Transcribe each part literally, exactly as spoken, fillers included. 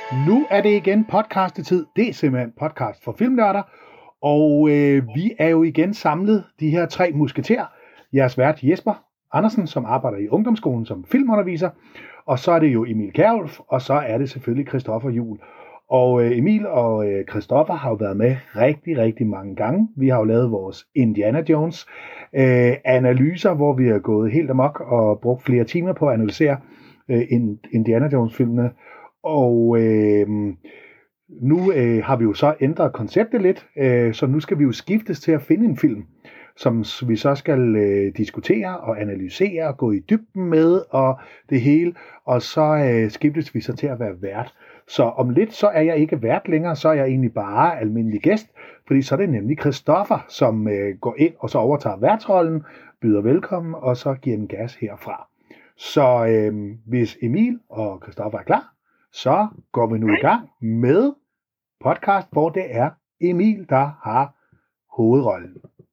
Nu er det igen podcastetid. Det er simpelthen podcast for filmnørder. Og øh, vi er jo igen samlet, de her tre musketerer. Jeres vært Jesper Andersen, som arbejder i ungdomsskolen som filmunderviser. Og så er det jo Emil Kjærulf, og så er det selvfølgelig Christoffer Juhl. Og øh, Emil og øh, Christoffer har jo været med rigtig, rigtig mange gange. Vi har jo lavet vores Indiana Jones øh, analyser, hvor vi har gået helt amok og brugt flere timer på at analysere øh, Indiana Jones-filmene. Og øh, nu øh, har vi jo så ændret konceptet lidt, øh, så nu skal vi jo skiftes til at finde en film, som vi så skal øh, diskutere og analysere og gå i dybden med og det hele, og så øh, skiftes vi så til at være vært. Så om lidt, så er jeg ikke vært længere, så er jeg egentlig bare almindelig gæst, fordi så er det nemlig Christoffer, som øh, går ind og så overtager værtsrollen, byder velkommen, og så giver en gas herfra. Så øh, hvis Emil og Christoffer er klar, så går vi nu i gang med podcast, hvor det er Emil, der har hovedrollen.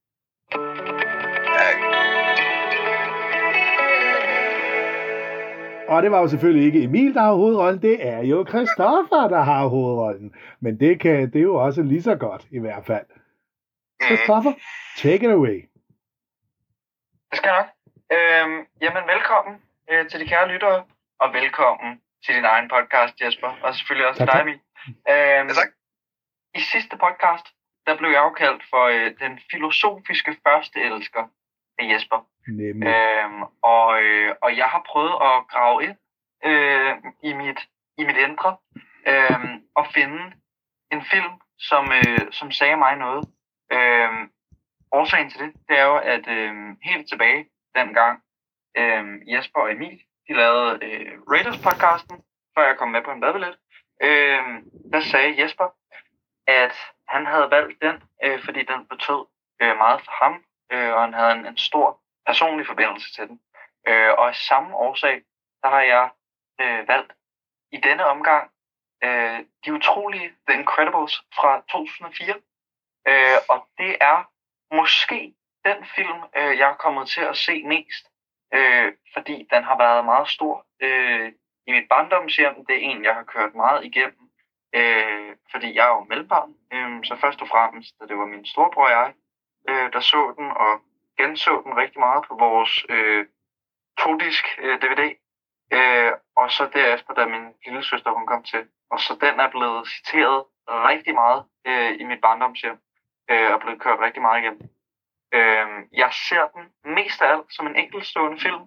Og det var jo selvfølgelig ikke Emil, der har hovedrollen, det er jo Christoffer, der har hovedrollen. Men det, kan, det er jo også lige så godt, i hvert fald. Christoffer, take it away. Det skal jeg nok. Øhm, jamen, velkommen øh, til de kære lyttere, og velkommen til din egen podcast, Jesper, og selvfølgelig også til dig, Emil. Øhm, ja, I sidste podcast, der blev jeg jo kaldt for øh, den filosofiske første elsker af Jesper. Øhm, og, øh, og jeg har prøvet at grave ind øh, i, mit, i mit indre øh, og finde en film, som, øh, som sagde mig noget. Øh, årsagen til det, det er jo, at øh, helt tilbage dengang øh, Jesper og Emil, de lavede øh, Raiders-podcasten, før jeg kom med på en badbillet, øh, der sagde Jesper, at han havde valgt den, øh, fordi den betød øh, meget for ham, øh, og han havde en, en stor personlig forbindelse til den. Øh, og af samme årsag, der har jeg øh, valgt i denne omgang øh, De Utrolige, The Incredibles fra to tusind og fire. Øh, og det er måske den film, øh, jeg er kommet til at se mest, øh, fordi den har været meget stor øh, i mit barndomshjem. Det er en, jeg har kørt meget igennem, øh, fordi jeg er jo mellembarn. Øh, så først og fremmest, da det var min storebror og jeg, øh, der så den, og genså den rigtig meget på vores øh, to-disk øh, D V D. Øh, og så derefter, da min lille søster hun kom til. Og så den er blevet citeret rigtig meget øh, i mit barndomshjem, øh, og blevet kørt rigtig meget igennem. Øh, jeg ser den mest af alt som en enkeltstående film.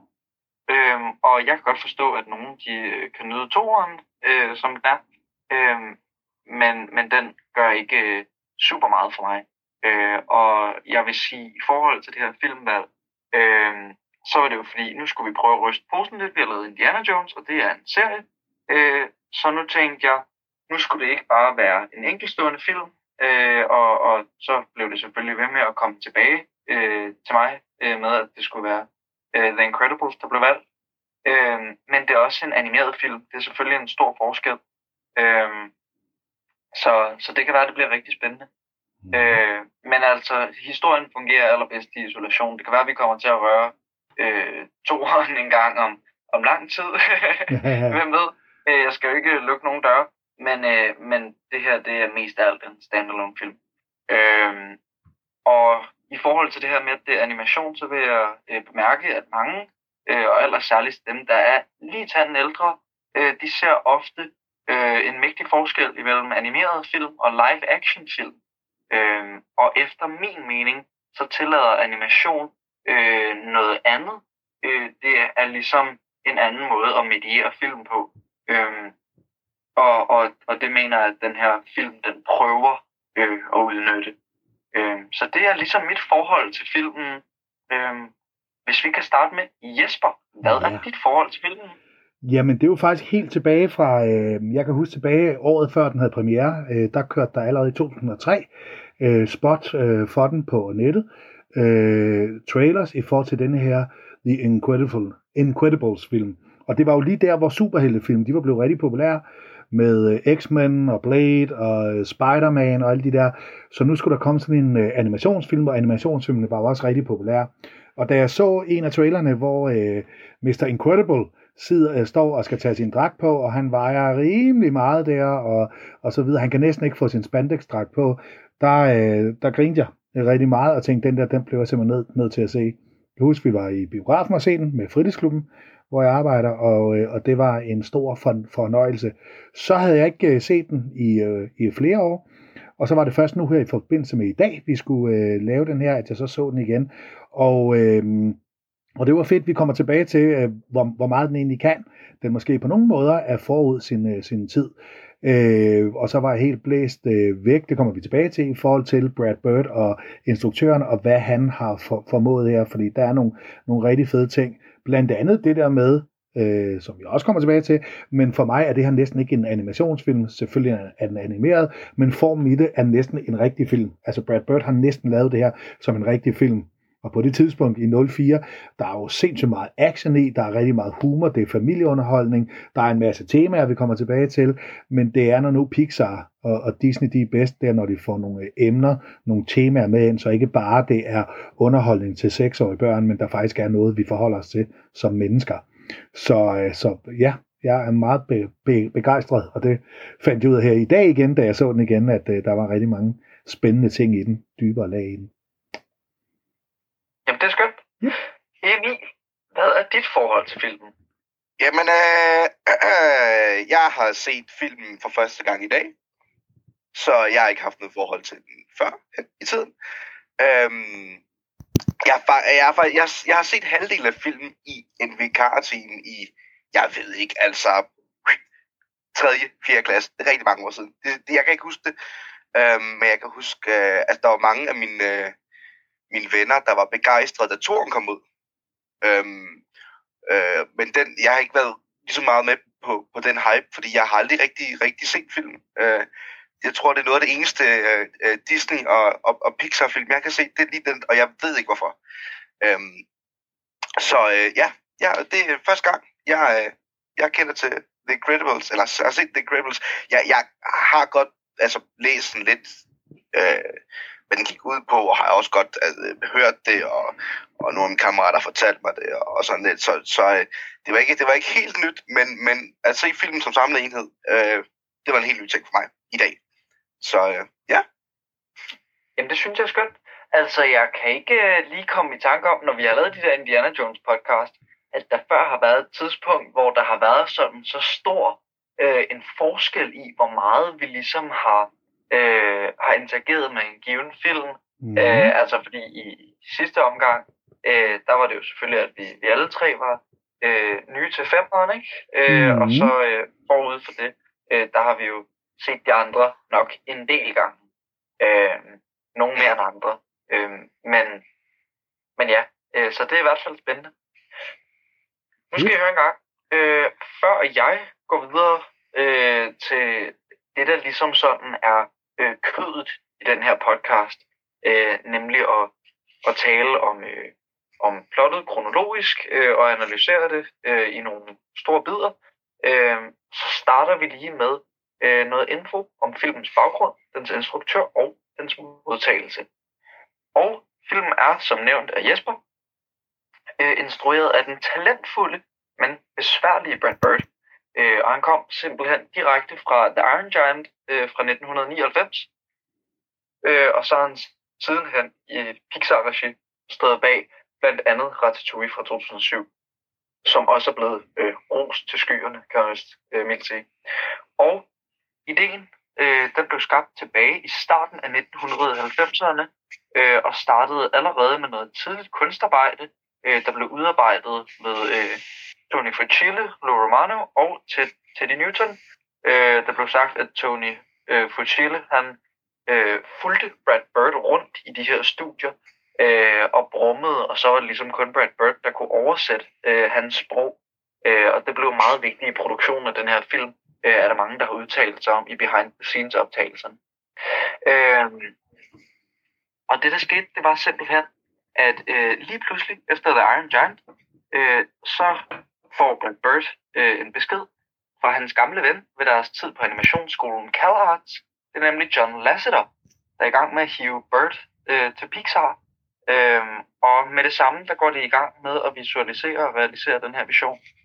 Øh, og jeg kan godt forstå, at nogen de, kan nyde toeren, øh, som den er. Øh, men, men den gør ikke øh, super meget for mig. Øh, og jeg vil sige, i forhold til det her filmvalg, øh, så var det jo fordi, nu skulle vi prøve at ryste posen lidt. Vi har lavet Indiana Jones, og det er en serie. Øh, så nu tænkte jeg, nu skulle det ikke bare være en enkeltstående film. Øh, og, og så blev det selvfølgelig ved med at komme tilbage øh, til mig øh, med, at det skulle være øh, The Incredibles, der blev valgt. Øh, men det er også en animeret film. Det er selvfølgelig en stor forskel. Øh, så, så det kan være, at det bliver rigtig spændende. Mm. Øh, men altså, historien fungerer allerbedst i isolation. Det kan være, at vi kommer til at røre øh, toeren en gang om, om lang tid. Hvem ved? Øh, jeg skal jo ikke lukke nogen døre. Men, øh, men det her, det er mest af alt en standalone film. Øh, og i forhold til det her med, at det er animation, så vil jeg øh, bemærke, at mange, øh, og ellers særligt dem, der er lige tanden ældre, øh, de ser ofte øh, en mægtig forskel imellem animeret film og live-action film. Øh, og efter min mening, så tillader animation øh, noget andet. Øh, det er ligesom en anden måde at mediere film på. Øh, og, og, og det mener jeg, at den her film, den prøver øh, at udnytte. Øh, så det er ligesom mit forhold til filmen. Øh, hvis vi kan starte med Jesper, hvad ja. er dit forhold til filmen? Jamen, det er jo faktisk helt tilbage fra, øh, jeg kan huske tilbage året før den havde premiere, øh, der kørte der allerede i to tusind og tre øh, spot øh, for den på nettet, øh, trailers i forhold til denne her The Incredible, Incredibles film. Og det var jo lige der, hvor superheltefilm, de var blevet rigtig populære, med øh, X-Men og Blade og øh, Spider-Man og alle de der. Så nu skulle der komme sådan en øh, animationsfilm, og animationsfilmene var også rigtig populære. Og da jeg så en af trailerne, hvor øh, mister Incredible sidder, står og skal tage sin dragt på, og han vejer rimelig meget der, og, og så videre. Han kan næsten ikke få sin spandex-dragt på. Der, øh, der grinte jeg rigtig meget, og tænkte, den der, den blev jeg simpelthen nødt nød til at se. Jeg husker, vi var i biografen og se den med fritidsklubben, hvor jeg arbejder, og, øh, og det var en stor for, fornøjelse. Så havde jeg ikke øh, set den i, øh, i flere år, og så var det først nu her i forbindelse med i dag, vi skulle øh, lave den her, at jeg så så den igen. Og, øh, og det var fedt, vi kommer tilbage til, øh, hvor, hvor meget den egentlig kan. Den måske på nogle måder er forud sin, øh, sin tid. Øh, og så var jeg helt blæst øh, væk, det kommer vi tilbage til, i forhold til Brad Bird og instruktøren, og hvad han har for, formået her, fordi der er nogle, nogle rigtig fede ting. Blandt andet det der med, øh, som vi også kommer tilbage til, men for mig er det her næsten ikke en animationsfilm, selvfølgelig er den animeret, men formen i det er næsten en rigtig film. Altså Brad Bird har næsten lavet det her som en rigtig film. Og på det tidspunkt i nul fire, der er jo sindssygt meget action i, der er rigtig meget humor, det er familieunderholdning, der er en masse temaer, vi kommer tilbage til, men det er når nu Pixar og, og Disney, de er bedst, det er når de får nogle emner, nogle temaer med ind, så ikke bare det er underholdning til seksårige børn, men der faktisk er noget, vi forholder os til som mennesker. Så, så ja, jeg er meget be, be, begejstret, og det fandt jeg ud af her i dag igen, da jeg så den igen, at uh, der var rigtig mange spændende ting i den, dybere lag i den. Jamen, det er skønt. Ja. Emil, hvad er dit forhold til filmen? Jamen, øh, øh, jeg har set filmen for første gang i dag, så jeg har ikke haft noget forhold til den før i tiden. Øhm, jeg, jeg, jeg, jeg, jeg har set halvdelen af filmen i en vikartime i, jeg ved ikke, altså tredje, fjerde klasse. Det er rigtig mange år siden. Det, det, jeg kan ikke huske det, øhm, men jeg kan huske, øh, at der var mange af mine... Øh, mine venner, der var begejstrede, da toren kom ud. Øhm, øh, men den, jeg har ikke været lige så meget med på, på den hype, fordi jeg har aldrig rigtig, rigtig set filmen. Øh, jeg tror, det er noget af det eneste øh, Disney og, og, og Pixar-film, jeg kan se, det er lige den, og jeg ved ikke hvorfor. Øhm, så øh, ja, ja, det er første gang, jeg, øh, jeg kender til The Incredibles, eller jeg har set The Incredibles. Jeg, jeg har godt altså, læst sådan lidt... Øh, hvad den gik ud på, og har også godt altså, hørt det, og, og nogle af mine kammerater har fortalt mig det, og sådan lidt. Så, så det, var ikke, det var ikke helt nyt, men, men at se filmen som samlet enhed, øh, det var en helt ny ting for mig i dag. Så øh, ja. Jamen det synes jeg er skønt. Altså jeg kan ikke lige komme i tanke om, når vi har lavet de der Indiana Jones podcast, at der før har været et tidspunkt, hvor der har været sådan så stor øh, en forskel i, hvor meget vi ligesom har Øh, har interageret med en given film. Mm. Øh, altså fordi i, i sidste omgang, øh, der var det jo selvfølgelig, at vi, vi alle tre var øh, nye til femeren, ikke? Øh, mm. Og så øh, forud for det, øh, der har vi jo set de andre nok en del gange. Øh, nogle mere end andre. Øh, men, men ja, øh, så det er i hvert fald spændende. Nu skal jeg høre en gang. Øh, før jeg går videre øh, til det, der ligesom sådan er øh, kødet i den her podcast, øh, nemlig at, at tale om, øh, om plottet kronologisk øh, og analysere det øh, i nogle store bidder, øh, så starter vi lige med øh, noget info om filmens baggrund, dens instruktør og dens modtagelse. Og filmen er, som nævnt af Jesper, øh, instrueret af den talentfulde, men besværlige Brad Bird. Øh, og han kom simpelthen direkte fra The Iron Giant øh, fra nitten nioghalvfems. Øh, og så har han sidenhen i Pixar-regi stået bag blandt andet Ratatouille fra to tusind og syv, som også er blevet øh, rost til skyerne, kan man vist øh, mildt sige. Og ideen, øh, den blev skabt tilbage i starten af nitten halvfemserne, øh, og startede allerede med noget tidligt kunstarbejde, øh, der blev udarbejdet med øh, Tony Fucile, Lou Romano og Ted, Teddy Newton. Øh, der blev sagt, at Tony øh, Fucile, han øh, fulgte Brad Bird rundt i de her studier øh, og brummede, og så var det ligesom kun Brad Bird, der kunne oversætte øh, hans sprog. Øh, og det blev meget vigtigt i produktionen af den her film, øh, er der mange, der har udtalt sig om i behind-the-scenes-optagelserne. Øh, og det, der skete, det var simpelthen, at øh, lige pludselig efter The Iron Giant, øh, så får Brad Bird øh, en besked fra hans gamle ven ved deres tid på animationsskolen CalArts. Det er nemlig John Lasseter, der er i gang med at hive Bird øh, til Pixar. Øhm, og med det samme, der går de i gang med at visualisere og realisere den her vision.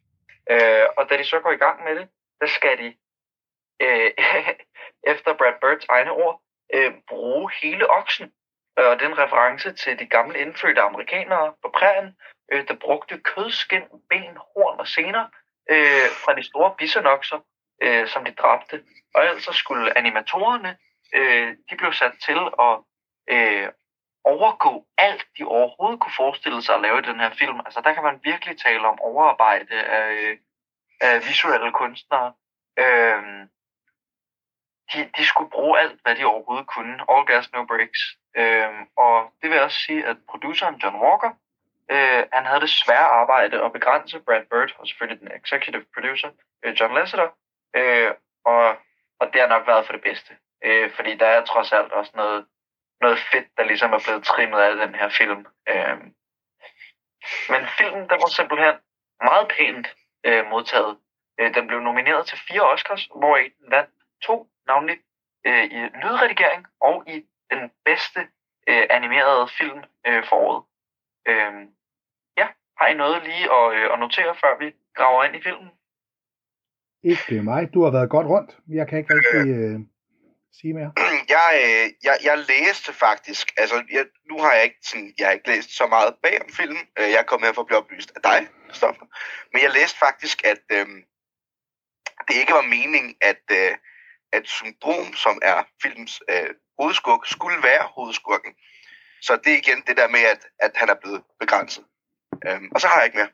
Øh, og da de så går i gang med det, der skal de, øh, efter Brad Birds egne ord, øh, bruge hele oksen. Og den reference til de gamle indfødte amerikanere på prærien, øh, der brugte kødskin, ben, horn og sener øh, fra de store bisonokser, øh, som de dræbte. Og ellers skulle animatorerne, øh, de blev sat til at øh, overgå alt, de overhovedet kunne forestille sig at lave i den her film. Altså der kan man virkelig tale om overarbejde af, af visuelle kunstnere. Øh, de, de skulle bruge alt, hvad de overhovedet kunne. All gas, no breaks. Øh, og det vil også sige, at produceren John Walker, øh, han havde det svære arbejde at begrænse Brad Bird, og selvfølgelig den executive producer, øh, John Lasseter. Øh, og, og det har nok været for det bedste. Øh, fordi der er trods alt også noget noget fedt, der ligesom er blevet trimmet af den her film. Øh, men filmen, den var simpelthen meget pænt øh, modtaget. Øh, den blev nomineret til fire Oscars, hvor den vandt to, navnlig øh, i lydredigering og i den bedste øh, animerede film øh, for året. Øh, ja, har I noget lige at, øh, at notere, før vi graver ind i filmen? Ikke mig. Du har været godt rundt. Jeg kan ikke rigtig... Øh... sige mere. Jeg, øh, jeg, jeg læste faktisk, altså jeg, nu har jeg ikke, sådan, jeg har ikke læst så meget bag om filmen. Jeg er kommet her for at blive oplyst af dig, Christoffer. Men jeg læste faktisk, at øh, det ikke var meningen, at, øh, at Syndrom, som er filmens øh, hovedskurk, skulle være hovedskurken. Så det er igen det der med, at, at han er blevet begrænset. Øhm, og så har jeg ikke mere.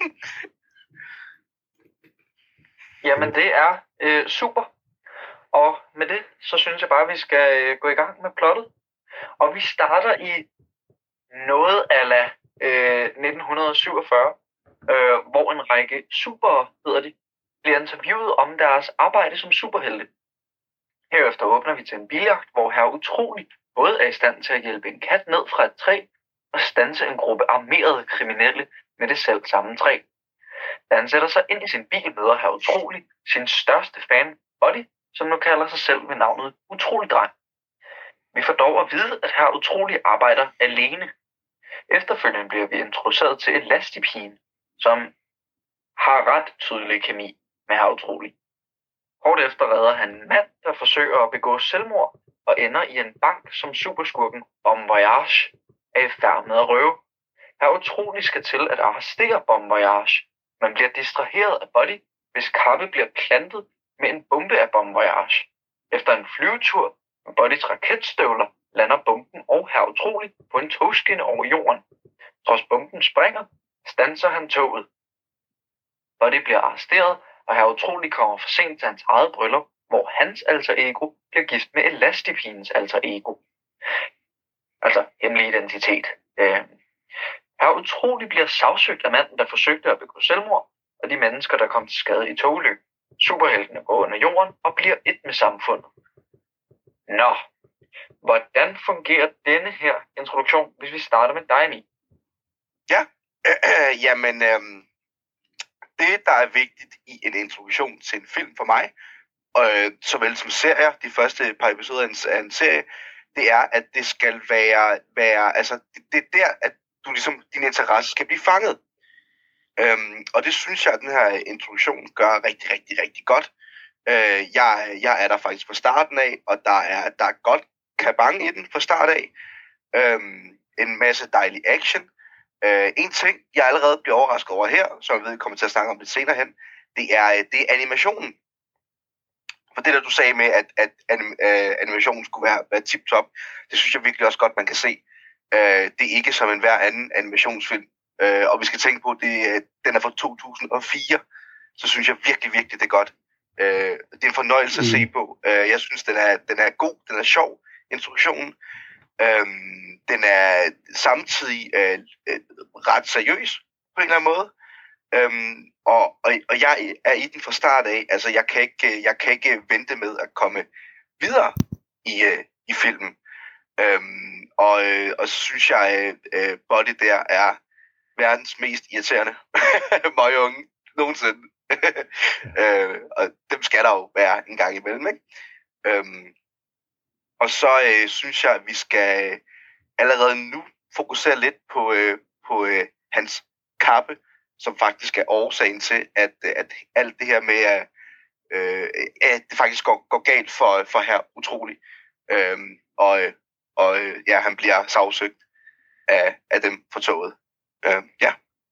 Jamen det er øh, super. Og med det, så synes jeg bare, at vi skal øh, gå i gang med plottet. Og vi starter i noget ala øh, nitten syvogfyrre, øh, hvor en række super, hedder de, bliver interviewet om deres arbejde som superhelte. Herefter åbner vi til en biljagt, hvor herr Utrolig både er i stand til at hjælpe en kat ned fra et træ og standse en gruppe armerede kriminelle med det selv samme træ. Da han sætter sig ind i sin bil, møder herr Utrolig sin største fan, Buddy, som nu kalder sig selv ved navnet Utrolig Dreng. Vi får dog at vide, at herr Utrolig arbejder alene. Efterfølgende bliver vi introduceret til Elastipigen, som har ret tydelig kemi med herr Utrolig. Kort efter redder han en mand, der forsøger at begå selvmord og ender i en bank, som superskurken Bon Voyage er i færd med at røve. Herr Utrolig skal til at arrestere Bon Voyage, men bliver distraheret af Buddy, hvis kappe bliver plantet med en bombe af Bon Voyage. Efter en flyvetur med Buddys raketstøvler lander bomben og herr Utrolig på en togskinne over jorden. Trods bomben springer, standser han toget. Buddy bliver arresteret, og herr Utrolig kommer for sent til hans eget bryllup, hvor hans alter ego bliver gift med Elastipigens alter ego. Altså hemmelig identitet. Øh. Herr Utrolig bliver sagsøgt af manden, der forsøgte at begå selvmord, og de mennesker, der kom til skade i togulykken. Superheltene går under jorden og bliver et med samfundet. Nå, hvordan fungerer denne her introduktion, hvis vi starter med dig, Mi? Ja, øh, jamen, øh, det der er vigtigt i en introduktion til en film for mig, øh, såvel som serier, de første par episoder af en, af en serie, det er, at det skal være, være altså, det, det er der, at du ligesom, din interesse skal blive fanget. Øhm, og det synes jeg, at den her introduktion gør rigtig, rigtig, rigtig godt. Øh, jeg, jeg er der faktisk fra starten af, og der er, der er godt kabang i den fra start af. Øhm, en masse dejlig action. Øh, en ting, jeg allerede bliver overrasket over her, som jeg ved, kommer til at snakke om lidt senere hen, det er, det er animationen. For det der, du sagde med, at, at anim, øh, animationen skulle være, være tip-top, det synes jeg virkelig også godt, man kan se. Øh, det er ikke som en hver anden animationsfilm. Øh, og vi skal tænke på, at det, den er fra to tusind og fire, så synes jeg virkelig, virkelig, det er godt. Øh, det er en fornøjelse at se på. Øh, jeg synes, den er, den er god, den er sjov, introduktionen. Øh, den er samtidig øh, ret seriøs på en eller anden måde. Øh, og, og, og jeg er i den fra start af. Altså, jeg kan ikke, jeg kan ikke vente med at komme videre i, øh, i filmen. Øh, og, øh, og så synes jeg, øh, Buddy der er verdens mest irriterende møgunge nogensinde. øh, og dem skal der jo være en gang imellem, ikke? Øhm, og så øh, synes jeg, at vi skal allerede nu fokusere lidt på, øh, på øh, hans kappe, som faktisk er årsagen til, at, at alt det her med, at, øh, at det faktisk går, går galt for, for her utroligt. Øh, og og ja, han bliver sagsøgt af, af dem på toget. Øh, ja.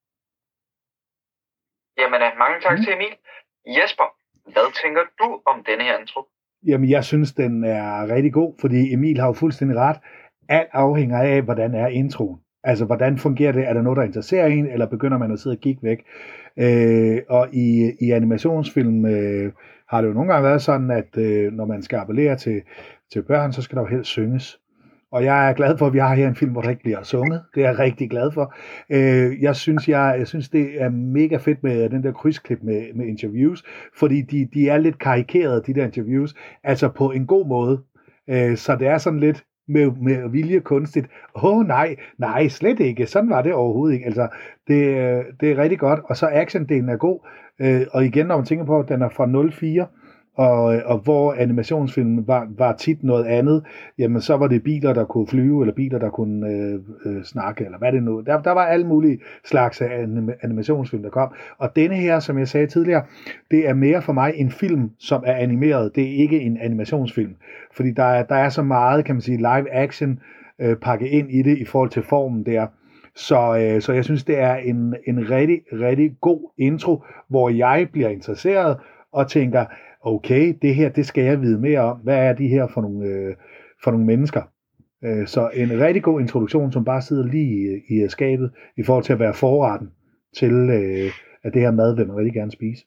Jamen, mange tak til Emil. Jesper, hvad tænker du om denne her intro? Jamen, jeg synes, den er rigtig god, fordi Emil har jo fuldstændig ret. Alt afhænger af, hvordan er introen. Altså, hvordan fungerer det? Er der noget, der interesserer en, eller begynder man at sidde og kigge væk? Øh, og i, i animationsfilm øh, har det jo nogle gange været sådan, at øh, når man skal appellere til, til børn, så skal der jo helst synges. Og jeg er glad for, at vi har her en film, hvor der ikke bliver sunget. Det er jeg rigtig glad for. Øh, jeg, synes, jeg, jeg synes, det er mega fedt med den der krydsklip med, med interviews, fordi de, de er lidt karikerede, de der interviews, altså på en god måde. Øh, så det er sådan lidt med, med vilje kunstigt. Åh oh, nej, nej, slet ikke. Sådan var det overhovedet ikke. Altså, det, det er rigtig godt. Og så actiondelen er god. Øh, og igen, når man tænker på, at den er fra nul fire, Og, og hvor animationsfilmen var, var tit noget andet, jamen så var det biler, der kunne flyve, eller biler, der kunne øh, øh, snakke, eller hvad det nu. Der, der var alle mulige slags anim- animationsfilm, der kom. Og denne her, som jeg sagde tidligere, det er mere for mig en film, som er animeret. Det er ikke en animationsfilm. Fordi der er, der er så meget, kan man sige, live action øh, pakket ind i det, i forhold til formen der. Så, øh, så jeg synes, det er en, en rigtig, rigtig god intro, hvor jeg bliver interesseret og tænker, okay, det her, det skal jeg vide mere om. Hvad er de her for nogle, øh, for nogle mennesker? Øh, så en rigtig god introduktion, som bare sidder lige i, i skabet, i forhold til at være forretten til, øh, at det her mad vil man rigtig gerne spise.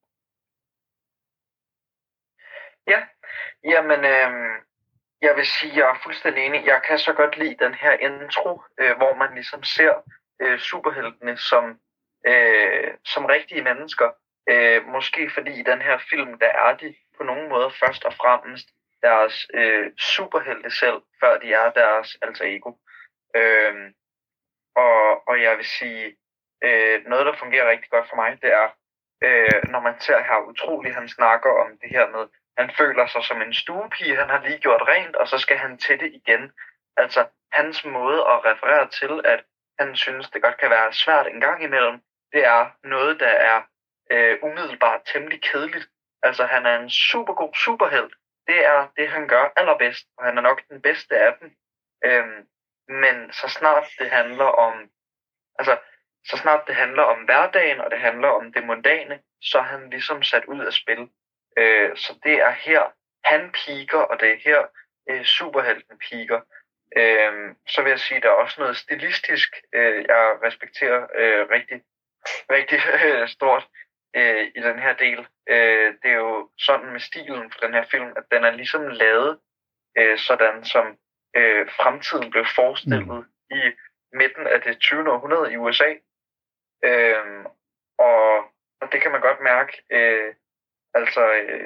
Ja, jamen, øh, jeg vil sige, jeg er fuldstændig enig. Jeg kan så godt lide den her intro, øh, hvor man ligesom ser øh, superheltene som, øh, som rigtige mennesker. Øh, måske fordi i den her film, der er de på nogle måder først og fremmest deres øh, superhelte selv, før de er deres alter ego. Øh, og, og jeg vil sige, øh, noget der fungerer rigtig godt for mig, det er, øh, når man ser her utroligt, han snakker om det her med, han føler sig som en stuepige, han har lige gjort rent, og så skal han til det igen. Altså hans måde at referere til, at han synes, det godt kan være svært en gang imellem, det er noget, der er Uh, umiddelbart temmelig kedeligt. Altså han er en super god superhelt. Det er det han gør allerbedst, og han er nok den bedste af dem. Uh, men så snart det handler om, altså så snart det handler om hverdagen, og det handler om det mondane, så er han ligesom sat ud af spil. Uh, så det er her han piker, og det er her uh, superhelten piker. Uh, så vil jeg sige, der er også noget stilistisk, uh, jeg respekterer uh, rigtig, rigtig uh, stort. Øh, i den her del. Øh, det er jo sådan med stilen for den her film, at den er ligesom lavet øh, sådan, som øh, fremtiden blev forestillet mm. i midten af det tyvende århundrede i U S A. Øh, og, og det kan man godt mærke. Øh, altså, øh,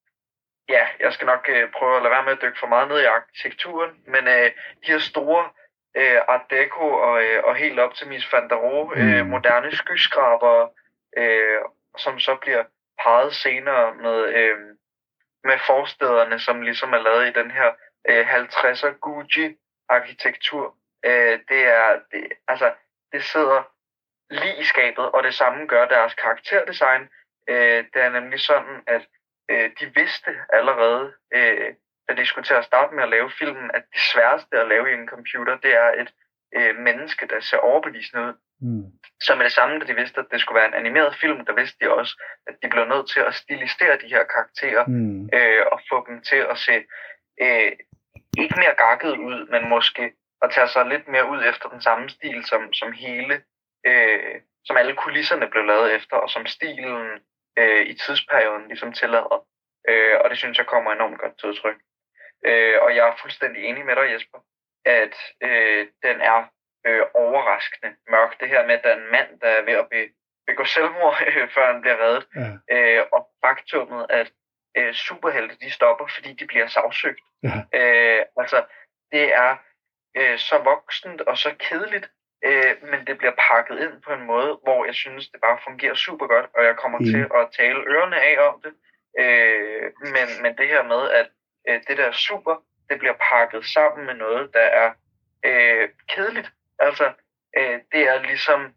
ja, jeg skal nok øh, prøve at lade være med at dykke for meget ned i arkitekturen, men øh, de her store øh, Art Deco og, øh, og helt op til Mies van der Rohe, øh, mm. moderne skyskrabere, øh, som så bliver parret senere med, øh, med forstederne, som ligesom er lavet i den her øh, halvtredser Gucci-arkitektur. Øh, det er, det, altså, det sidder lige i skabet, og det samme gør deres karakterdesign. Øh, det er nemlig sådan, at øh, de vidste allerede, øh, da de skulle til at starte med at lave filmen, at det sværeste at lave i en computer, det er et øh, menneske, der ser overbevisende ud. Mm. Så med det samme, da de vidste, at det skulle være en animeret film, der vidste de også, at de blev nødt til at stilisere de her karakterer, mm. øh, og få dem til at se øh, ikke mere gakket ud, men måske at tage sig lidt mere ud efter den samme stil, som, som hele, øh, som alle kulisserne blev lavet efter, og som stilen øh, i tidsperioden ligesom tillader. Øh, og det synes jeg kommer enormt godt til udtryk. Øh, og jeg er fuldstændig enig med dig, Jesper, at øh, den er Øh, overraskende mørk. Det her med, at der er en mand, der er ved at be, begå selvmord, øh, før han bliver reddet. Ja. Øh, og faktummet, at øh, superhelte, de stopper, fordi de bliver sagsøgt. Ja. Øh, altså, det er øh, så voksent og så kedeligt, øh, men det bliver pakket ind på en måde, hvor jeg synes, det bare fungerer super godt, og jeg kommer mm. til at tale ørerne af om det. Øh, men, men det her med, at øh, det der super, det bliver pakket sammen med noget, der er øh, kedeligt. Altså, øh, det er ligesom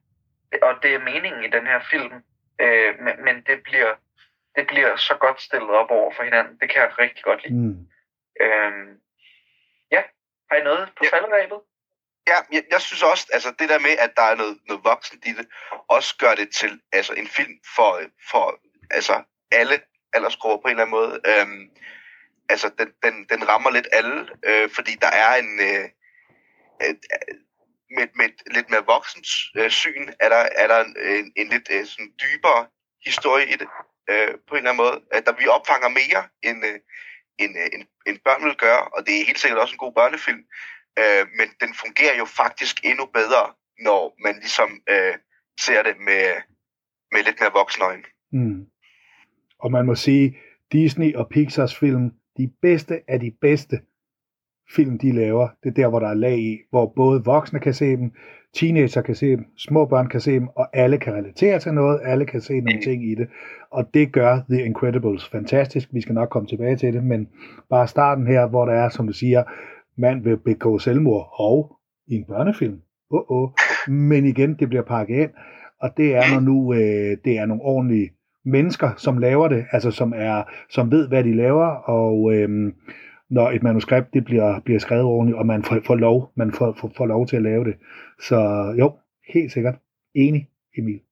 og det er meningen i den her film, øh, men, men det bliver det bliver så godt stillet op over for hinanden. Det kan jeg rigtig godt lide. Mm. Øhm, ja, har I noget på ja. falderæbet? Ja, jeg, jeg synes også, altså det der med, at der er noget, noget voksent i det, også gør det til altså en film for, for altså alle aldersgrupper på en eller anden måde. Øhm, altså den, den, den rammer lidt alle, øh, fordi der er en øh, et, med, med et lidt mere voksent øh, syn, er der, er der en, en, en lidt øh, sådan dybere historie i det, øh, på en eller anden måde. At der vi opfanger mere, end, øh, end, øh, end, end børn vil gøre, og det er helt sikkert også en god børnefilm. Øh, men den fungerer jo faktisk endnu bedre, når man ligesom øh, ser det med, med lidt mere voksne øjne. Mm. Og man må sige, Disney og Pixars film, de bedste af de bedste film, de laver, det er der, hvor der er lag i, hvor både voksne kan se dem, teenager kan se dem, små børn kan se dem, og alle kan relatere til noget, alle kan se nogle ting i det. Og det gør The Incredibles fantastisk. Vi skal nok komme tilbage til det, men bare starten her, hvor der er, som du siger, mand vil begå selvmord, og i en børnefilm. Oh, oh. Men igen, det bliver pakket ind, og det er, når nu øh, det er nogle ordentlige mennesker, som laver det, altså som er, som ved, hvad de laver, og øh, når et manuskript, det bliver, bliver skrevet ordentligt, og man får, får lov, man får, får, får lov til at lave det. Så jo, helt sikkert. Enig, Emil.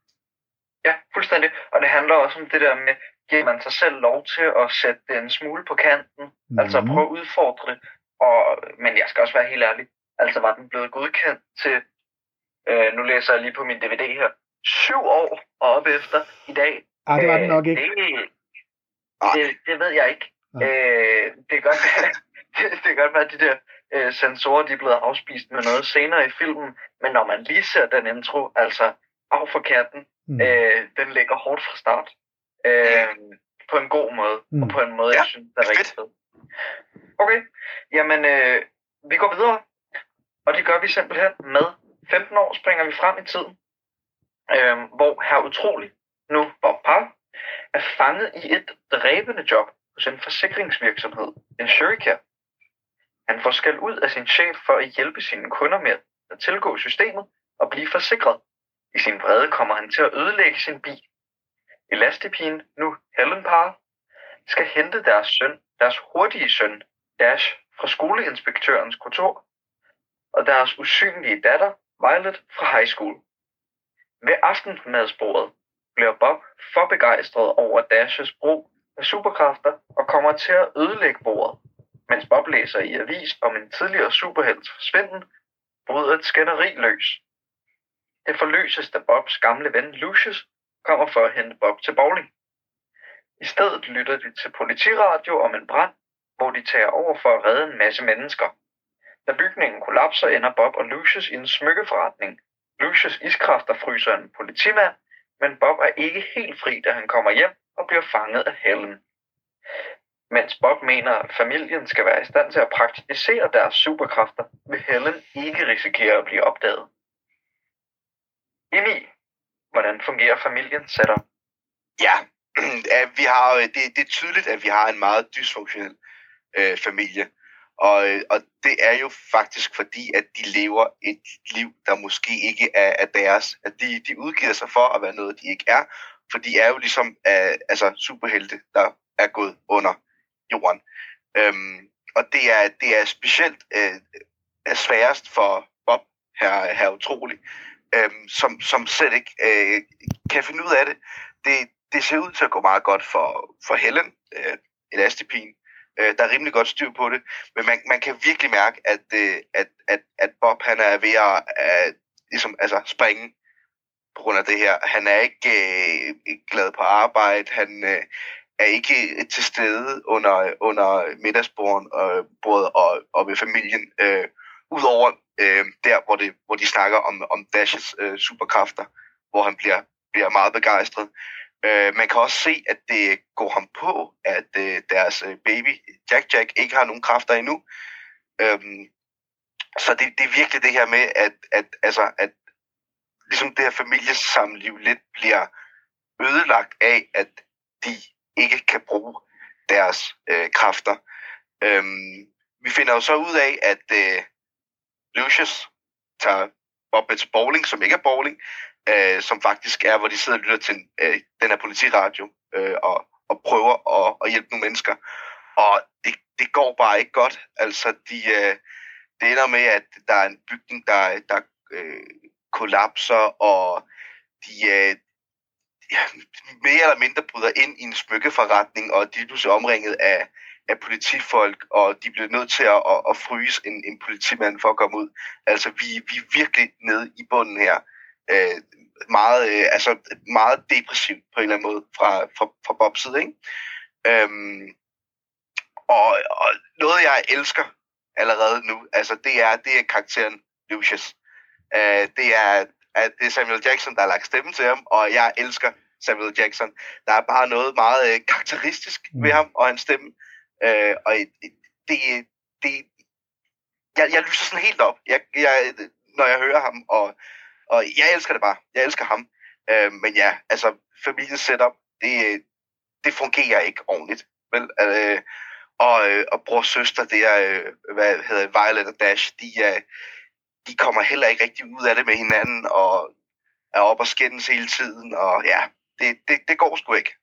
Ja, fuldstændig. Og det handler også om det der med, giver man sig selv lov til at sætte det en smule på kanten, mm. altså prøve at udfordre det. Og, men jeg skal også være helt ærlig, altså var den blevet godkendt til, øh, nu læser jeg lige på min D V D her, syv år og op efter i dag. Ah, det var den nok ikke. Det, det, det ved jeg ikke. Øh, det kan godt være, det, det kan godt være, at de der øh, sensorer, de er blevet afspist med noget senere i filmen, men når man lige ser den intro, altså af for katten, mm. øh, den ligger hårdt fra start. Øh, på en god måde, mm. og på en måde, ja, jeg synes, der er rigtig fed. Okay, jamen øh, vi går videre, og det gør vi simpelthen med femten år springer vi frem i tiden, øh, hvor her utrolig nu Bob Parr er fanget i et dræbende job hos en forsikringsvirksomhed, Insuricare. Han får skæld ud af sin chef for at hjælpe sine kunder med at tilgå systemet og blive forsikret. I sin vrede kommer han til at ødelægge sin bil. Elastipigen, nu Helen Parr, skal hente deres søn, deres hurtige søn, Dash, fra skoleinspektørens kontor, og deres usynlige datter, Violet, fra high school. Ved aftensmadsbordet bliver Bob for begejstret over Dashes brug af superkræfter og kommer til at ødelægge bordet. Mens Bob læser i avis om en tidligere superhelts forsvinden, bryder et skænderi løs. Det forløses, da Bobs gamle ven Lucius kommer for at hente Bob til bowling. I stedet lytter de til politiradio om en brand, hvor de tager over for at redde en masse mennesker. Da bygningen kollapser, ender Bob og Lucius i en smykkeforretning. Lucius iskræfter fryser en politimand, men Bob er ikke helt fri, da han kommer hjem og bliver fanget af Helen. Mens Bob mener, at familien skal være i stand til at praktisere deres superkræfter, vil Helen ikke risikere at blive opdaget. Emil, hvordan fungerer familien setup? Ja, vi har, det, det er tydeligt, at vi har en meget dysfunktionel øh, familie. Og, og det er jo faktisk fordi, at de lever et liv, der måske ikke er, er deres. At de, de udgiver sig for at være noget, de ikke er. For de er jo ligesom uh, altså superhelte, der er gået under jorden. Um, og det er, det er specielt uh, er sværest for Bob, her, her utrolig, um, som, som slet ikke uh, kan finde ud af det. det. Det ser ud til at gå meget godt for, for Helen, uh, Elastipigen. Der er rimelig godt styr på det, men man, man kan virkelig mærke, at, at, at, at Bob han er ved at, at ligesom, altså, springe på grund af det her. Han er ikke øh, glad på arbejde, han øh, er ikke til stede under, under middagsbordet og, både og, og ved familien, øh, udover øh, der, hvor, det, hvor de snakker om, om Dashes øh, superkræfter, hvor han bliver, bliver meget begejstret. Uh, man kan også se, at det går ham på, at uh, deres uh, baby, Jack Jack, ikke har nogen kræfter endnu. Um, så det, det er virkelig det her med, at, at, altså, at ligesom det her familiesamliv lidt bliver ødelagt af, at de ikke kan bruge deres uh, kræfter. Um, vi finder jo så ud af, at uh, Lucius tager Bob med til bowling, som ikke er bowling, øh, som faktisk er, hvor de sidder og lytter til øh, den her politiradio, øh, og, og prøver at, at hjælpe nogle mennesker. Og det, det går bare ikke godt. Altså, de, øh, det ender med, at der er en bygning, der, der øh, kollapser, og de øh, ja, mere eller mindre bryder ind i en smykkeforretning, og de er pludselig omringet af, af politifolk, og de bliver nødt til at, at, at fryse en, en politimand for at komme ud. Altså, vi, vi er virkelig nede i bunden her. Øh, meget, øh, altså, meget depressivt på en eller anden måde fra, fra, fra Bobs side, ikke? Øhm, og, og noget, jeg elsker allerede nu, altså, det er, det er karakteren Lucius. Øh, det er at det er Samuel Jackson, der har lagt stemme til ham, og jeg elsker Samuel Jackson. Der er bare noget meget øh, karakteristisk ved ham og hans stemme. Øh, og det, det, jeg, jeg lyser sådan helt op, jeg, jeg, når jeg hører ham, og, og jeg elsker det bare. Jeg elsker ham. Øh, men ja, altså, familiens setup, det, det fungerer ikke ordentligt. Vel? Øh, og, og bror og søster, det er, hvad hedder Violet og Dash, de er de kommer heller ikke rigtig ud af det med hinanden, og er oppe og skændes hele tiden, og ja, det, det, det går sgu ikke.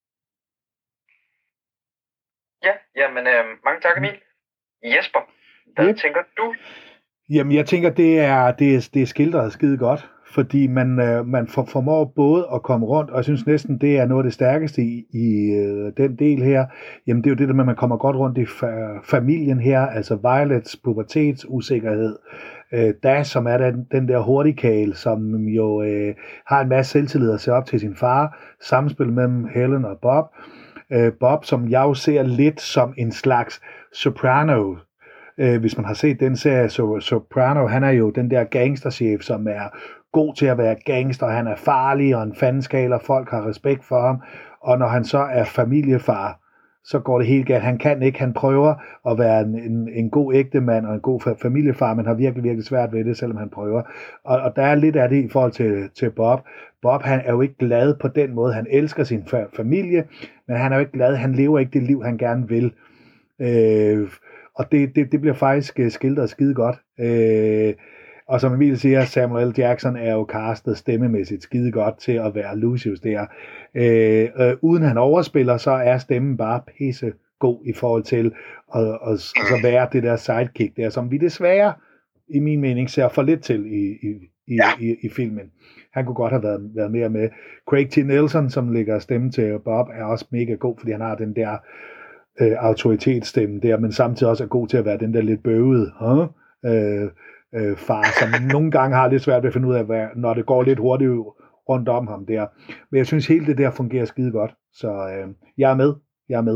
Ja, jamen, øh, mange tak, Emil. Jesper, hvad yep. tænker du? Jamen, jeg tænker, det er, det er, det er skildret skide godt, fordi man, øh, man for, formår både at komme rundt, og jeg synes næsten, det er noget af det stærkeste i, i øh, den del her. Jamen, det er jo det der med, at man kommer godt rundt i fa- familien her, altså Violets pubertetsusikkerhed, øh, Dash, som er den, den der hurtigkale, som jo øh, har en masse selvtillid at se op til sin far, samspil mellem Helen og Bob. Øh, Bob, som jeg jo ser lidt som en slags Soprano. Øh, hvis man har set den serie, så Soprano, han er jo den der gangsterchef, som er god til at være gangster, han er farlig og en fandenskal, og folk har respekt for ham, og når han så er familiefar, så går det helt galt. Han kan ikke, han prøver at være en, en, en god ægtemand og en god familiefar, men har virkelig, virkelig svært ved det, selvom han prøver. Og, og der er lidt af det i forhold til, til Bob. Bob, han er jo ikke glad på den måde. Han elsker sin familie, men han er jo ikke glad. Han lever ikke det liv, han gerne vil. Øh, og det, det, det bliver faktisk skildret skide godt. Øh, og som Emil siger, Samuel L. Jackson er jo castet stemmemæssigt skide godt til at være Lucius der. Øh, øh, uden han overspiller, så er stemmen bare pisse god i forhold til at, at, at så være det der sidekick der, som vi desværre, i min mening, ser for lidt til i, i, i, ja. i, i filmen. Han kunne godt have været, været mere med. Craig T. Nelson, som lægger stemme til Bob, er også mega god, fordi han har den der øh, autoritetsstemme der, men samtidig også er god til at være den der lidt bøvede, huh? øh, øh, far, som nogle gange har lidt svært ved at finde ud af, hvad, når det går lidt hurtigt rundt om ham der. Men jeg synes, hele det der fungerer skide godt. Så øh, jeg er med. Jeg er med.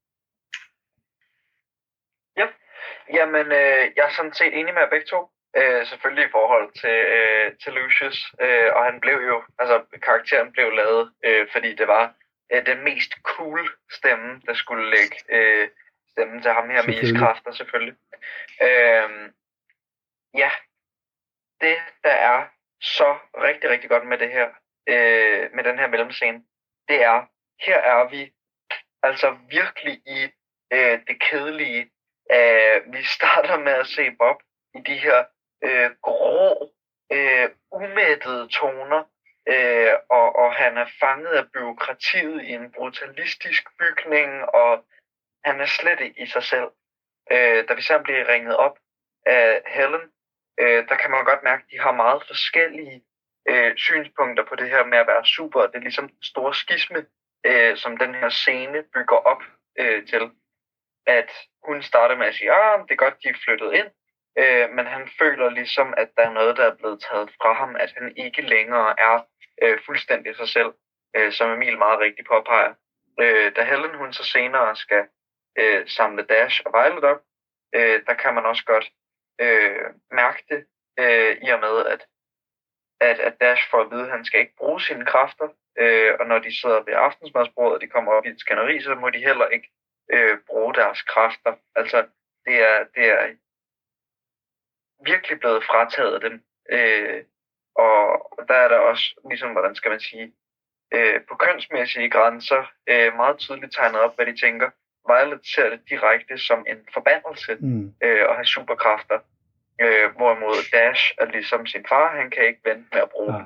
Ja, jamen øh, jeg er sådan set enig med jer begge to. Øh, selvfølgelig i forhold til, øh, til Lucius. Øh, og han blev jo, altså karakteren blev lavet, øh, fordi det var øh, den mest cool stemme, der skulle lægge øh, stemmen til ham her med iskræfter selvfølgelig. Øh, ja, det der er så rigtig, rigtig godt med det her, øh, med den her mellemscene, det er, her er vi altså virkelig i øh, det kedelige. Øh, vi starter med at se Bob i de her øh, grå, øh, umættede toner, øh, og, og han er fanget af byråkratiet i en brutalistisk bygning, og han er slet ikke i sig selv. Øh, da vi så bliver ringet op af Helen, øh, der kan man godt mærke, at de har meget forskellige øh, synspunkter på det her med at være super. Det er ligesom store skisme, øh, som den her scene bygger op øh, til. At hun starter med at sige, at det er godt, de er flyttet ind, øh, men han føler ligesom, at der er noget, der er blevet taget fra ham, at han ikke længere er øh, fuldstændig sig selv, øh, som Emil meget rigtigt påpeger. Øh, da Helen hun så senere skal øh, samle Dash og Violet op, øh, der kan man også godt øh, mærke det, øh, i og med, at, at, at Dash får at vide, at han skal ikke bruge sine kræfter, øh, og når de sidder ved aftensmadsbordet, og de kommer op i et skænderi, så må de heller ikke Øh, bruge deres kræfter. Altså, det er, det er virkelig blevet frataget dem. Øh, og, og der er der også, ligesom, hvordan skal man sige, øh, på kønsmæssige grænser, øh, meget tydeligt tegnet op, hvad de tænker. Violet ser det direkte som en forbandelse mm. øh, at have superkræfter. Øh, hvorimod Dash er ligesom sin far, han kan ikke vente med at bruge dem.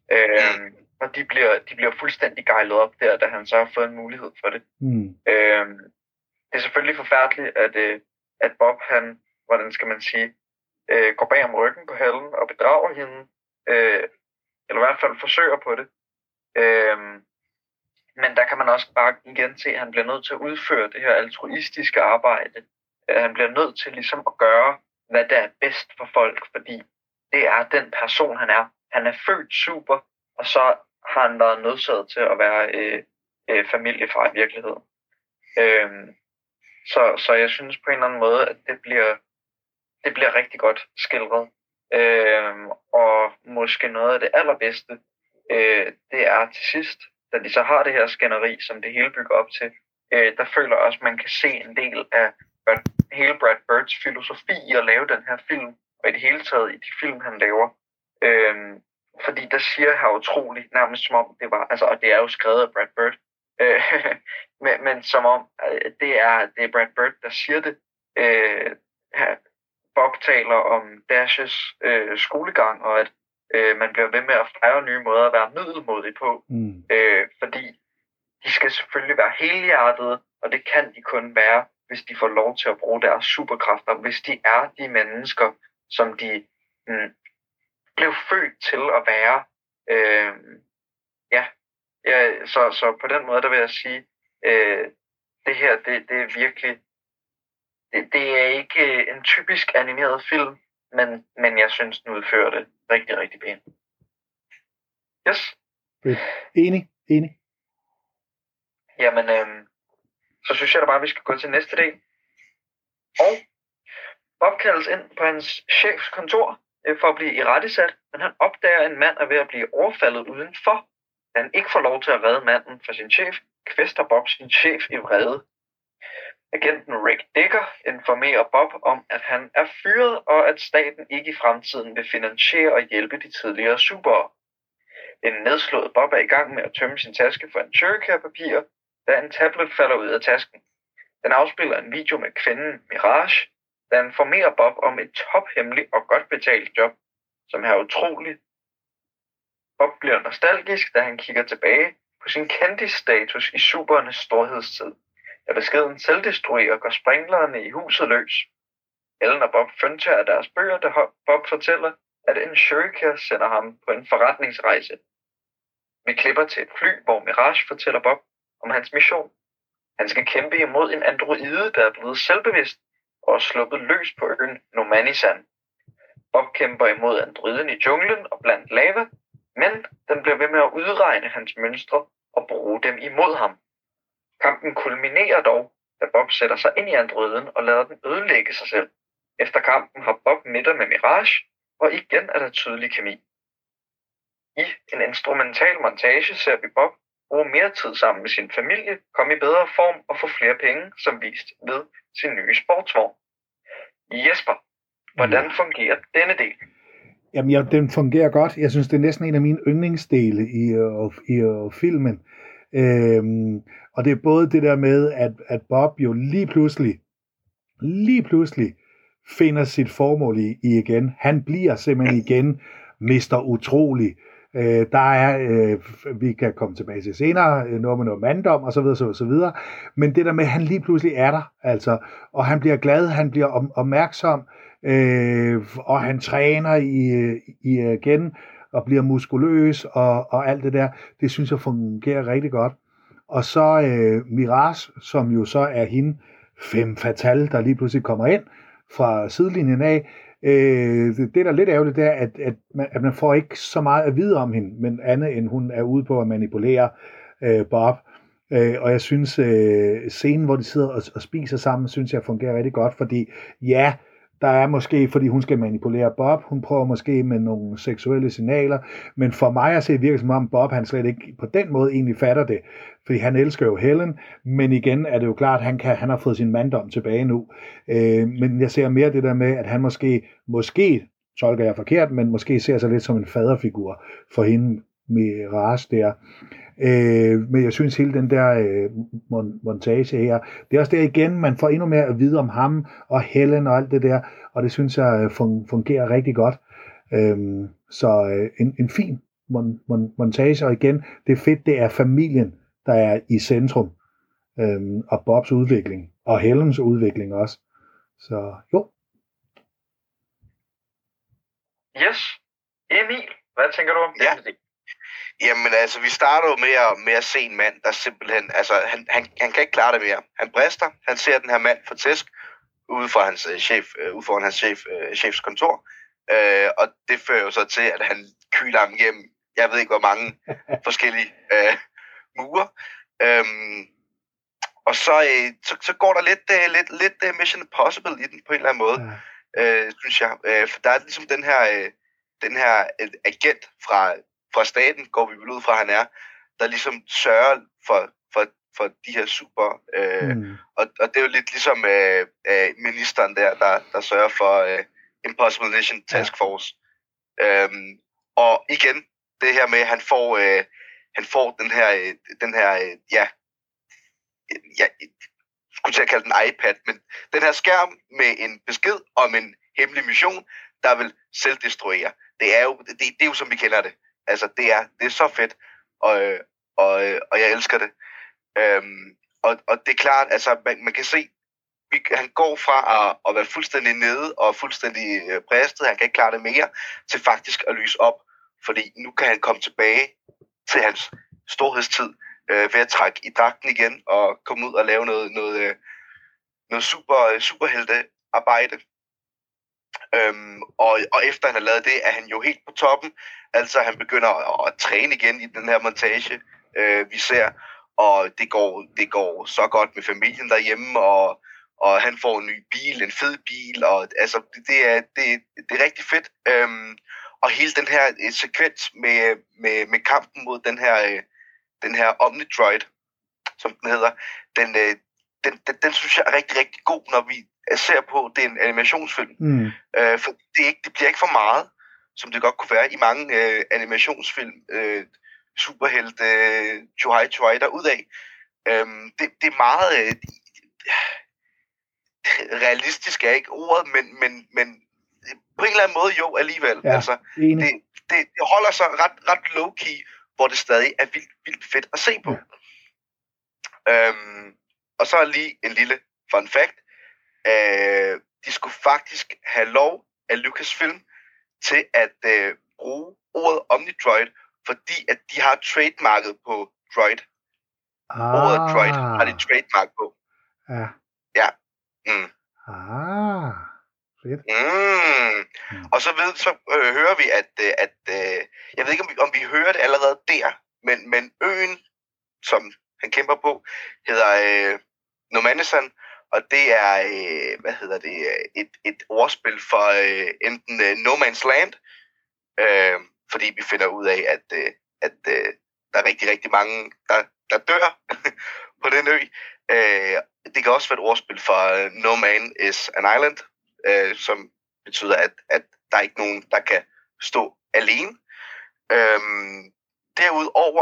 Øhm, og de bliver, de bliver fuldstændig gejlet op der, da han så har fået en mulighed for det. Mm. Øhm, det er selvfølgelig forfærdeligt, at, øh, at Bob, han, hvordan skal man sige, øh, går bag om ryggen på Helen og bedrager hende, øh, eller i hvert fald forsøger på det. Øhm, men der kan man også bare igen se, at han bliver nødt til at udføre det her altruistiske arbejde. Øh, han bliver nødt til ligesom at gøre, hvad der er bedst for folk, fordi det er den person, han er. Han er født super, og så har han været nødsaget til at være øh, øh, familiefar i virkeligheden. Øhm, så, så jeg synes på en eller anden måde, at det bliver, det bliver rigtig godt skildret. Øhm, og måske noget af det allerbedste, øh, det er til sidst, da de så har det her skænderi, som det hele bygger op til, øh, der føler jeg også, at man kan se en del af Brad, hele Brad Birds filosofi i at lave den her film, og i det hele taget i de film, han laver. Øhm, fordi der siger her utroligt, nærmest som om det var, altså, og det er jo skrevet af Brad Bird, øh, men, men som om øh, det, er, det er Brad Bird, der siger det. Øh, her, Bob taler om Dashes øh, skolegang, og at øh, man bliver ved med at fejre nye måder at være middelmodig på, mm. øh, fordi de skal selvfølgelig være helhjertede, og det kan de kun være, hvis de får lov til at bruge deres superkræfter, hvis de er de mennesker, som de mm, blev født til at være. Øh, ja, ja så, så på den måde, der vil jeg sige, øh, det her, det, det er virkelig, det, det er ikke en typisk animeret film, men, men jeg synes, den udfører det rigtig, rigtig pænt. Yes. Enig, enig. Jamen, øh, så synes jeg da bare, at vi skal gå til næste del. Og Bob kaldes ind på hans chefs kontor øh, for at blive irettesat, men han opdager, at en mand er ved at blive overfaldet udenfor. Da han ikke får lov til at redde manden fra sin chef, kvæster Bob sin chef i vrede. Agenten Rick Dicker informerer Bob om, at han er fyret, og at staten ikke i fremtiden vil finansiere og hjælpe de tidligere supere. En nedslået Bob er i gang med at tømme sin taske for en Sugarcare-papir, da en tablet falder ud af tasken. Den afspiller en video med kvinden Mirage, der informerer Bob om et tophemmeligt og godt betalt job, som er utroligt. Bob bliver nostalgisk, da han kigger tilbage på sin kendisstatus i superernes storhedstid. Da beskeden selvdestruerer, går sprinklerne i huset løs. Ellen og Bob føntager deres bøger, da Bob fortæller, at en Sugarcare sender ham på en forretningsrejse. Vi klipper til et fly, hvor Mirage fortæller Bob om hans mission. Han skal kæmpe imod en androide, der er blevet selvbevidst og er sluppet løs på øen Nomanisan. Bob kæmper imod androiden i junglen og blandt lava, men den bliver ved med at udregne hans mønstre og bruge dem imod ham. Kampen kulminerer dog, da Bob sætter sig ind i androiden og lader den ødelægge sig selv. Efter kampen har Bob middag med Mirage, og igen er der tydelig kemi. I en instrumental montage ser vi Bob bruge mere tid sammen med sin familie, komme i bedre form og få flere penge, som vist ved sin nye sportsvogn. Jesper, hvordan fungerer denne del? Jamen, ja, den fungerer godt. Jeg synes, det er næsten en af mine yndlingsdele i, uh, i uh, filmen. Øhm, og det er både det der med, at, at Bob jo lige pludselig, lige pludselig finder sit formål i, i igen. Han bliver simpelthen igen mister Utrolig. Øh, der er, øh, vi kan komme tilbage til senere, øh, noget med noget manddom og så videre, så, så videre. Men det der med, at han lige pludselig er der, altså, og han bliver glad, han bliver om, opmærksom, øh, og han træner i, i igen, og bliver muskuløs, og, og alt det der, det synes jeg fungerer rigtig godt. Og så øh, Mirage, som jo så er hende, femme fatale, der lige pludselig kommer ind fra sidelinjen af. Øh, det, det der er lidt ærgerligt, det er, at, at, man, at man får ikke så meget at vide om hende, men andet end hun er ude på at manipulere øh, Bob. Øh, og jeg synes, øh, scenen, hvor de sidder og, og spiser sammen, synes jeg fungerer rigtig godt, fordi ja, der er måske, fordi hun skal manipulere Bob, hun prøver måske med nogle seksuelle signaler, men for mig at se virkelig som om Bob, han slet ikke på den måde egentlig fatter det, fordi han elsker jo Helen, men igen er det jo klart, at han, kan, han har fået sin manddom tilbage nu, øh, men jeg ser mere det der med, at han måske, måske, tolker jeg forkert, men måske ser sig lidt som en faderfigur for hende med Ras der. Øh, men jeg synes hele den der øh, montage her, det er også der igen, man får endnu mere at vide om ham og Helen og alt det der, og det synes jeg fungerer rigtig godt. Øh, så øh, en, en fin mon, mon, montage, og igen, det er fedt, det er familien, der er i centrum, øhm, og Bobs udvikling, og Helens udvikling også. Så jo. Yes. Emil, hvad tænker du om det? Ja. Jamen altså, vi starter jo med at, med at se en mand, der simpelthen, altså han, han, han kan ikke klare det mere. Han brister, han ser den her mand for tæsk, ude for hans uh, chef, uh, ude foran hans chef, uh, chefs kontor, uh, og det fører jo så til, at han kyler ham hjem, jeg ved ikke hvor mange forskellige uh, mure. Um, og så, uh, så, så går der lidt, uh, lidt, lidt uh, Mission Impossible i den på en eller anden måde, ja. uh, synes jeg. Uh, for der er ligesom den her, uh, den her uh, agent fra fra staten, går vi vel ud fra, han er, der ligesom sørger for, for, for de her super, øh, mm. og, og det er jo lidt ligesom øh, øh, ministeren der, der, der sørger for øh, Impossible Mission Task Force. Ja. Øhm, og igen, det her med, at han får, øh, han får den her, øh, den her øh, ja, ja, jeg skulle til at kalde den iPad, men den her skærm med en besked om en hemmelig mission, der vil selvdestruere. Det er jo, det, det er jo som vi kender det. Altså, det er, det er så fedt, og, og, og jeg elsker det. Øhm, og, og det er klart, altså, man, man kan se, vi, han går fra at, at være fuldstændig nede og fuldstændig øh, bristet, han kan ikke klare det mere, til faktisk at lyse op, fordi nu kan han komme tilbage til hans storhedstid, øh, ved at trække i dragten igen, og komme ud og lave noget, noget, øh, noget super, superheltearbejde. Øhm, og, og efter han har lavet det, er han jo helt på toppen. Altså han begynder at, at træne igen i den her montage, øh, vi ser. Og det går, det går så godt med familien derhjemme, og, og han får en ny bil, en fed bil, og altså det, det, er, det, det er rigtig fedt. Øhm, og hele den her et sekvens med, med, med kampen mod den her, øh, den her Omnidroid, som den hedder, den, øh, den, den, den synes jeg er rigtig, rigtig god, når vi ser på, det er en animationsfilm. Mm. Øh, for det, er ikke, det bliver ikke for meget, som det godt kunne være i mange øh, animationsfilm, øh, superhelte, øh, tjohej tjohej derudad. Øh, det, det er meget øh, realistisk, er ikke ordet, men, men, men på en eller anden måde jo alligevel. Ja, altså, det, det, det holder sig ret, ret low-key, hvor det stadig er vildt, vildt fedt at se på. Ja. Øhm, og så lige en lille fun fact. Øh, de skulle faktisk have lov af Lucasfilm til at øh, bruge ordet Omnidroid, fordi at de har trademarket på droid. Ah. Ordet droid har de trademark på. Ja. Ja. Mm. Ah. Fedt. Mm. Mm. Og så, ved, så øh, hører vi, at, øh, at øh, jeg ved ikke, om vi, om vi hører det allerede der, men, men øen, som han kæmper på, hedder øh, Nomanisan. Og det er, øh, hvad hedder det, et, et ordspil for øh, enten øh, No Man's Land, øh, fordi vi finder ud af, at, øh, at øh, der er rigtig, rigtig mange, der, der dør på den ø. Øh, det kan også være et ordspil for øh, No Man is an Island, øh, som betyder, at, at der er ikke nogen, der kan stå alene. Øh, derudover,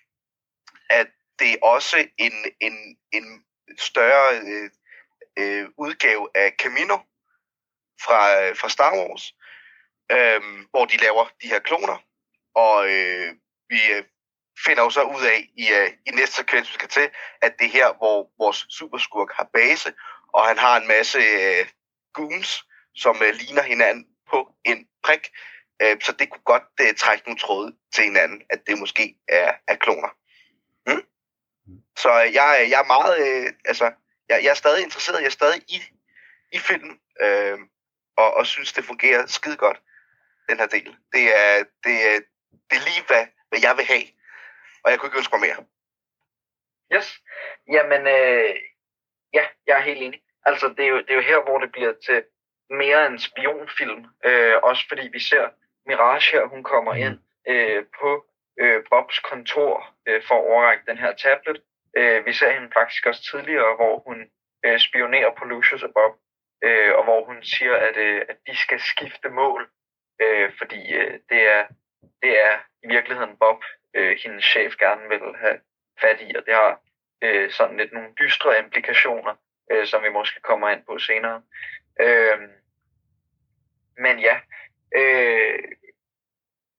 at det er også en, en, en større øh, øh, udgave af Camino fra, øh, fra Star Wars, øh, hvor de laver de her kloner, og øh, vi øh, finder jo så ud af i, øh, i næste sekvens, vi skal til, at det er her, hvor vores superskurk har base, og han har en masse øh, goons, som øh, ligner hinanden på en prik, øh, så det kunne godt øh, trække nogle tråde til hinanden, at det måske er, er kloner. Mm? Så øh, jeg, jeg er meget, øh, altså, jeg, jeg er stadig interesseret, jeg er stadig i, i filmen, øh, og, og synes, det fungerer skide godt, den her del. Det er, det er, det er lige, hvad, hvad jeg vil have, og jeg kunne ikke ønske mig mere. Yes. Jamen, øh, ja, jeg er helt enig. Altså, det er, jo, det er jo her, hvor det bliver til mere en spionfilm, øh, også fordi vi ser Mirage her, hun kommer ind øh, på øh, Bobs kontor øh, for at overrække den her tablet. Øh, vi ser hende faktisk også tidligere, hvor hun øh, spionerer på Lucius og Bob, øh, og hvor hun siger, at, øh, at de skal skifte mål, øh, fordi øh, det, er, det er i virkeligheden Bob, øh, hendes chef, gerne vil have fat i, og det har øh, sådan lidt nogle dystre implikationer, øh, som vi måske kommer ind på senere. Øh, men ja, øh,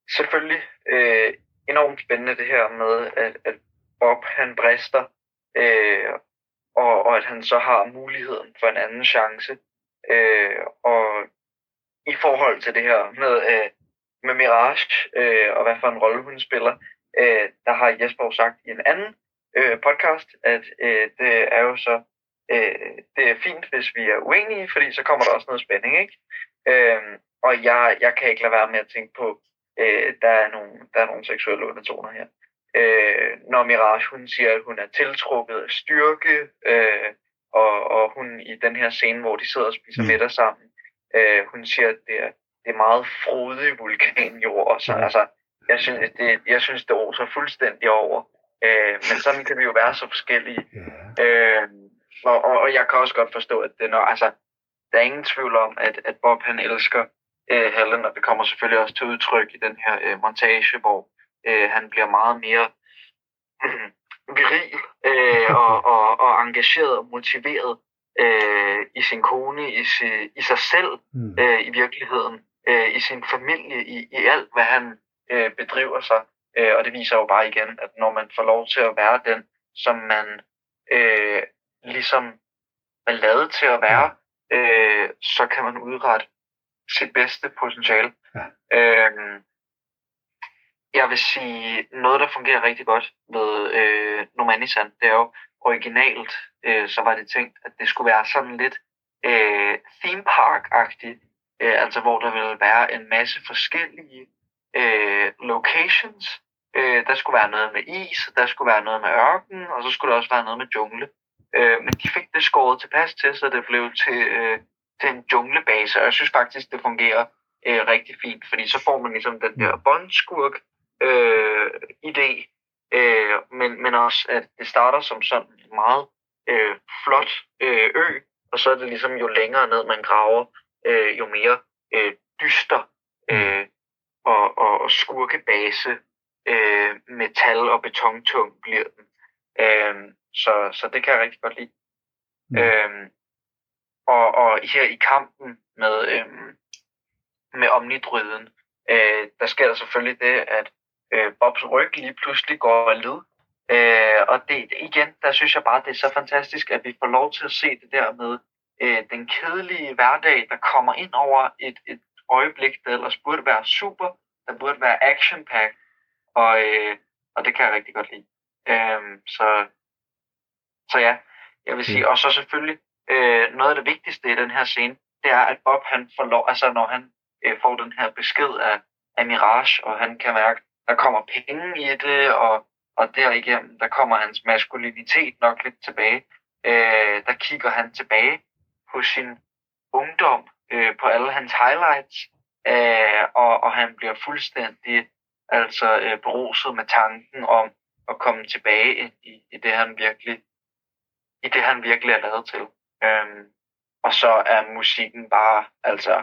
selvfølgelig øh, enormt spændende det her med, at, at Bob han brister, øh, og, og at han så har muligheden for en anden chance. Øh, og i forhold til det her med, øh, med Mirage, øh, og hvad for en rolle hun spiller, øh, der har Jesper jo sagt i en anden øh, podcast, at øh, det er jo så, øh, det er fint, hvis vi er uenige, fordi så kommer der også noget spænding, ikke? Øh, og jeg, jeg kan ikke lade være med at tænke på, øh, der er nogle, der er nogle seksuelle undertoner her. Øh, når Mirage, hun siger, at hun er tiltrukket af styrke, øh, og, og hun i den her scene, hvor de sidder og spiser middag sammen, øh, hun siger, at det er, det er meget frodig vulkanjord, og så, altså, jeg synes, det, jeg synes, det oser fuldstændig over. Øh, men sådan kan vi jo være så forskellige. Øh, og, og, og jeg kan også godt forstå, at det når, altså, der er ingen tvivl om, at, at Bob han elsker øh, Helen, og det kommer selvfølgelig også til udtryk i den her øh, montage, hvor øh, han bliver meget mere øh, viril øh, og, og, og engageret og motiveret øh, i sin kone, i, si, i sig selv mm. øh, i virkeligheden, øh, i sin familie, i, i alt, hvad han øh, bedriver sig. Øh, og det viser jo bare igen, at når man får lov til at være den, som man øh, ligesom er lavet til at være, øh, så kan man udrette sit bedste potentiale. Ja. Øh, jeg vil sige, noget der fungerer rigtig godt ved øh, Nomanisan, det er jo originalt, øh, så var det tænkt, at det skulle være sådan lidt øh, theme park-agtigt, øh, altså hvor der ville være en masse forskellige øh, locations. Øh, der skulle være noget med is, der skulle være noget med ørken, og så skulle der også være noget med jungle. Øh, men de fik det skåret tilpas til, så det blev til, øh, til en junglebase, og jeg synes faktisk, det fungerer øh, rigtig fint, fordi så får man ligesom den der båndskurk øh, idé, øh, men, men også, at det starter som sådan en meget øh, flot øh, ø, og så er det ligesom, jo længere ned man graver, øh, jo mere øh, dyster øh, og, og, og skurkebase, øh, metal- og betontung bliver den. Øh, så, så det kan jeg rigtig godt lide. Mm. Øh, og, og her i kampen med, øh, med Omnidryden, øh, der sker der selvfølgelig det, at øh, Bobs ryg lige pludselig går af led. Øh, og det, igen, der synes jeg bare, det er så fantastisk, at vi får lov til at se det der med øh, den kedelige hverdag, der kommer ind over et, et øjeblik, der ellers burde være super, der burde være action-pack, og, øh, og det kan jeg rigtig godt lide. Øh, så, så ja, jeg vil sige, og så selvfølgelig, øh, noget af det vigtigste i den her scene, det er, at Bob, han får lov, altså når han øh, får den her besked af, af Mirage, og han kan mærke, der kommer penge i det, og, og derigennem, der kommer hans maskulinitet nok lidt tilbage. Øh, der kigger han tilbage på sin ungdom, øh, på alle hans highlights, øh, og, og han bliver fuldstændig altså øh, beruset med tanken om at komme tilbage ind i, i det, han virkelig i det, han virkelig er lavet til. Øhm, og så er musikken bare altså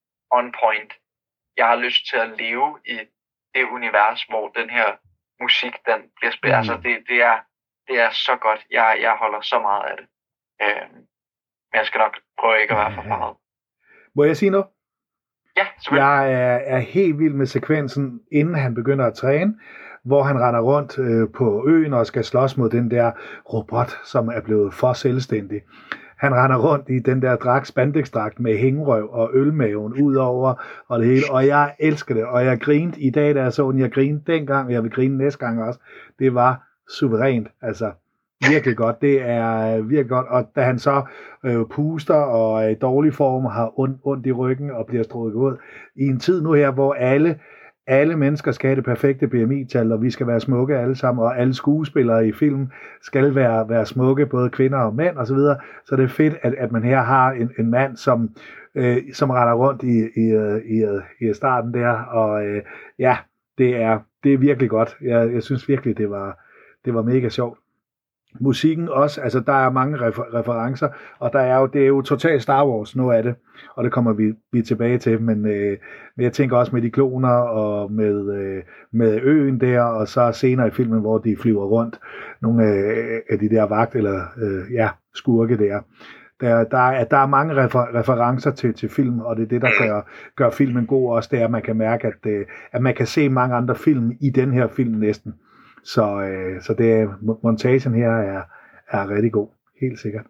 on point. Jeg har lyst til at leve i det univers, hvor den her musik, den bliver spillet. Mm. Altså, det, det, er, det er så godt. Jeg, jeg holder så meget af det. Øhm, men jeg skal nok prøve ikke at være for meget. Må jeg sige noget? Ja, selvfølgelig. Jeg er, er helt vild med sekvensen, inden han begynder at træne, hvor han render rundt øh, på øen og skal slås mod den der robot, som er blevet for selvstændig. Han render rundt i den der dragt, spandexdragt med hængerøv og ølmaven ud over og det hele, og jeg elsker det, og jeg grinede i dag, da jeg så den, jeg grinede dengang, og jeg vil grine næste gang også. Det var suverænt, altså virkelig godt, det er virkelig godt, og da han så øh, puster og er i dårlig form og har ondt, ondt i ryggen og bliver strået ud, i en tid nu her, hvor alle Alle mennesker skal have det perfekte B M I-tal, og vi skal være smukke alle sammen, og alle skuespillere i film skal være, være smukke, både kvinder og mænd osv. Så, videre. Så det er fedt, at, at man her har en, en mand, som, øh, som render rundt i, i, i, i starten der, og øh, ja, det er, det er virkelig godt. Jeg, jeg synes virkelig, det var, det var mega sjovt. Musikken også, altså der er mange refer- referencer, og der er jo, det er jo totalt Star Wars, noget af det, og det kommer vi, vi tilbage til, men, øh, men jeg tænker også med de kloner, og med, øh, med øen der, og så senere i filmen, hvor de flyver rundt, nogle af, af de der vagt, eller øh, ja, skurke der, Der, der, er, der er mange refer, referencer til, til film, og det er det, der gør, gør filmen god også, det er, at man kan mærke, at, at man kan se mange andre film i den her film næsten. Så, øh, så det, montagen her er, er rigtig god, helt sikkert.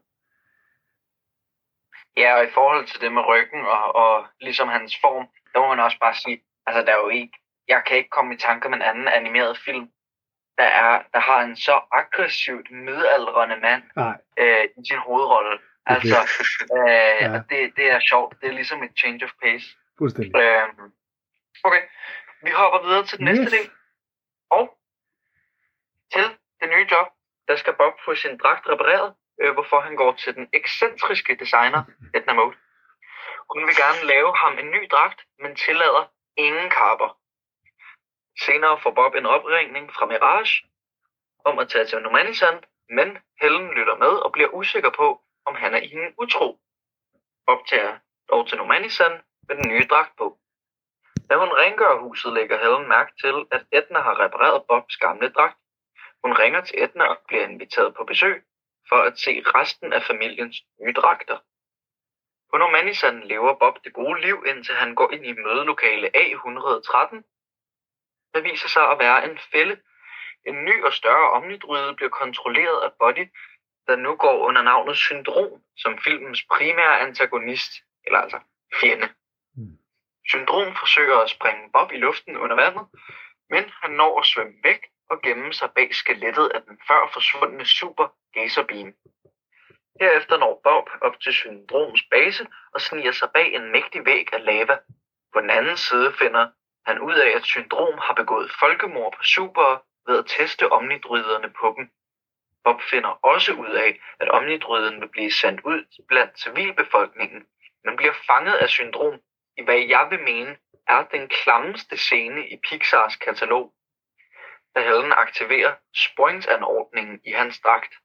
Ja, og i forhold til det med ryggen og, og ligesom hans form, der må man også bare sige, altså der er jo ikke, jeg kan ikke komme i tanke om en anden animeret film, der, er, der har en så aggressivt midaldrende mand øh, i sin hovedrolle. Altså, øh, ja. det, det er sjovt. Det er ligesom et change of pace. Fuldstændig. Øh, okay, vi hopper videre til den yes. næste del. Og til det nye job, der skal Bob få sin dragt repareret, øh, hvorfor han går til den ekscentriske designer, Edna Mode. Hun vil gerne lave ham en ny dragt, men tillader ingen kapper. Senere får Bob en opringning fra Mirage om at tage til Normandy-Sand, men Helen lytter med og bliver usikker på, om han er i hende utro. Bob tager dog til Normandy-Sand med den nye dragt på. Da hun rengør huset, lægger Helen mærke til, at Edna har repareret Bobs gamle dragt. Hun ringer til Edna og bliver inviteret på besøg for at se resten af familiens nye dragter. På Normandy-Sand lever Bob det gode liv, indtil han går ind i mødelokale A et hundrede og tretten. Der viser sig at være en fælde. En ny og større omnidryde bliver kontrolleret af Buddy, der nu går under navnet Syndrom, som filmens primære antagonist, eller altså fjende. Mm. Syndrom forsøger at springe Bob i luften under vandet, men han når at svømme væk og gemme sig bag skelettet af den før forsvundne Super Gazerbeam. Herefter når Bob op til Syndroms base og sniger sig bag en mægtig væg af lava. På den anden side finder han ud af, at Syndrom har begået folkemord på Super ved at teste omnidryderne på dem. Bob finder også ud af, at omnidryden vil blive sendt ud blandt civilbefolkningen, men bliver fanget af Syndrom i hvad jeg vil mene er den klammeste scene i Pixars katalog, da Helen aktiverer sporingsanordningen i hans dragt.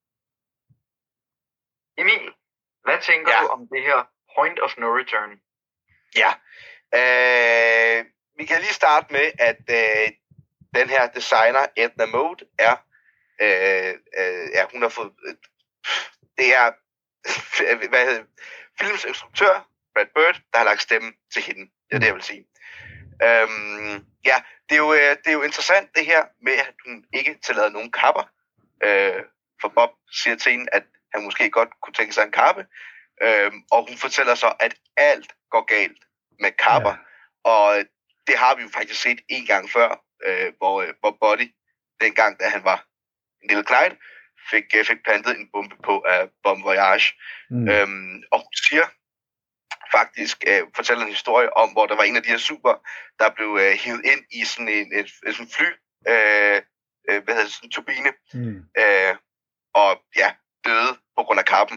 Emil, hvad tænker ja. du om det her point of no return? Ja, øh, vi kan lige starte med, at øh, den her designer, Edna Mode, er, øh, øh, ja, hun har fået, øh, det er, hvad hedder, filmens instruktør, Brad Bird, der har lagt stemme til hende. Det er det, jeg vil sige. Øhm, ja, det er, jo, det er jo interessant det her med, at hun ikke tillader nogen kapper. Øh, for Bob siger til hende, at han måske godt kunne tænke sig en kappe. Øhm, og hun fortæller så, at alt går galt med kapper. Ja. Og det har vi jo faktisk set en gang før, øh, hvor, øh, hvor Buddy, dengang da han var en lille Clyde, fik, øh, fik plantet en bombe på af Bon Voyage. Mm. Øhm, og hun siger faktisk, øh, fortæller en historie om, hvor der var en af de her super, der blev øh, hivet ind i sådan en, et, et, et fly, øh, øh, hvad hedder det, sådan en turbine, mm. øh, og ja, døde på grund af kappen.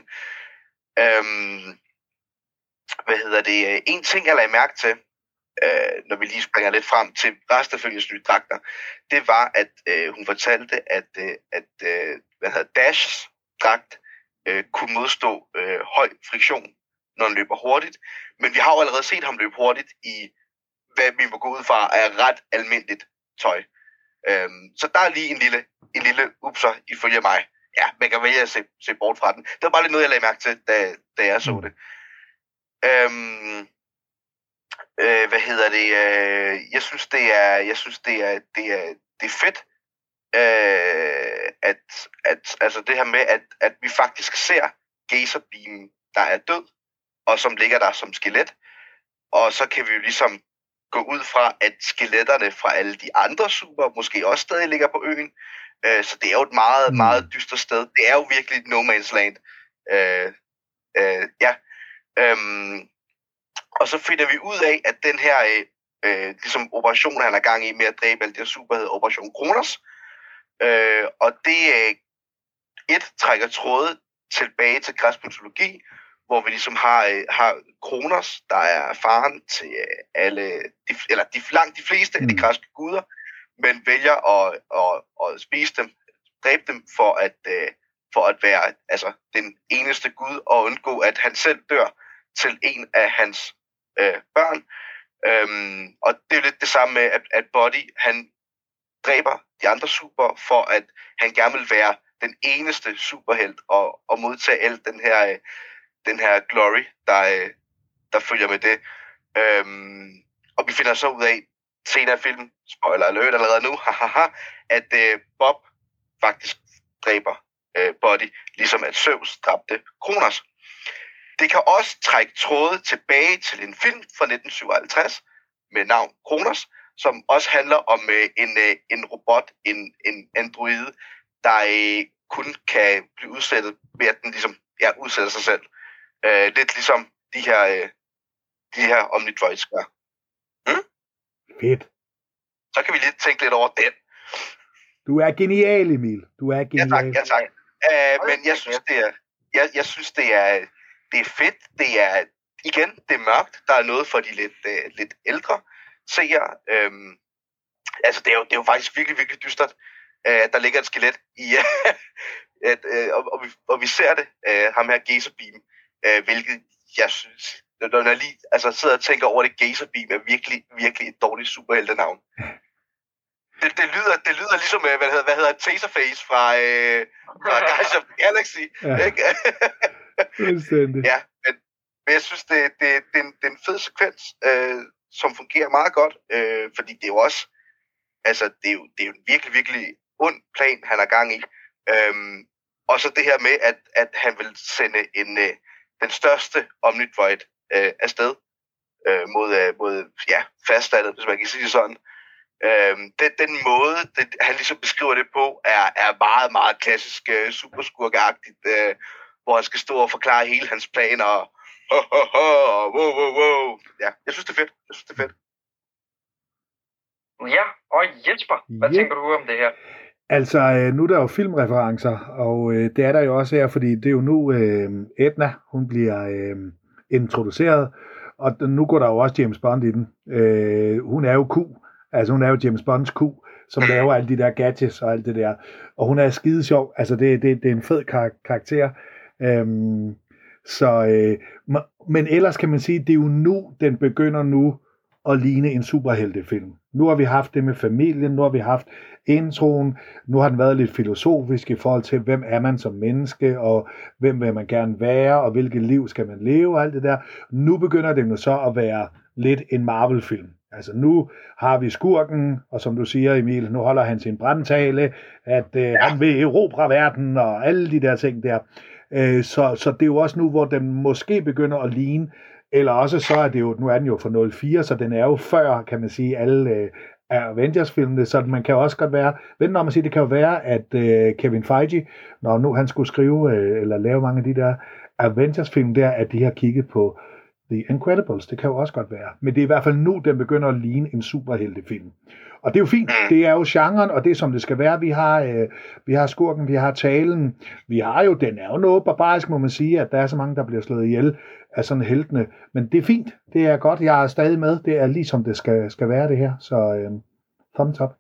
Øhm, hvad hedder det? En ting, jeg lagde mærke til, øh, når vi lige springer lidt frem til resten af følgens nye dragter, det var, at øh, hun fortalte, at, øh, at øh, hvad hedder Dashs dragt øh, kunne modstå øh, høj friktion, når han løber hurtigt. Men vi har jo allerede set ham løbe hurtigt i, hvad vi må gå ud fra, er ret almindeligt tøj. Øhm, så der er lige en lille, en lille upser ifølge mig. Ja, man kan vælge at se, se bort fra den. Det var bare lidt noget, jeg lagde mærke til, da, da jeg så det. Øhm, øh, hvad hedder det? Øh, jeg synes, det er, jeg synes, det er, det er, det er fedt, øh, at, at, altså det her med, at, at vi faktisk ser Gazerbeam, der er død, og som ligger der som skelet. Og så kan vi jo ligesom gå ud fra, at skeletterne fra alle de andre super måske også stadig ligger på øen. Øh, så det er jo et meget, meget dystert sted. Det er jo virkelig no man's land. Øh, øh, ja. Øhm, og så finder vi ud af, at den her øh, ligesom operation, han er gang i med at dræbe alle de her super, hedder Operation Kronos. Øh, og det øh, et trækker tråde tilbage til græsk mytologi, hvor vi ligesom har, øh, har Kronos, der er faren til øh, alle, de, eller de, langt de fleste af de græske guder, men vælger at, at, at spise dem, dræbe dem for at, øh, for at være altså, den eneste gud, og undgå, at han selv dør til en af hans øh, børn. Øhm, og det er lidt det samme med, at, at Buddy, han dræber de andre super, for at han gerne vil være den eneste superhelt, og, og modtage al den her... Øh, den her glory, der, øh, der følger med det. Øhm, og vi finder så ud af, senere i filmen, spoiler alert allerede nu, hahaha, at øh, Bob faktisk dræber øh, Buddy, ligesom at Zeus dræbte Kronos. Det kan også trække tråde tilbage til en film fra nitten syvoghalvtreds med navn Kronos, som også handler om øh, en, øh, en robot, en, en android, der øh, kun kan blive udsættet ved at den ligesom, ja, udsætter sig selv. Øh, lidt ligesom de her, øh, de her Omnidroids gør. Mm? Fedt. Så kan vi lige tænke lidt over den. Du er genial, Emil. Du er genial. Ja tak, ja tak. Uh, men jeg synes, det er, jeg, jeg synes, det er, det er fedt. Det er, igen, det er mørkt. Der er noget for de lidt, uh, lidt ældre seere. Um, altså, det er, jo, det er jo faktisk virkelig, virkelig dystert. Uh, der ligger et skelet i, uh, et, uh, og, og, vi, og vi ser det, uh, ham her Gaserbeam, uh, hvilket jeg synes, når jeg lige altså, sidder og tænker over det, Gaserbeam er virkelig, virkelig et dårligt superheltenavn. Det, det, lyder, det lyder ligesom, hvad hedder, hvad hedder Taserface fra, øh, fra Guardians of the Galaxy. Ja. Ikke? Ja, men, men jeg synes, det, det, det, er en, det er en fed sekvens, øh, som fungerer meget godt, øh, fordi det er jo også, altså, det er jo, det er jo en virkelig, virkelig ond plan, han har gang i. Øhm, og så det her med, at, at han vil sende en, øh, den største Omnidroid øh, afsted øh, mod, øh, mod ja, fastlandet, hvis man kan sige det sådan. Øhm, den, den måde, det, han ligesom beskriver det på, er, er meget, meget klassisk uh, superskurkeagtigt, uh, hvor han skal stå og forklare hele hans planer, og ho, ho, ho, wow, wow, wow. Ja, jeg synes, det er fedt. Jeg synes, det er fedt. Ja, og Jesper, hvad yeah. tænker du om det her? Altså, nu er der jo filmreferencer, og øh, det er der jo også her, fordi det er jo nu øh, Edna, hun bliver øh, introduceret, og nu går der jo også James Bond i den. Øh, hun er jo Q. Altså hun er jo James Bonds Q, som laver alle de der gadgets og alt det der. Og hun er skide sjov. Altså det, det, det er en fed kar- karakter. Øhm, så, øh, men ellers kan man sige, det er jo nu, den begynder nu at ligne en superheltefilm. Nu har vi haft det med familien, nu har vi haft introen, nu har den været lidt filosofisk i forhold til, hvem er man som menneske, og hvem vil man gerne være, og hvilket liv skal man leve, og alt det der. Nu begynder det jo så at være lidt en Marvel-film. Altså nu har vi skurken, og som du siger, Emil, nu holder han sin brandtale, at øh, ja. han vil erobre verden, og alle de der ting der. Øh, så, så det er jo også nu, hvor den måske begynder at ligne, eller også så er det jo, nu er den jo fra nul fire, så den er jo før, kan man sige, alle øh, Avengers-filmene, så man kan også godt være, vent når man siger, det kan jo være, at øh, Kevin Feige, når nu han skulle skrive, øh, eller lave mange af de der Avengers-film der, at de har kigget på The Incredibles, det kan jo også godt være. Men det er i hvert fald nu, den begynder at ligne en superheltefilm. Og det er jo fint. Det er jo genren, og det er som det skal være. Vi har, øh, vi har skurken, vi har talen. Vi har jo, den er jo noget barbarisk, må man sige, at der er så mange, der bliver slået ihjel af sådan heltene. Men det er fint. Det er godt. Jeg er stadig med. Det er ligesom det skal, skal være det her. Så øh, thumbs up.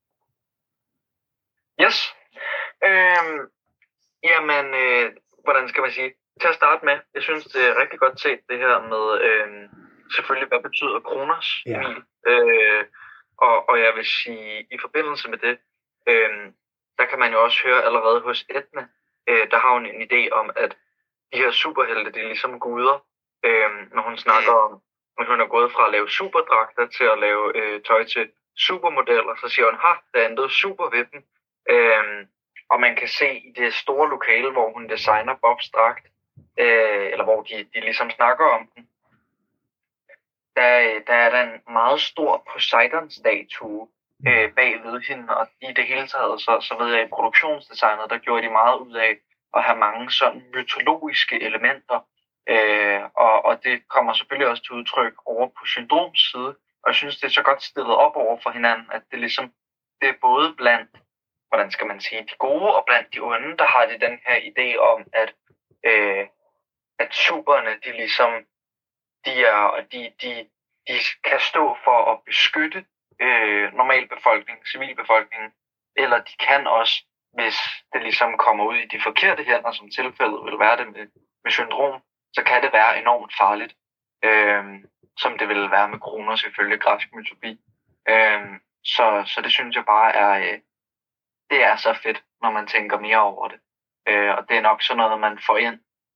Yes. Øhm, jamen, øh, hvordan skal man sige? Til at starte med, jeg synes, det er rigtig godt set, det her med, øh, selvfølgelig, hvad betyder Kronos, ja. Emil? Øh, og, og jeg vil sige, i forbindelse med det, øh, der kan man jo også høre allerede hos Edna, øh, der har hun en idé om, at de her superhelte, det er ligesom guder, øh, når hun snakker om, at hun er gået fra at lave superdragter til at lave øh, tøj til supermodeller, så siger hun, ha, der er noget super ved dem. Øh, og man kan se i det store lokale, hvor hun designer Bobs dragt, Øh, eller hvor de, de ligesom snakker om den, der, der er der en meget stor Poseidon-statue øh, bag ved hende, og i det hele taget, så, så ved jeg, i produktionsdesignet, der gjorde de meget ud af at have mange sådan mytologiske elementer, øh, og, og det kommer selvfølgelig også til udtryk over på Syndroms side, og jeg synes, det er så godt stillet op over for hinanden, at det ligesom, det er både blandt, hvordan skal man sige, de gode, og blandt de onde, der har de den her idé om, at Øh, at superne, de ligesom, de, er, de, de, de kan stå for at beskytte øh, normalbefolkningen, civilbefolkningen, eller de kan også, hvis det ligesom kommer ud i de forkerte hænder, som tilfældet vil være det med, med syndrom, så kan det være enormt farligt, øh, som det vil være med Kronos ifølge græsk mytologi. Øh, så, så det synes jeg bare er, øh, det er så fedt, når man tænker mere over det. Øh, og det er nok sådan noget, man får ind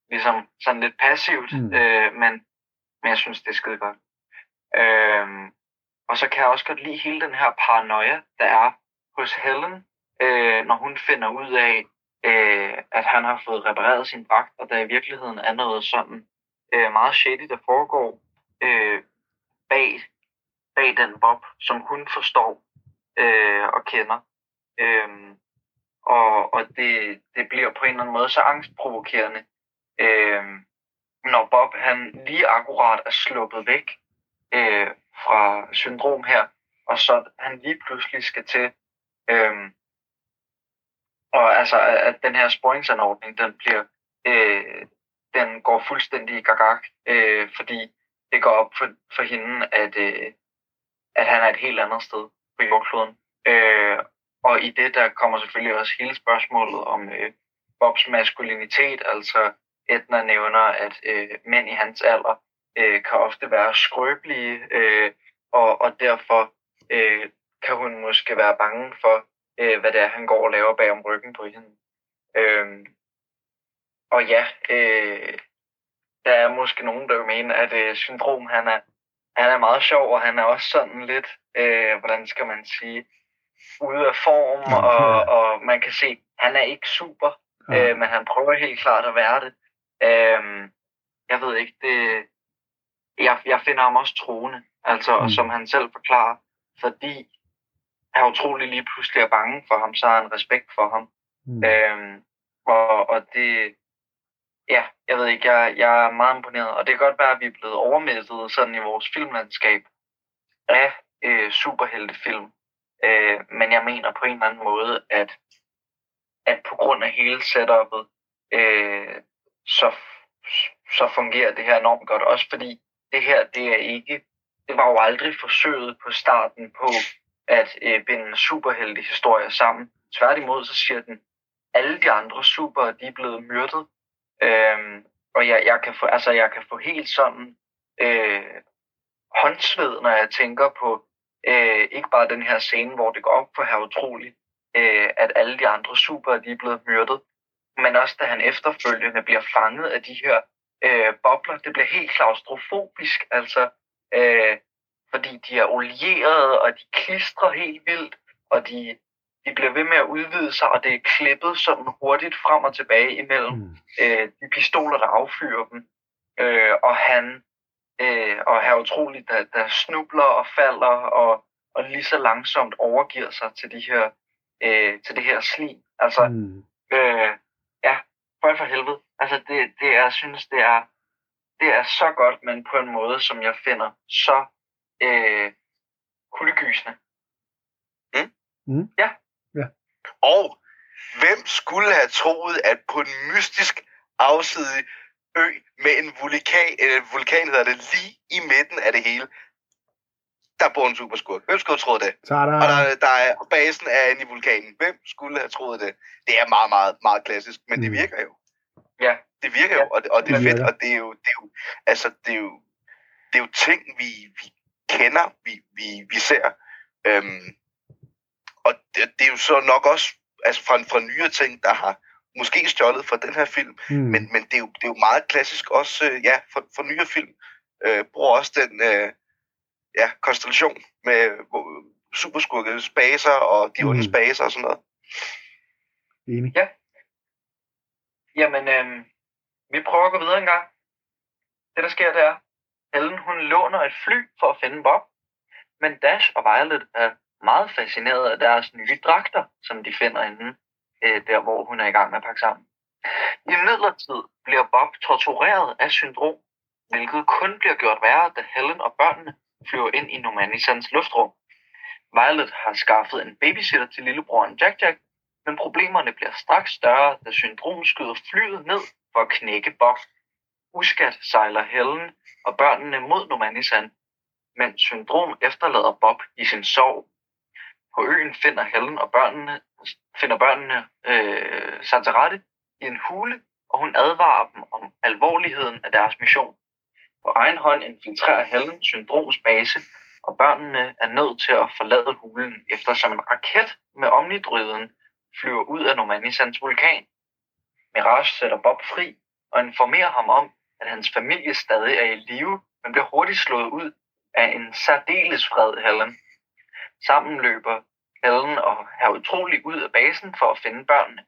ligesom sådan lidt passivt, mm. øh, men, men jeg synes, det er skide godt. Øhm, og så kan jeg også godt lide hele den her paranoia, der er hos Helen, øh, når hun finder ud af, øh, at han har fået repareret sin dragt, og der i virkeligheden er noget sådan øh, meget shady, der foregår øh, bag, bag den Bob, som hun forstår øh, og kender. Øhm, og og det, det bliver på en eller anden måde så angstprovokerende, øhm, når Bob han lige akkurat er sluppet væk øh, fra syndrom her, og så han lige pludselig skal til, øhm, og altså at den her sporingsanordning, den bliver, øh, den går fuldstændig gagag, øh, fordi det går op for, for hende, at, øh, at han er et helt andet sted på jordkloden. Øh, og i det, der kommer selvfølgelig også hele spørgsmålet om øh, Bobs maskulinitet, altså Edna nævner, at øh, mænd i hans alder øh, kan ofte være skrøbelige, øh, og, og derfor øh, kan hun måske være bange for, øh, hvad det er, han går og laver bag om ryggen på hende. Øh, og ja, øh, der er måske nogen, der vil mene, at øh, Syndrom, han er, han er meget sjov, og han er også sådan lidt, øh, hvordan skal man sige, ude af form, og, og man kan se, han er ikke super, ja. øh, men han prøver helt klart at være det. Øh, jeg ved ikke, det, jeg, jeg finder ham også troende, altså, mm. som han selv forklarer, fordi han er utrolig lige pludselig er bange for ham, så har han respekt for ham. Mm. Øh, og, og det, ja, jeg ved ikke, jeg, jeg er meget imponeret, og det kan godt være, at vi er blevet overmættet sådan i vores filmlandskab af øh, superheltefilm. Øh, men jeg mener på en eller anden måde, at, at på grund af hele setupet, øh, så, så fungerer det her enormt godt. Også fordi det her, det er ikke, det var jo aldrig forsøget på starten på at øh, binde superheltehistorier sammen. Tværtimod så siger den, alle de andre super, de er blevet myrdet. Øh, og jeg, jeg, kan få, altså, jeg kan få helt sådan øh, håndsved, når jeg tænker på Øh, ikke bare den her scene, hvor det går op for her utroligt, øh, at alle de andre super, de er blevet myrdet, men også da han efterfølgende bliver fanget af de her øh, bobler. Det bliver helt klaustrofobisk, altså, øh, fordi de er olierede, og de klistrer helt vildt, og de, de bliver ved med at udvide sig, og det er klippet sådan hurtigt frem og tilbage imellem mm. øh, de pistoler, der affyrer dem. Øh, og han Øh, og her utroligt, der, der snubler og falder, og, og lige så langsomt overgiver sig til, de her, øh, til det her slim. Altså, mm. øh, ja, for for helvede. Altså, det, det er, jeg synes, det er, det er så godt, men på en måde, som jeg finder så øh, kuldegysende. Mm. Mm. Ja. ja. Og hvem skulle have troet, at på en mystisk afsidig ø med en vulkan, en vulkan hedder det, lige i midten af det hele, der bor en superskurk. Hvem skulle have troet det? Tada. Og der, der er basen er inde i vulkanen. Hvem skulle have troet det? Det er meget, meget, meget klassisk, men mm. det virker jo. Ja. Det virker jo, og det, og det er fedt, og det er jo, det er jo, altså, det er jo, det er jo ting, vi, vi kender, vi, vi, vi ser. Øhm, og det, det er jo så nok også, altså fra, fra nyere ting, der har måske stjålet fra den her film, mm. men, men det, er jo, det er jo meget klassisk også, øh, ja, for, for nyere film, øh, bruger også den øh, ja, konstellation med øh, superskurke spacer og de onde mm. spacer og sådan noget. Enig. Ja. Jamen, øh, vi prøver at gå videre en gang. Det der sker, det er, Helen hun låner et fly for at finde Bob, men Dash og Violet er meget fascineret af deres nye dragter, som de finder inde der, hvor hun er i gang med at pakke sammen. I midlertid bliver Bob tortureret af syndrom, hvilket kun bliver gjort værre, da Helen og børnene flyver ind i Normannisans luftrum. Violet har skaffet en babysitter til lillebroren Jack Jack, men problemerne bliver straks større, da syndrom skyder flyet ned for at knække Bob. Uskat sejler Helen og børnene mod Normannisan, mens syndrom efterlader Bob i sin sorg. På øen finder Helen og børnene, finder børnene øh, sig til rette i en hule, og hun advarer dem om alvorligheden af deres mission. På egen hånd infiltrerer Helen syndroms base, og børnene er nødt til at forlade hulen, eftersom en raket med omnidryden flyver ud af Normannisans vulkan. Mirage sætter Bob fri, og informerer ham om, at hans familie stadig er i live, men bliver hurtigt slået ud af en særdeles vred Helen. Sammen løber Helen og er utrolig ud af basen for at finde børnene.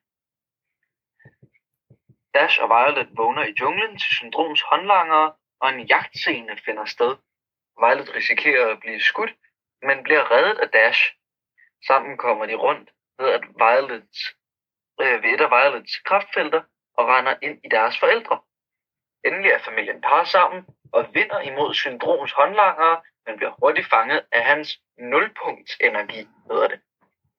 Dash og Violet vågner i junglen til Syndroms håndlangere, og en jagtscene finder sted. Violet risikerer at blive skudt, men bliver reddet af Dash. Sammen kommer de rundt ved, at Violets, øh, ved et af Violets kraftfelter og render ind i deres forældre. Endelig er familien parret sammen og vinder imod Syndroms håndlangere, men bliver hurtigt fanget af hans nulpunktsenergi, hedder det.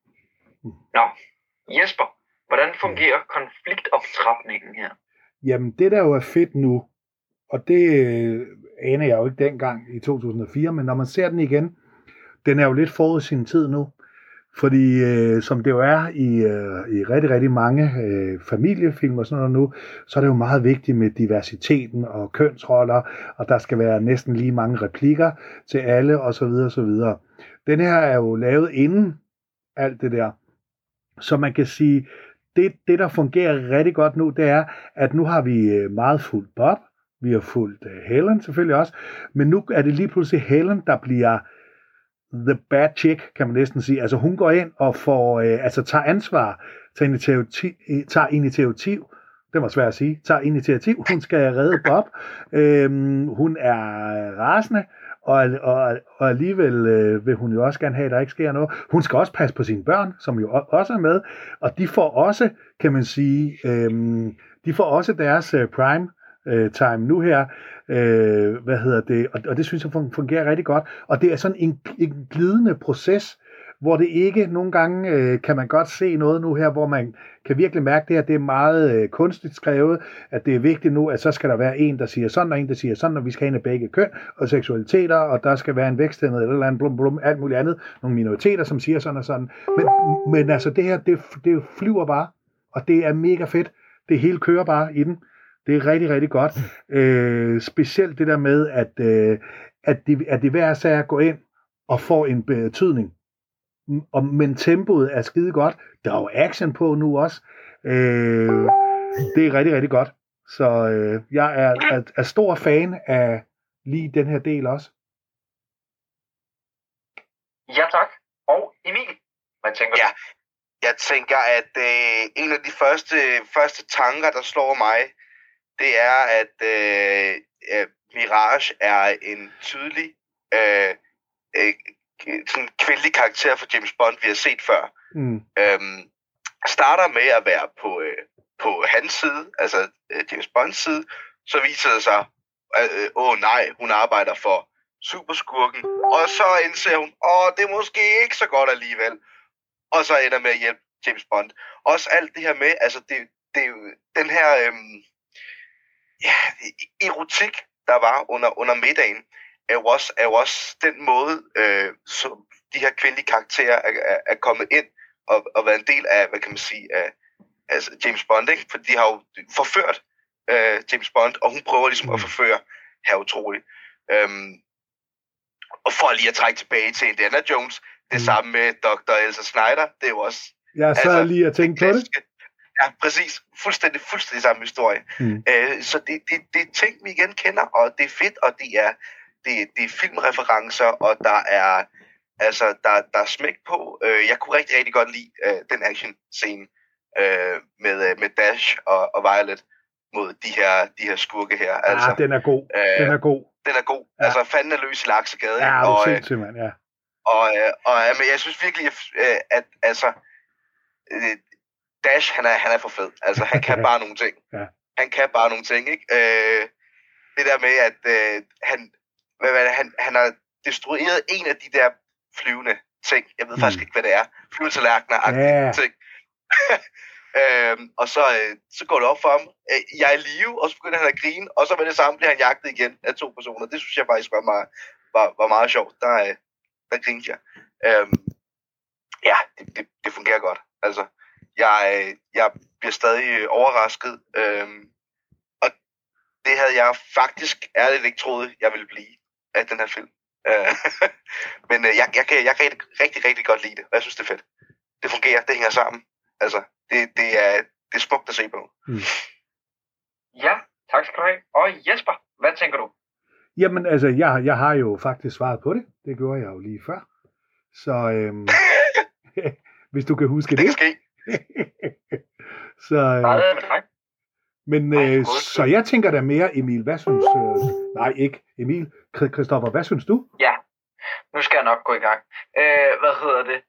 Nå, Jesper, hvordan fungerer konfliktoptrapningen her? Jamen, det der jo er fedt nu, og det øh, aner jeg jo ikke dengang i to tusind og fire, men når man ser den igen, den er jo lidt forud sin tid nu. Fordi øh, som det jo er i, øh, i rigtig, rigtig mange øh, familiefilm og sådan noget nu, så er det jo meget vigtigt med diversiteten og kønsroller, og der skal være næsten lige mange replikker til alle osv. osv. Den her er jo lavet inden alt det der. Så man kan sige, det, det der fungerer rigtig godt nu, det er, at nu har vi meget fuldt Bob, vi har fulgt Helen selvfølgelig også, men nu er det lige pludselig Helen, der bliver the bad chick, kan man næsten sige. Altså hun går ind og får, øh, altså tager ansvar, tager initiativ, tager initiativ, det var svært at sige, tager initiativ, hun skal redde Bob, øhm, hun er rasende, og, og, og alligevel øh, vil hun jo også gerne have, at der ikke sker noget. Hun skal også passe på sine børn, som jo også er med, og de får også, kan man sige, øhm, de får også deres øh, prime øh, time nu her, øh, hvad hedder det, og, og det synes jeg fungerer rigtig godt, og det er sådan en, en glidende proces, hvor det ikke, nogle gange øh, kan man godt se noget nu her, hvor man kan virkelig mærke det her, det er meget øh, kunstigt skrevet, at det er vigtigt nu, at så skal der være en, der siger sådan, og en, der siger sådan, og vi skal have en af begge køn, og seksualiteter, og der skal være en væksthæmmet, eller, eller andet, blum, blum, alt muligt andet, nogle minoriteter, som siger sådan og sådan, men, men altså det her, det, det flyver bare, og det er mega fedt, det hele kører bare i den, det er rigtig, rigtig godt, øh, specielt det der med, at, øh, at, det, at det hver sag at gå ind og få en betydning, og, men tempoet er skide godt. Der er jo action på nu også. Øh, det er rigtig, rigtig godt. Så øh, jeg er, er, er stor fan af lige den her del også. Ja, tak. Og Emil, hvad tænker du? Ja, jeg tænker, at øh, en af de første, første tanker, der slår mig, det er, at øh, øh, Mirage er en tydelig øh, øh, sådan kvindelig karakter for James Bond, vi har set før. Mm. Øhm, starter med at være på, øh, på hans side, altså øh, James Bonds side, så viser det sig, at øh, åh nej, hun arbejder for superskurken, og så indser hun, åh, det er måske ikke så godt alligevel, og så ender med at hjælpe James Bond. Også alt det her med, altså det, det er jo den her øhm, ja, erotik, der var under, under middagen, er jo også, er jo også den måde, øh, som de her kvindelige karakterer er, er, er kommet ind og, og været en del af, hvad kan man sige, af, altså James Bond, ikke? For de har jo forført øh, James Bond, og hun prøver ligesom at forføre her utroligt. Øhm, og for lige at trække tilbage til Indiana Jones, det mm. samme med doktor Elsa Snyder, det er jo også... Jeg sad altså, lige og tænkte på det. Ja, præcis. Fuldstændig, fuldstændig samme historie. Mm. Øh, så det, det, det er ting, vi igen kender, og det er fedt, og det er... Det, det er filmreferencer, og der er altså der, der er smæk på. Øh, jeg kunne rigtig, rigtig godt lide øh, den action-scene øh, med, øh, med Dash og, og Violet mod de her, de her skurke her. Ja, altså, den er god. Øh, den er god. Den er god. Ja. Altså, fanden er løs i Laksegade. Ja, og, det er sindssygt, mand, ja. Og, øh, og øh, men jeg synes virkelig, at, at altså, øh, Dash, han er, han er for fed. Altså, han kan bare nogle ting. Ja. Han kan bare nogle ting, ikke? Øh, det der med, at øh, han Hvad, hvad, han, han har destrueret en af de der flyvende ting. Jeg ved mm. faktisk ikke, hvad det er. Flyvetallerkener-agtige yeah. ting. øhm, og så, øh, så går det op for ham. Øh, jeg er i live, og så begynder han at grine. Og så med det samme bliver han jagtet igen af to personer. Det synes jeg faktisk var meget, var, var meget sjovt. Der, øh, der grinte jeg. Øhm, ja, det, det, det fungerer godt. Altså, jeg, øh, jeg bliver stadig overrasket. Øhm, og det havde jeg faktisk ærligt ikke troet, jeg ville blive af den her film. Men øh, jeg, jeg, kan, jeg kan rigtig, rigtig, rigtig godt lide det, og jeg synes, det er fedt. Det fungerer, det hænger sammen. Altså, det, det, er, det er smukt at se på. Mm. Ja, Tak skal du have. Og Jesper, hvad tænker du? Jamen, altså, jeg, jeg har jo faktisk svaret på det. Det gjorde jeg jo lige før. Så øhm, hvis du kan huske det. Det kan ske. så, øh, Nej, det er men øh, så jeg tænker da mere, Emil, hvad synes øh, nej, ikke Emil. Christoffer, hvad synes du? Ja, nu skal jeg nok gå i gang. Øh, hvad hedder det?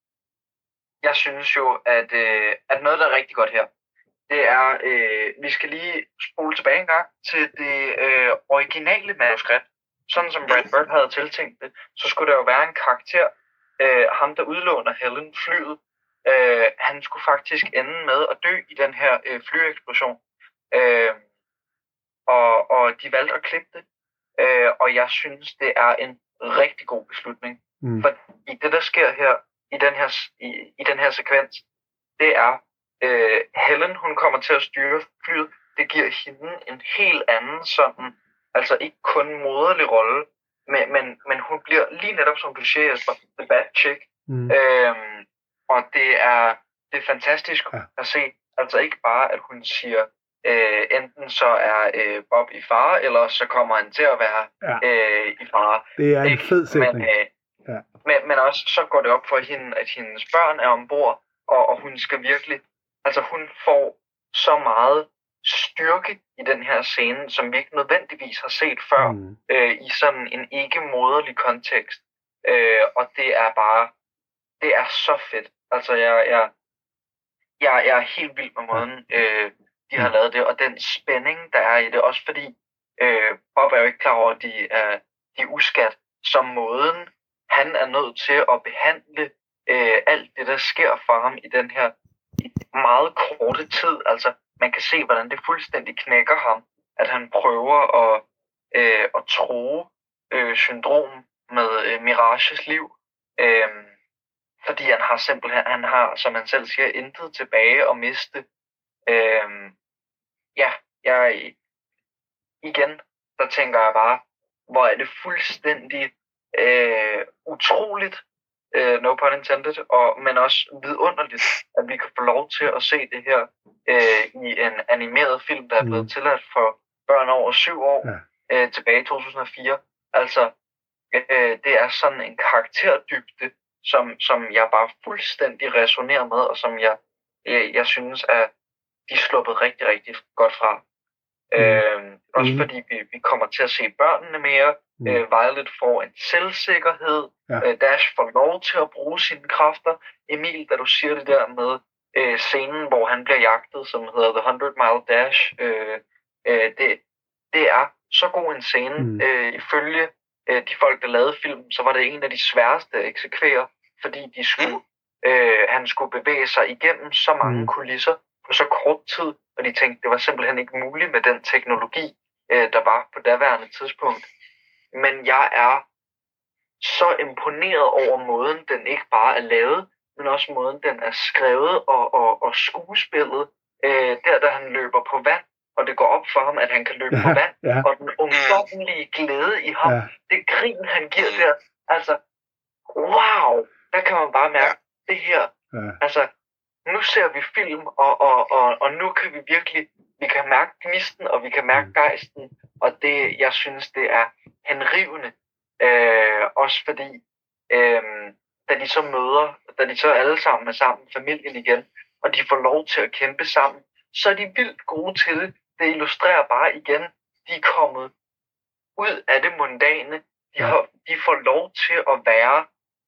Jeg synes jo, at, øh, at noget, der er rigtig godt her, det er, øh, vi skal lige spole tilbage en gang til det øh, originale manuskript. Sådan som Brad Bird havde tiltænkt det, så skulle der jo være en karakter, øh, ham der udlåner Helen flyet. Øh, han skulle faktisk ende med at dø i den her øh, flyeksplosion. Øh, og, og de valgte at klippe det. Øh, og jeg synes, det er en rigtig god beslutning. Mm. For i det, der sker her, i den her, i, i den her sekvens, det er, øh, Helen, hun kommer til at styre flyet. Det giver hende en helt anden sådan, altså ikke kun moderlig rolle, men, men, men hun bliver lige netop, som du siger, Jesper, the bad chick. Mm. Øhm, og det er, det er fantastisk ja. At se, altså ikke bare, at hun siger, øh, enten så er øh, Bob i fare, eller så kommer han til at være ja. øh, i fare. Det er en ikke? Fed sætning. Men, øh, ja. men, men også så går det op for hende, at hendes børn er ombord, og, og hun skal virkelig, altså hun får så meget styrke i den her scene, som vi ikke nødvendigvis har set før, mm. øh, i sådan en ikke-moderlig kontekst. Øh, og det er bare, det er så fedt. Altså, jeg, jeg, jeg, jeg er helt vild med måden, øh, de har lavet det, og den spænding, der er i det, også fordi øh, Bob er jo ikke klar over, at de er, de er uskat, som måden, han er nødt til at behandle øh, alt det, der sker for ham i den her meget korte tid. Altså, man kan se, hvordan det fuldstændig knækker ham, at han prøver at, øh, at tro øh, syndrom med øh, Mirages liv. Øh, fordi han har simpelthen, han har, som han selv siger, intet tilbage at miste. Øh, ja, jeg, igen, der tænker jeg bare, hvor er det fuldstændig øh, utroligt, øh, no pun intended, og, men også vidunderligt, at vi kan få lov til at se det her øh, i en animeret film, der er blevet mm. tilladt for børn over syv år, ja. øh, tilbage i to tusind og fire. Altså, øh, det er sådan en karakterdybde, som, som jeg bare fuldstændig resonerer med, og som jeg, jeg, jeg synes, at de er sluppet rigtig, rigtig godt fra. Mm. Øh, også mm. fordi vi, vi kommer til at se børnene mere. Mm. Øh, Violet får en selvsikkerhed. Ja. Øh, Dash får lov til at bruge sine kræfter. Emil, da du siger det der med øh, scenen, hvor han bliver jagtet, som hedder The hundred mile Dash, øh, øh, det, det er så god en scene. Mm. Øh, ifølge øh, de folk, der lavede filmen, så var det en af de sværeste at eksekvere, fordi de skulle, øh, han skulle bevæge sig igennem så mange mm. kulisser på så kort tid, og de tænkte, det var simpelthen ikke muligt med den teknologi, øh, der var på daværende tidspunkt. Men jeg er så imponeret over måden, den ikke bare er lavet, men også måden, den er skrevet og, og, og skuespillet. Øh, der, da han løber på vand, og det går op for ham, at han kan løbe ja, på vand, ja. Og den ungdommelige glæde i ham, ja. Det grin, han giver der, altså, wow, der kan man bare mærke det her. Ja. Altså, nu ser vi film, og, og, og, og nu kan vi virkelig, vi kan mærke gnisten, og vi kan mærke gejsten, og det, jeg synes, det er henrivende. Øh, også fordi, øh, da de så møder, da de så alle sammen er sammen, familien igen, og de får lov til at kæmpe sammen, så er de vildt gode til det. Det illustrerer bare igen, de er kommet ud af det mundane. De, har, de får lov til at være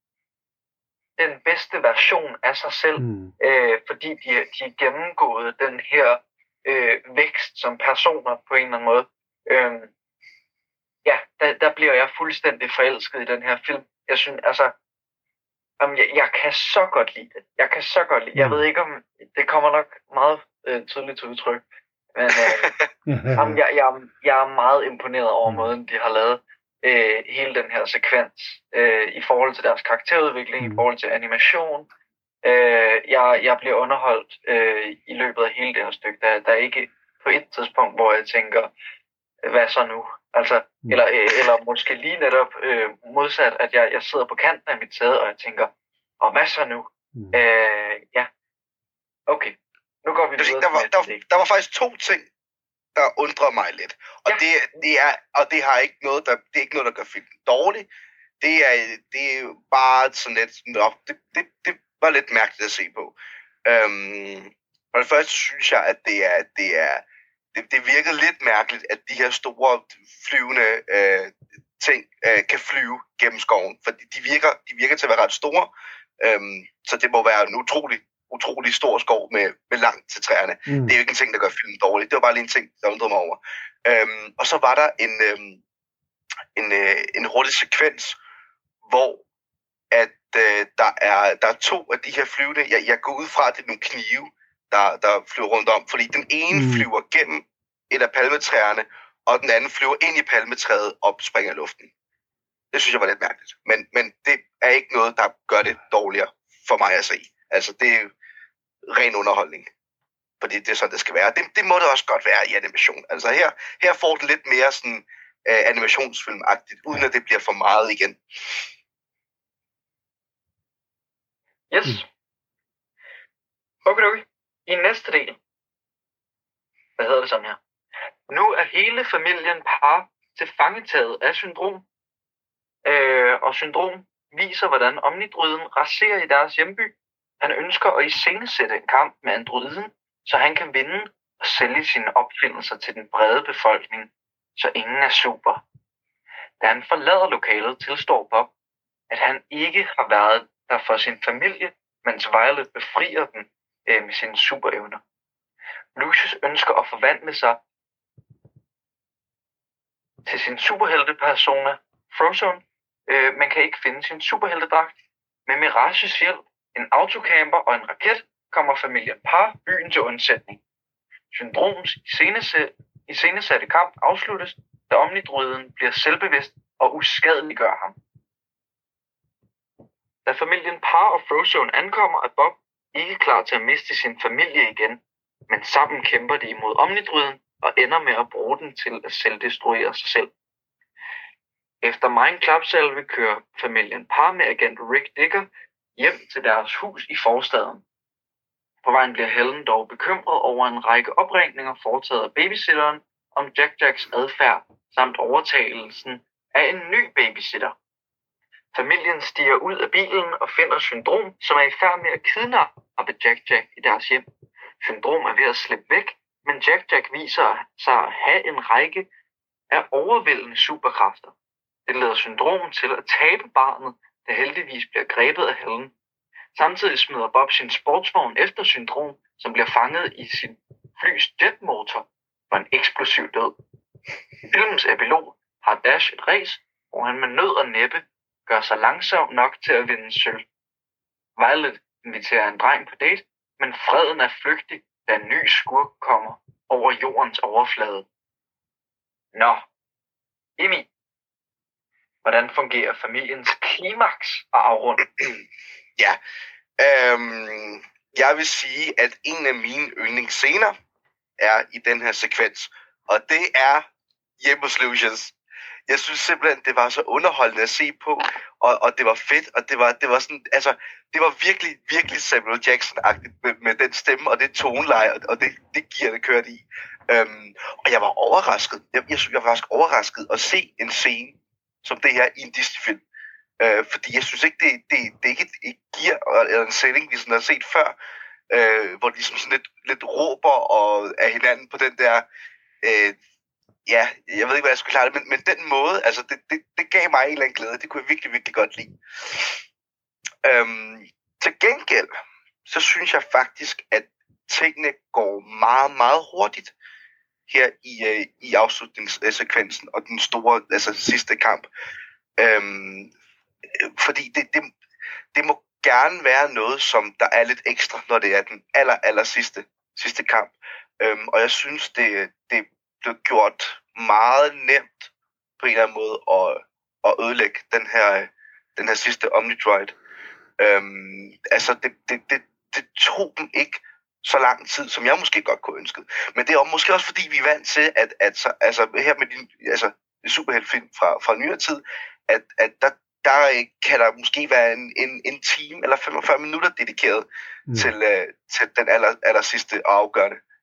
den bedste version af sig selv, mm. øh, fordi de, de er gennemgået den her øh, vækst som personer på en eller anden måde. Øh, ja, der, der bliver jeg fuldstændig forelsket i den her film. Jeg synes, altså, jamen, jeg, jeg kan så godt lide det. Jeg kan så godt lide. Jeg ved ikke, om det kommer nok meget øh, tydeligt til udtryk, men øh, jamen, jeg, jeg, jeg er meget imponeret over måden, de har lavet øh, hele den her sekvens øh, i forhold til deres karakterudvikling, mm. i forhold til animation. Øh, jeg, jeg bliver underholdt øh, i løbet af hele det her stykke. Der, der er ikke på et tidspunkt, hvor jeg tænker, hvad så nu? Altså, mm. eller, eller måske lige netop øh, modsat, at jeg, jeg sidder på kanten af mit sæde, og jeg tænker, og hvad så nu? Mm. Øh, ja, okay. Nu går vi videre. Der var, der, der var faktisk to ting, der undrer mig lidt. Og, ja. det, det er, og det, har ikke noget, der, det er ikke noget, der gør filmen dårlig. Det er, det er bare sådan lidt... Nå, det, det, det var lidt mærkeligt at se på. Øhm, for det første synes jeg, at det er... Det, er, det, det virkede lidt mærkeligt, at de her store flyvende øh, ting øh, kan flyve gennem skoven. For de virker, de virker til at være ret store. Øhm, så det må være en utrolig, utrolig stor skov med, med langt til træerne. Mm. Det er jo ikke en ting, der gør filmen dårlig. Det var bare lige en ting, der undrede mig over. Øhm, og så var der en, øhm, en, øh, en hurtig sekvens, hvor at øh, der, er, der er to af de her flyvende. Jeg, jeg går ud fra, at det er nogle knive, der, der flyver rundt om. Fordi den ene mm. flyver gennem et af palmetræerne, og den anden flyver ind i palmetræet og springer i luften. Det synes jeg var lidt mærkeligt. Men, men det er ikke noget, der gør det dårligere for mig at se. Altså, det er ren underholdning. Fordi det er sådan, det skal være. Det, det må det også godt være i animation. Altså, her, her får det lidt mere sådan uh, animationsfilmagtigt, uden at det bliver for meget igen. Yes. Okay, okay. I næste del. Hvad hedder det sådan her? Nu er hele familien par til fangetaget af syndrom. Øh, og syndrom viser, hvordan omnidroiden raserer i deres hjemby. Han ønsker at iscenesætte en kamp med androiden, så han kan vinde og sælge sine opfindelser til den brede befolkning, så ingen er super. Da han forlader lokalet, tilstår Bob, at han ikke har været der for sin familie, mens Violet befrier dem øh, med sine superevner. Lucius ønsker at forvandle sig til sin superheltepersona, Frozone, øh, man kan ikke finde sin superheltedragt. Med Mirages hjælp, en autocamper og en raket kommer familien Par byen til undsætning. Syndroms iscenesatte kamp afsluttes, da omnidroiden bliver selvbevidst og uskadeliggør ham. Da familien Par og Frozone ankommer, er Bob ikke klar til at miste sin familie igen, men sammen kæmper de imod omnidroiden og ender med at bruge den til at selvdestruere sig selv. Efter Mindclap-salve kører familien Par med agent Rick Digger hjem til deres hus i forstaden. På vejen bliver Helen dog bekymret over en række opringninger foretaget af babysitteren om Jack Jacks adfærd samt overtagelsen af en ny babysitter. Familien stiger ud af bilen og finder Syndrom, som er i færd med at kidnappe Jack Jack i deres hjem. Syndrom er ved at slippe væk, men Jack Jack viser sig at have en række af overvældende superkræfter. Det leder Syndrom til at tabe barnet, der heldigvis bliver grebet af Helen. Samtidig smider Bob sin sportsvogn efter Syndrom, som bliver fanget i sin flys jetmotor for en eksplosiv død. I filmens epilog har Dash et race, hvor han med nød og næppe gør sig langsom nok til at vinde sølv. Violet inviterer en dreng på date, men freden er flygtig, da en ny skurk kommer over jordens overflade. Nå, Emmy, hvordan fungerer familiens klimaks og afrund? Ja, øhm, jeg vil sige, at en af mine yndlingsscener er i den her sekvens, og det er hjemme hos Lucius. Jeg synes simpelthen, det var så underholdende at se på, og, og det var fedt, og det var, det var sådan, altså, det var virkelig, virkelig Samuel Jackson-agtigt med, med den stemme og det toneleje, og, og det, det gear, det kørte i. Øhm, og jeg var overrasket. Jeg, jeg, jeg var faktisk overrasket at se en scene som det her i en Disney-film. Øh, fordi jeg synes ikke, det, det, det er ikke et, et gear eller en setting, vi sådan har set før, øh, hvor de sådan lidt, lidt råber og af hinanden på den der... Øh, ja, jeg ved ikke, hvad jeg skulle klare det, men, men den måde, altså, det, det, det gav mig en eller anden glæde. Det kunne jeg virkelig, virkelig godt lide. Øhm, til gengæld, så synes jeg faktisk, at tingene går meget, meget hurtigt her i, øh, i afslutningssekvensen og den store, altså sidste kamp. Øhm, fordi det, det, det må gerne være noget, som der er lidt ekstra, når det er den aller, aller sidste, sidste kamp. Øhm, og jeg synes, det, det blev gjort meget nemt på en eller anden måde at, at ødelægge den her, den her sidste Omnidroid. Øhm, altså, det, det, det, det tog dem ikke så lang tid, som jeg måske godt kunne ønske. Men det er måske også, fordi vi er vant til, at, at så, altså, her med din altså, superheltfilm fra, fra nyere tid, at, at der, der kan der måske være en, en, en time eller femogfyrre minutter dedikeret mm. til, uh, til den aller, aller sidste og afgørende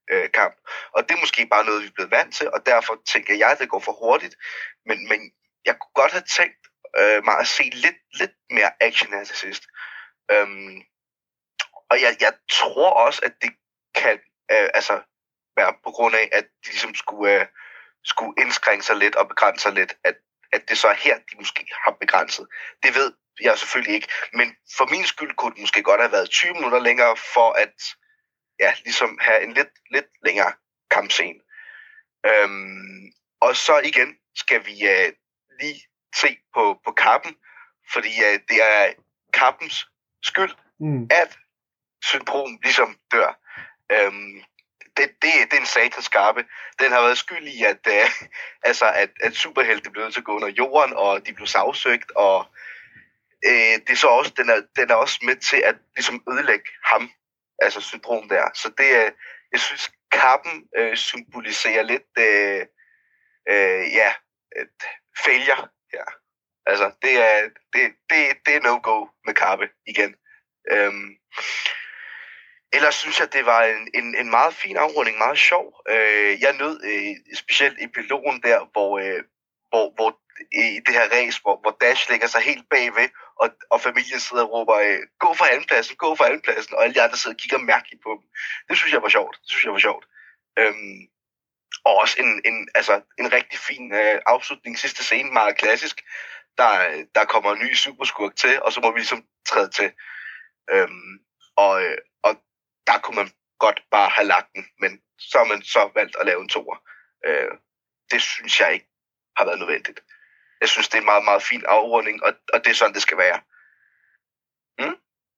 øh, kamp. Og det er måske bare noget, vi er blevet vant til, og derfor tænker jeg, at det går for hurtigt. Men, men jeg kunne godt have tænkt øh, mig at se lidt, lidt mere action her til sidst. Øhm, og jeg, jeg tror også, at det kan øh, altså være på grund af, at de ligesom skulle, øh, skulle indskrænke sig lidt og begrænse sig lidt, at, at det så er her, de måske har begrænset. Det ved jeg selvfølgelig ikke, men for min skyld kunne det måske godt have været tyve minutter længere, for at ja, ligesom have en lidt, lidt længere kampscene. Øhm, og så igen skal vi øh, lige se på, på kappen, fordi øh, det er kappens skyld, mm. at Syndrom ligesom dør. Øhm, det, det, det er en satans kappe. Den har været skyld i, at, øh, altså, at, at superhelte blev nødt til at gå under jorden, og de blev sagsøgt, og øh, det er så også, den, er, den er også med til at ligesom ødelægge ham, altså Syndrom der. Så det er, jeg synes, kappen øh, symboliserer lidt, øh, øh, ja, et failure her. Altså, det er, det, det, det er no-go med kappe igen. Øhm, ellers synes jeg, det var en, en, en meget fin afrunding, meget sjov. Øh, jeg nød øh, specielt epilogen der, hvor, øh, hvor, hvor i det her race, hvor, hvor Dash lægger sig helt bagved, og, og familien sidder og råber, øh, gå for andenpladsen, gå for andenpladsen, og alle de andre sidder og kigger mærkeligt på dem. Det synes jeg var sjovt. Det synes jeg var sjovt. Øhm, og også en, en, altså, en rigtig fin øh, afslutning. Sidste scene, meget klassisk. Der, der kommer en ny superskurk til, og så må vi ligesom træde til. Øhm, og, og der kunne man godt bare have lagt den, men så har man så valgt at lave en toer. Øh, det synes jeg ikke har været nødvendigt. Jeg synes, det er en meget, meget fin afrunding, og, og det er sådan, det skal være. Mm?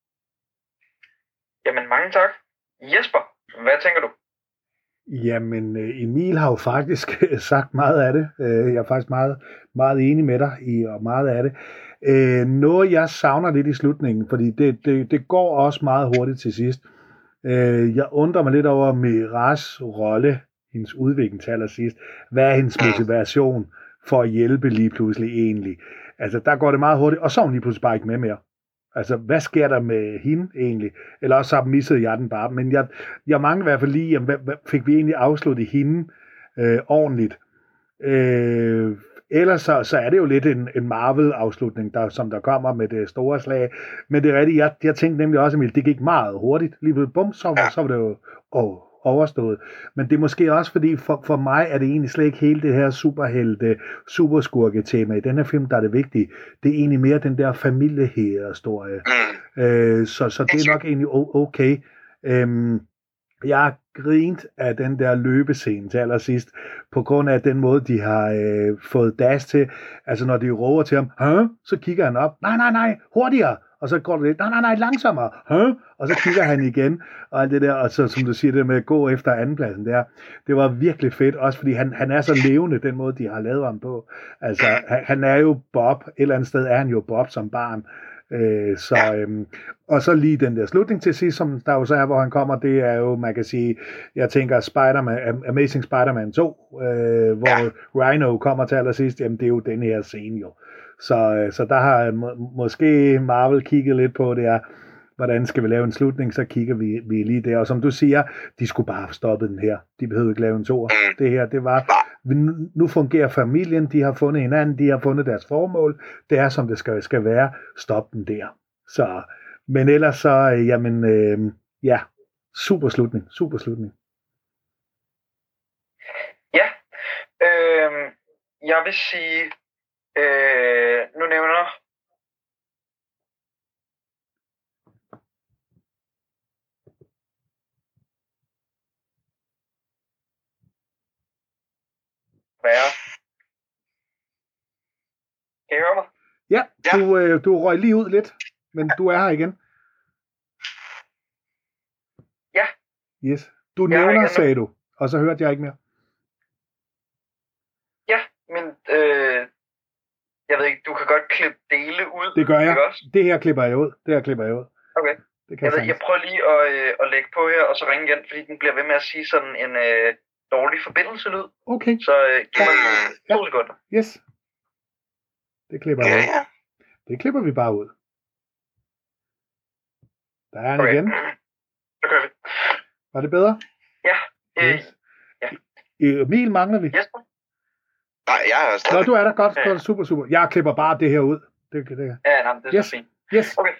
Jamen, mange tak. Jesper, hvad tænker du? Jamen, Emil har jo faktisk sagt meget af det. Jeg er faktisk meget, meget enig med dig i og meget af det. Noget, jeg savner lidt i slutningen, fordi det, det, det går også meget hurtigt til sidst. Jeg undrer mig lidt over Miras rolle, hendes udvikling til allersidst. Hvad er hendes motivation for at hjælpe lige pludselig egentlig? Altså, der går det meget hurtigt, og så er hun lige pludselig bare ikke med mere. Altså, hvad sker der med hende egentlig? Eller også har misset jeg den bare. Men jeg, jeg mangler i hvert fald lige, jamen, hvad, hvad fik vi egentlig afsluttet hende øh, ordentligt? Øh, ellers så, så er det jo lidt en, en Marvel-afslutning, der, som der kommer med det store slag. Men det er rigtigt, jeg, jeg tænkte nemlig også, Emil, det gik meget hurtigt. Lige ved bum, så, ja. så var det jo åh, overstået. Men det er måske også, fordi for, for mig er det egentlig slet ikke hele det her superhelte, superskurke-tema i den her film, der er det vigtige. Det er egentlig mere den der familiehistorie. Øh, så, så det er nok egentlig okay. Øhm, jeg har grint af den der løbescene til allersidst, på grund af den måde, de har øh, fået Dash til. Altså, når de råber til ham, Hæ? Så kigger han op. Nej, nej, nej, hurtigere! Og så går det lidt, nej, nej, nej, langsommere. Hæ? Og så kigger han igen, og alt det der, og så, som du siger, det med at gå efter andenpladsen der, det var virkelig fedt, også fordi han, han er så levende, den måde, de har lavet ham på. Altså, han, han er jo Bob, et eller andet sted er han jo Bob som barn. Øh, så, øhm, og så lige den der slutning til sidst, som der jo så er, hvor han kommer, det er jo, man kan sige, jeg tænker Spider-Man, Amazing Spider-Man to, øh, hvor ja. Rhino kommer til allersidst, jamen det er jo den her scene jo. Så, øh, så der har må, måske Marvel kigget lidt på det her, hvordan skal vi lave en slutning, så kigger vi, vi lige der, og som du siger, de skulle bare have stoppet den her, de behøvede ikke lave en toer, det her, det var, nu fungerer familien, de har fundet hinanden, de har fundet deres formål, det er som det skal, skal være, stop den der, så, men ellers så, jamen, øh, ja, super slutning, super slutning. Ja, øh, jeg vil sige, øh, nu nævner være. Kan I høre mig? Ja, du, øh, du røg lige ud lidt, men du er her igen. Ja. Yes. Du nævner, sagde du, og så hørte jeg ikke mere. Ja, men øh, jeg ved ikke, du kan godt klippe dele ud. Det gør jeg. Det her klipper jeg ud. Det her klipper jeg ud. Okay. Det kan jeg, ved, jeg prøver lige at, øh, at lægge på her, og så ringe igen, fordi den bliver ved med at sige sådan en øh, dårlig forbindelselyd. Okay. Så øh, giv mig ja. to sekunder. Yes. Det klipper jeg ud. Det klipper vi bare ud. Der er han okay. igen. Så kører vi. Var det bedre? Ja. Yes. Ja. Emil mangler vi. Jesper? Nej, jeg er stadig. Nå, du er der. Godt, ja. Godt, super, super. Jeg klipper bare det her ud. Det, det. Ja, nej, det er yes. så fint. Yes. Okay.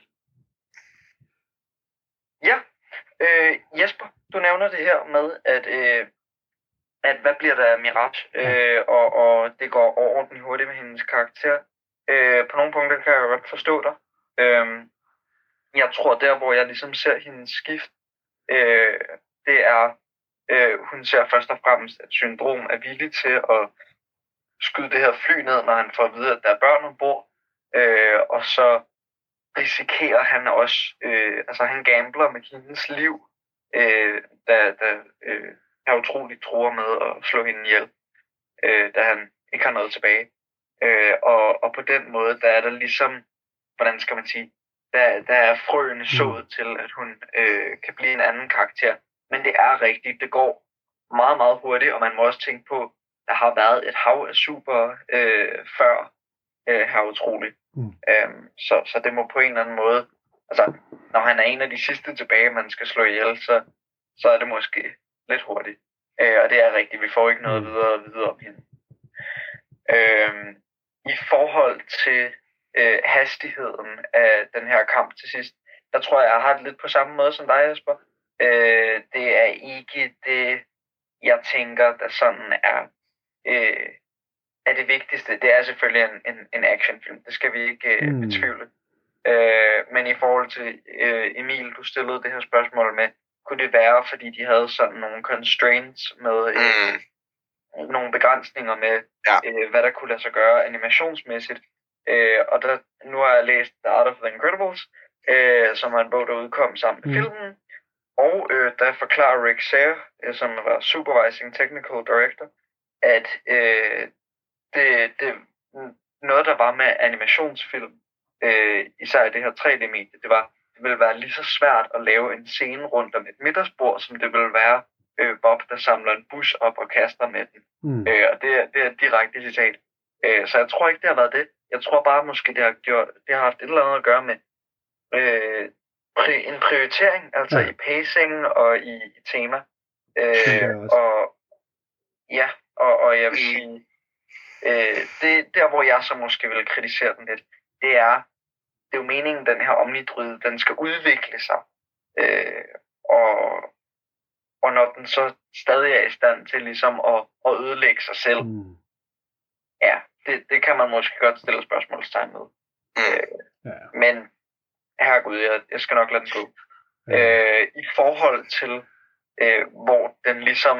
Ja, øh, Jesper, du nævner det her med, at, øh, at hvad bliver der af Mirage, øh, og, og det går overordentligt hurtigt med hendes karakter. Øh, på nogle punkter kan jeg godt forstå dig. Øh, jeg tror, der hvor jeg ligesom ser hendes skift, øh, det er, øh, hun ser først og fremmest, at Syndrom er villig til at skyde det her fly ned, når han får at vide, at der er børn ombord. Øh, og så risikerer han også, øh, altså han gambler med hendes liv, øh, da, da øh, er utroligt truer med at slå hende ihjel, øh, da han ikke har noget tilbage. Øh, og, og på den måde, der er der ligesom, hvordan skal man sige, der, der er frøene sået til, at hun øh, kan blive en anden karakter. Men det er rigtigt, det går meget, meget hurtigt, og man må også tænke på, der har været et hav af super øh, før øh, her utroligt. Mm. Øhm, så, så det må på en eller anden måde, altså når han er en af de sidste tilbage, man skal slå ihjel, så, så er det måske lidt hurtigt. Øh, og det er rigtigt, vi får ikke noget videre og videre om hende. Øhm, I forhold til øh, hastigheden af den her kamp til sidst, der tror jeg, jeg har det lidt på samme måde som dig, Jesper. Øh, det er ikke det, jeg tænker, der sådan er... Øh, er det vigtigste. Det er selvfølgelig en, en, en actionfilm. Det skal vi ikke øh, mm. betvivle. Øh, men i forhold til øh, Emil, du stillede det her spørgsmål med, kunne det være, fordi de havde sådan nogle constraints med øh, mm. nogle begrænsninger med, ja. øh, hvad der kunne lade sig gøre animationsmæssigt. Øh, og der, nu har jeg læst The Art of the Incredibles, øh, som er en bog, der udkom sammen med mm. filmen. Og øh, der forklarer Rick Sayre, øh, som var Supervising Technical Director, at øh, Det, det noget, der var med animationsfilm, øh, især i det her tre D-medie, det var, det ville være lige så svært at lave en scene rundt om et middagsbord, som det ville være øh, Bob, der samler en bus op og kaster med den. Mm. Øh, og det, det er et direkte citat. Øh, så jeg tror ikke, det har været det. Jeg tror bare, måske det har, gjort, det har haft et eller andet at gøre med øh, pri- en prioritering, altså ja. i pacing og i, i tema. Øh, og ja, og, og jeg vil sige, Øh, det der, hvor jeg så måske vil kritisere den lidt, det er, det er jo meningen, den her omnidryde, den skal udvikle sig. Øh, og, og når den så stadig er i stand til ligesom at, at ødelægge sig selv, mm. ja, det, det kan man måske godt stille spørgsmålstegn med. Øh, ja. Men, herregud, jeg, jeg skal nok lade den gå. Ja. Øh, I forhold til, øh, hvor den ligesom,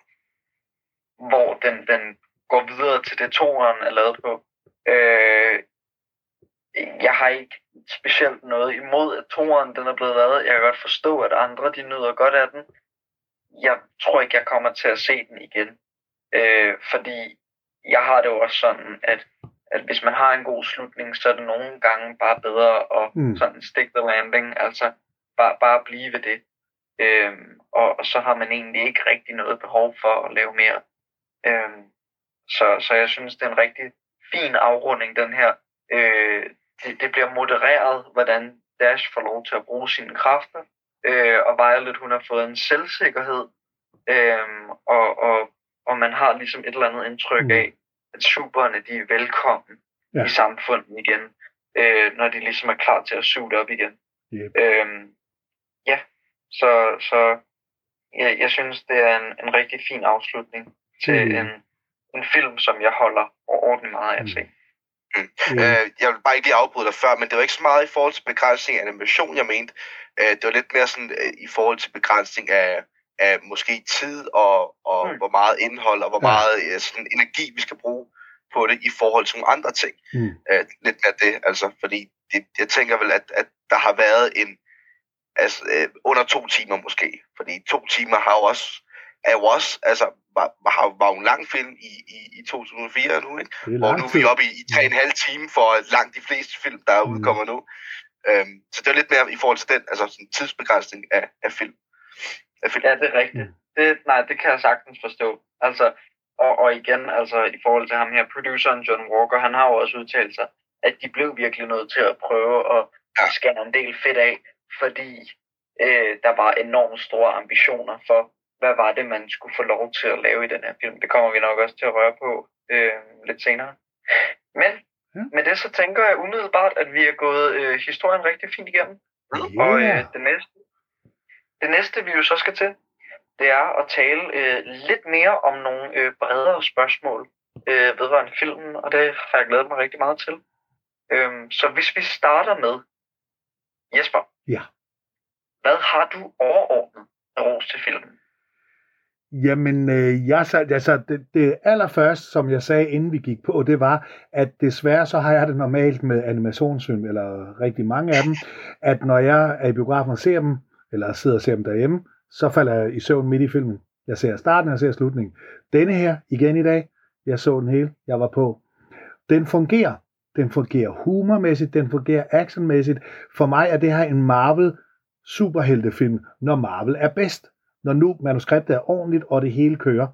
hvor den, den går videre til det, toeren er lavet på. Øh, jeg har ikke specielt noget imod, at toeren den er blevet lavet. Jeg kan godt forstå, at andre de nyder godt af den. Jeg tror ikke, jeg kommer til at se den igen. Øh, fordi jeg har det jo også sådan, at, at hvis man har en god slutning, så er det nogle gange bare bedre at mm. sådan stick the landing. Altså bare, bare blive ved det. Øh, og, og så har man egentlig ikke rigtig noget behov for at lave mere. Øh, Så, så jeg synes, det er en rigtig fin afrunding, den her. Øh, det, det bliver modereret, hvordan Dash får lov til at bruge sine kræfter. Øh, og Violet, hun har fået en selvsikkerhed. Øh, og, og, og man har ligesom et eller andet indtryk af, at superne, de er velkommen ja. i samfundet igen. Øh, når de ligesom er klar til at suge op igen. Yep. Øh, ja, så, så jeg, jeg synes, det er en, en rigtig fin afslutning til mm. en en film, som jeg holder ordentligt meget af at se. Mm. Mm. Øh, jeg vil bare ikke lige afbryde dig før, men det var ikke så meget i forhold til begrænsning af animation, jeg mente. Øh, det var lidt mere sådan øh, i forhold til begrænsning af, af måske tid og, og mm. hvor meget indhold og hvor ja. meget øh, sådan energi vi skal bruge på det i forhold til nogle andre ting. Mm. Øh, lidt mere det, altså, fordi det, jeg tænker vel, at, at der har været en altså, øh, under to timer måske, fordi to timer har jo også er jo også, altså, var, var, var jo en lang film i, i, i to tusind og fire nu, ikke? Hvor nu er vi oppe i, i tre og en halv time for langt de fleste film, der er udkommer mm. nu. Øhm, så det er lidt mere i forhold til den, altså sådan tidsbegrænsning af, af, film, af film. Ja, det er rigtigt. Mm. Det, nej, det kan jeg sagtens forstå. Altså, og, og igen, altså i forhold til ham her, produceren John Walker, han har jo også udtalt sig, at de blev virkelig nødt til at prøve at ja. skære en del fedt af, fordi øh, der var enormt store ambitioner for, hvad var det, man skulle få lov til at lave i den her film. Det kommer vi nok også til at røre på øh, lidt senere. Men ja. Med det så tænker jeg umiddelbart, at vi er gået øh, historien rigtig fint igennem. Yeah. Og øh, det, næste, det næste, vi jo så skal til, det er at tale øh, lidt mere om nogle øh, bredere spørgsmål øh, vedrørende filmen, og det har jeg glædet mig rigtig meget til. Øhm, så hvis vi starter med Jesper. Ja. Hvad har du overordnet ros til filmen? Jamen, øh, jeg sagde, altså, det, det allerførste, som jeg sagde, inden vi gik på, det var, at desværre så har jeg det normalt med animationsfilm, eller rigtig mange af dem, at når jeg er i biografen og ser dem, eller sidder og ser dem derhjemme, så falder jeg i søvn midt i filmen. Jeg ser starten, og jeg ser slutningen. Denne her, igen i dag, jeg så den hele, jeg var på. Den fungerer. Den fungerer humormæssigt, den fungerer actionmæssigt. For mig er det her en Marvel superheltefilm, når Marvel er bedst. Når nu manuskriptet er ordentligt, og det hele kører.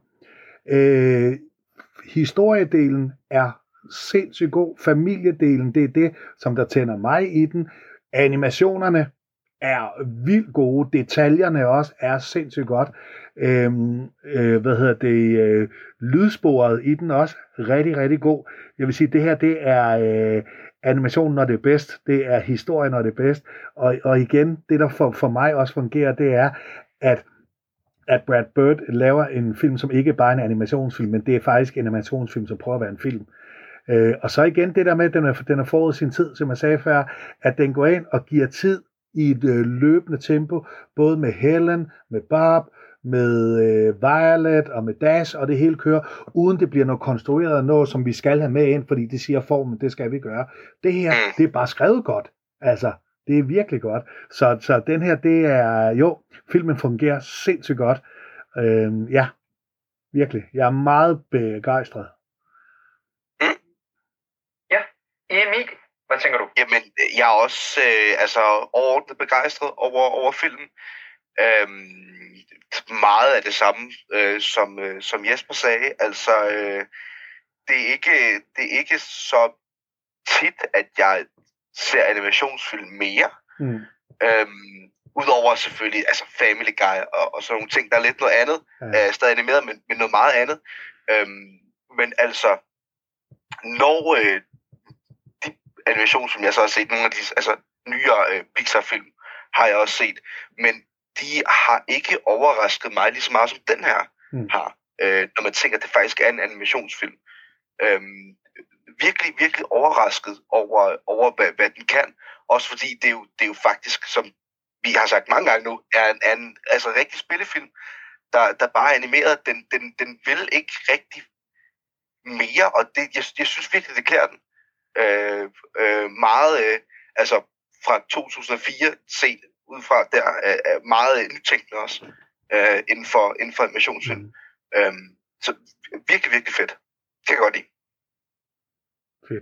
Øh, historiedelen er sindssygt god. Familiedelen, det er det, som der tænder mig i den. Animationerne er vildt gode. Detaljerne også er sindssygt godt. Øh, øh, hvad hedder det? Øh, lydsporet i den også rigtig, rigtig god. Jeg vil sige, det her, det er øh, animationen, når det er bedst. Det er historien, når det er bedst. Og, og igen, det der for, for mig også fungerer, det er, at at Brad Bird laver en film, som ikke bare er en animationsfilm, men det er faktisk en animationsfilm, som prøver at være en film. Øh, og så igen det der med, at den er, den er forud sin tid, som jeg sagde før, at den går ind og giver tid i et øh, løbende tempo, både med Helen, med Bob, med øh, Violet og med Dash, og det hele kører, uden det bliver noget konstrueret, noget som vi skal have med ind, fordi det siger formen, det skal vi gøre. Det her, det er bare skrevet godt. Altså, det er virkelig godt. Så, så den her, det er, jo, filmen fungerer sindssygt godt. Øhm, ja, virkelig. Jeg er meget begejstret. Mm. Ja, Emil, hvad tænker du? Jamen, jeg er også øh, altså, overordnet begejstret over, over filmen. Øhm, meget af det samme, øh, som, øh, som Jesper sagde. Altså, øh, det, er ikke, det er ikke så tit, at jeg ser animationsfilm mere. Mm. Øhm, Udover selvfølgelig altså Family Guy og, og sådan nogle ting, der er lidt noget andet. Ja. Øh, stadig animeret, men, men noget meget andet. Øhm, men altså, når øh, de animationsfilm, jeg så har set, nogle af de altså, nyere øh, Pixar-film, har jeg også set. Men de har ikke overrasket mig lige så meget, som den her mm. har. Øh, når man tænker, at det faktisk er en animationsfilm. Øhm, virkelig, virkelig overrasket over, over hvad, hvad den kan. Også fordi det er, jo, det er jo faktisk, som vi har sagt mange gange nu, er en, er en altså, rigtig spillefilm, der, der bare er animeret. Den, den, den vil ikke rigtig mere, og det, jeg, jeg synes virkelig, det klæder den. Øh, øh, meget, øh, altså fra to tusind og fire set ud fra der, øh, meget nytænkende også, øh, inden for, inden for animationsfilm. Mm. Øh, så virkelig, virkelig fedt. Det kan jeg godt lide. Fedt.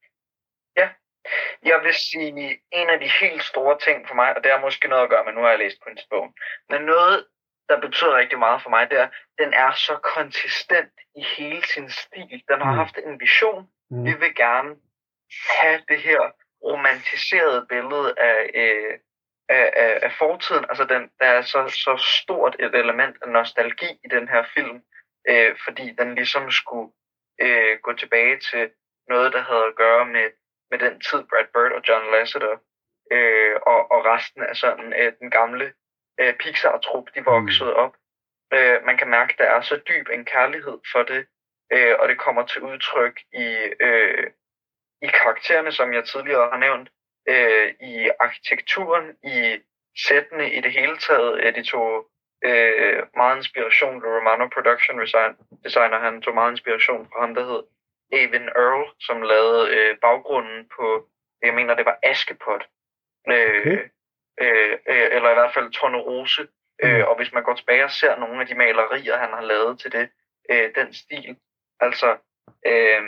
Ja, jeg vil sige, en af de helt store ting for mig, og det har måske noget at gøre med, nu har jeg læst kunstbogen, men noget, der betyder rigtig meget for mig, det er, den er så konsistent i hele sin stil. Den har mm. haft en vision. Mm. Vi vil gerne have det her romantiserede billede af, øh, af, af, af fortiden. Altså, den, der er så, så stort et element af nostalgi i den her film, øh, fordi den ligesom skulle øh, gå tilbage til noget, der havde at gøre med, med den tid, Brad Bird og John Lasseter øh, og, og resten af sådan øh, den gamle øh, Pixar-trup, de voksede op. Øh, man kan mærke, at der er så dyb en kærlighed for det, øh, og det kommer til udtryk i, øh, i karaktererne, som jeg tidligere har nævnt, øh, i arkitekturen, i sættene i det hele taget. De tog øh, meget inspiration fra Romano Production Designer, han tog meget inspiration fra ham, der hed Avon Earl, som lavede øh, baggrunden på, jeg mener det var Askepot, øh, okay. øh, øh, eller i hvert fald Tornerose, mm. øh, og hvis man går tilbage og ser nogle af de malerier, han har lavet til det, øh, den stil, altså øh,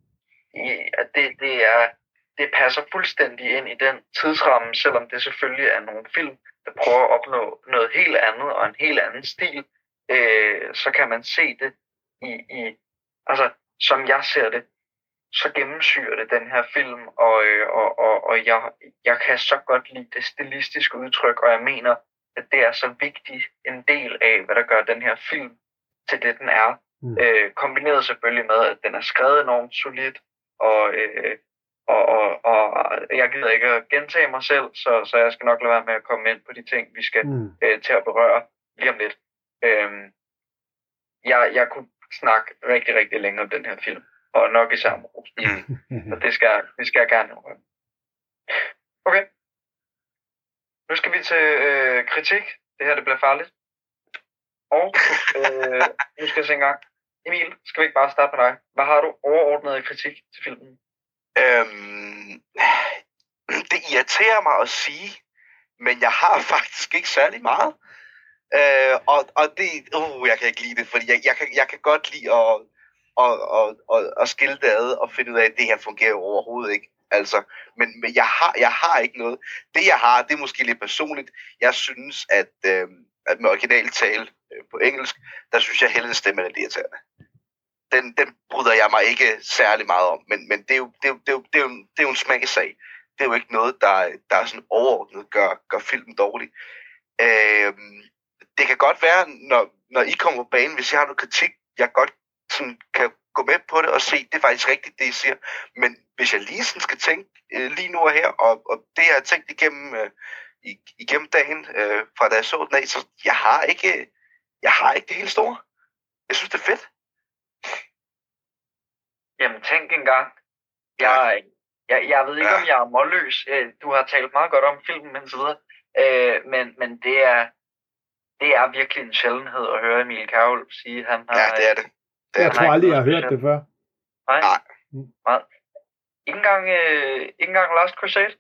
det, det, er, det passer fuldstændig ind i den tidsramme, selvom det selvfølgelig er nogle film, der prøver at opnå noget helt andet og en helt anden stil, øh, så kan man se det i, i altså som jeg ser det, så gennemsyrer det den her film, og, og, og, og jeg, jeg kan så godt lide det stilistiske udtryk, og jeg mener at det er så vigtig en del af, hvad der gør den her film til det, den er. Mm. Øh, kombineret selvfølgelig med, at den er skrevet enormt solidt, og, øh, og, og, og jeg gider ikke at gentage mig selv, så, så jeg skal nok lade være med at komme ind på de ting, vi skal mm. øh, til at berøre lige om lidt. Øh, jeg, jeg kunne snakke rigtig, rigtig længe om den her film, og nok især om Roskilde, og det skal, det skal jeg gerne gøre. Okay. Nu skal vi til øh, kritik. Det her, det bliver farligt. Og øh, nu skal jeg se en gang. Emil, skal vi ikke bare starte med dig? Hvad har du overordnet af kritik til filmen? Øhm, det irriterer mig at sige, men jeg har faktisk ikke særlig meget. Øh, og, og det, uh, jeg kan ikke lide det, fordi jeg, jeg, kan, jeg kan godt lide at, at, at, at, at skille det ad og finde ud af, at det her fungerer overhovedet ikke. Altså, men, men jeg, har, jeg har ikke noget. Det jeg har, det er måske lidt personligt. Jeg synes, at, øh, at med originaltale øh, på engelsk, der synes jeg Helens stemme er lidt irriterende. Den, den bryder jeg mig ikke særlig meget om, men, men det, er jo, det, er jo, det, er jo, det, er jo, det er jo en smagsag. Det er jo ikke noget, der, der er sådan overordnet gør, gør filmen dårlig. Øh, det kan godt være, når, når I kommer på banen, hvis jeg har noget kritik, jeg godt sådan, kan gå med på det og se, det er faktisk rigtigt, det I siger. Men hvis jeg lige sådan skal tænke øh, lige nu og her, og, og det jeg har tænkt igennem, øh, igennem dagen, øh, fra da jeg så den af, så jeg har ikke, jeg har ikke det hele store. Jeg synes, det er fedt. Jamen, tænk engang. Jeg, jeg, jeg ved ikke, ja. om jeg er målløs. Du har talt meget godt om filmen, men så videre. Øh, men, men det er, det er virkelig en sjældenhed at høre Emil Kjærulff sige, han har... Ja, det er det. det jeg er tror aldrig, jeg har hørt det før. Nej. Nej. Nej. Ikke engang, øh, ikke engang Last Crusade?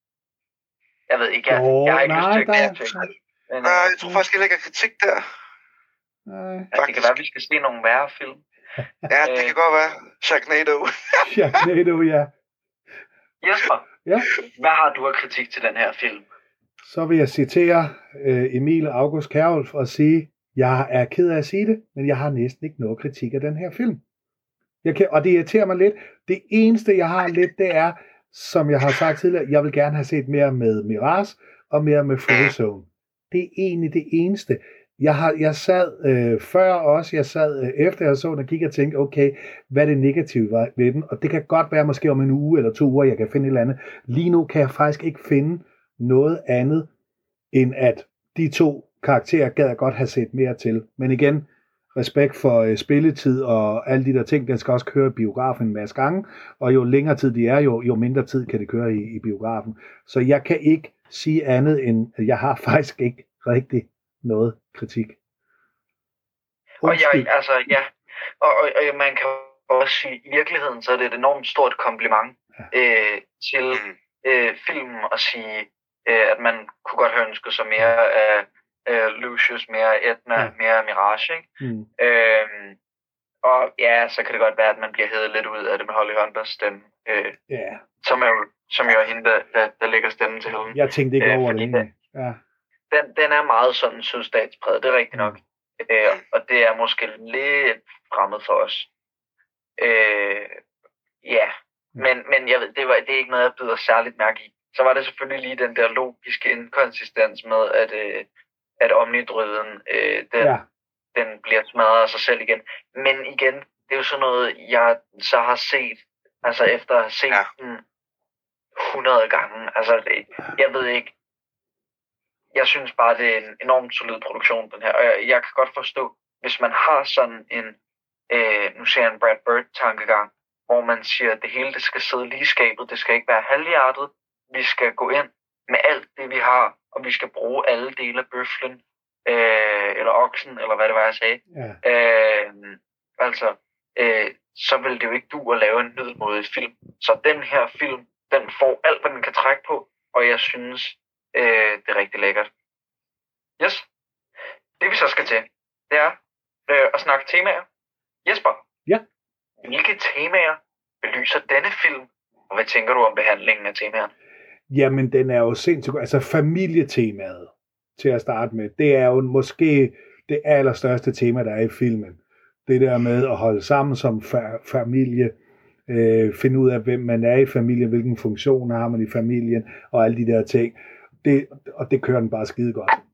Jeg ved ikke, jeg, oh, jeg har ikke nej, lyst til at kritik. Men, øh, jeg tror faktisk, jeg lægger kritik der. Nej. Ja, det kan være, at vi skal se nogle værre film. Ja, det kan godt være. Sharknado. Sharknado, ja. Jesper, ja. Hvad har du af kritik til den her film? Så vil jeg citere uh, Emil August Kjærulff og sige, jeg er ked af at sige det, men jeg har næsten ikke noget kritik af den her film. Jeg kan, og det irriterer mig lidt. Det eneste, jeg har lidt, det er, som jeg har sagt tidligere, jeg vil gerne have set mere med Mirage og mere med Frozone. Det er egentlig det eneste. Jeg, har, jeg sad øh, før også, jeg sad øh, efter jeg så den og kiggede og tænkte, okay, hvad er det negative ved den? Og det kan godt være måske om en uge eller to uger, jeg kan finde et eller andet. Lige nu kan jeg faktisk ikke finde noget andet, end at de to karakterer gad jeg godt have set mere til. Men igen, respekt for øh, spilletid og alle de der ting, den skal også køre i biografen en masse gange, og jo længere tid de er, jo, jo mindre tid kan det køre i, i biografen. Så jeg kan ikke sige andet end, at jeg har faktisk ikke rigtig noget kritik. Og jeg, altså, ja, og, og, og man kan også sige, i virkeligheden, så er det et enormt stort kompliment ja. øh, til øh, filmen at sige, øh, at man kunne godt have ønsket sig mere af øh, Lucius, mere Edna, ja. mere Mirage, ikke? Mm. Øhm, og ja, så kan det godt være, at man bliver hævet lidt ud af det med Holly Hunters stemme, øh, yeah. som, er jo, som jo er hende, der, der, der lægger stemmen til hende. Jeg tænkte ikke øh, over det. Ja. Den, den er meget sådan sydstatspræget, det er rigtigt nok. Mm. Øh, og det er måske lidt fremmed for os. Øh, ja, mm. men, men jeg ved, det, var, det er ikke noget, jeg byder særligt mærke i. Så var det selvfølgelig lige den der logiske inkonsistens med, at, øh, at omnidryden, øh, den, ja. den bliver smadret af sig selv igen. Men igen, det er jo sådan noget, jeg så har set, altså efter at have set ja. den hundrede gange. Altså, det, jeg ved ikke, jeg synes bare, det er en enormt solid produktion, den her. Og jeg, jeg kan godt forstå, hvis man har sådan en, øh, nu ser jeg en Brad Bird-tankegang, hvor man siger, at det hele det skal sidde lige i skabet, det skal ikke være halvhjertet, vi skal gå ind med alt det, vi har, og vi skal bruge alle dele af bøflen, øh, eller oksen, eller hvad det var, jeg sagde. Ja. Øh, altså, øh, så vil det jo ikke du at lave en middelmådig film. Så den her film, den får alt, hvad den kan trække på, og jeg synes, øh, det er rigtig lækkert. Yes. Det vi så skal til, det er øh, at snakke temaer. Jesper, ja. Hvilke temaer belyser denne film, og hvad tænker du om behandlingen af temaer? Jamen, den er jo sindssygt, altså familietemaet til at starte med, det er jo måske det allerstørste tema, der er i filmen. Det der med at holde sammen som fa- familie, øh, finde ud af, hvem man er i familien, hvilken funktion har man i familien, og alle de der ting. Det, og det kører den bare skide godt.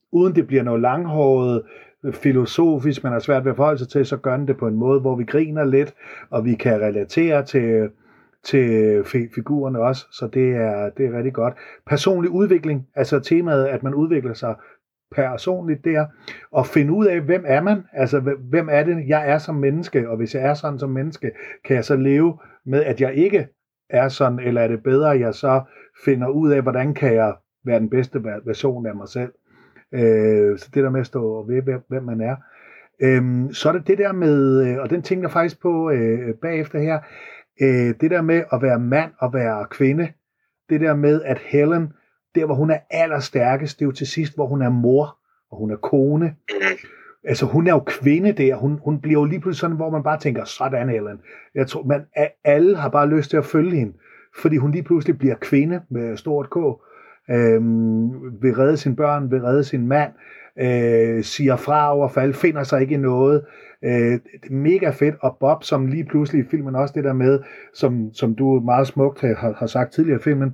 uden det bliver noget langhåret, filosofisk, man har svært ved at forholde sig til, så gør den det på en måde, hvor vi griner lidt, og vi kan relatere til, til figurerne også, så det er, det er rigtig godt. Personlig udvikling, altså temaet, at man udvikler sig personligt der, og finde ud af, hvem er man, altså hvem er det, jeg er som menneske, og hvis jeg er sådan som menneske, kan jeg så leve med, at jeg ikke er sådan, eller er det bedre, at jeg så finder ud af, hvordan kan jeg være den bedste version af mig selv. Øh, så det der med at stå ved, hvem man er. Øh, så er det det der med, og den tænker jeg faktisk på øh, bagefter her, øh, det der med at være mand og være kvinde, det der med, at Helen, der hvor hun er allerstærkest, det er jo til sidst, hvor hun er mor, og hun er kone. Altså hun er jo kvinde der, hun, hun bliver jo lige pludselig sådan, hvor man bare tænker, sådan Helen. Jeg tror, man, alle har bare lyst til at følge hende, fordi hun lige pludselig bliver kvinde med stort K, øhm, vil redde sine børn, vil redde sin mand, øh, siger fra overfald, finder sig ikke i noget. Øh, det er mega fedt, og Bob, som lige pludselig i filmen også det der med, som, som du meget smukt har, har sagt tidligere i filmen,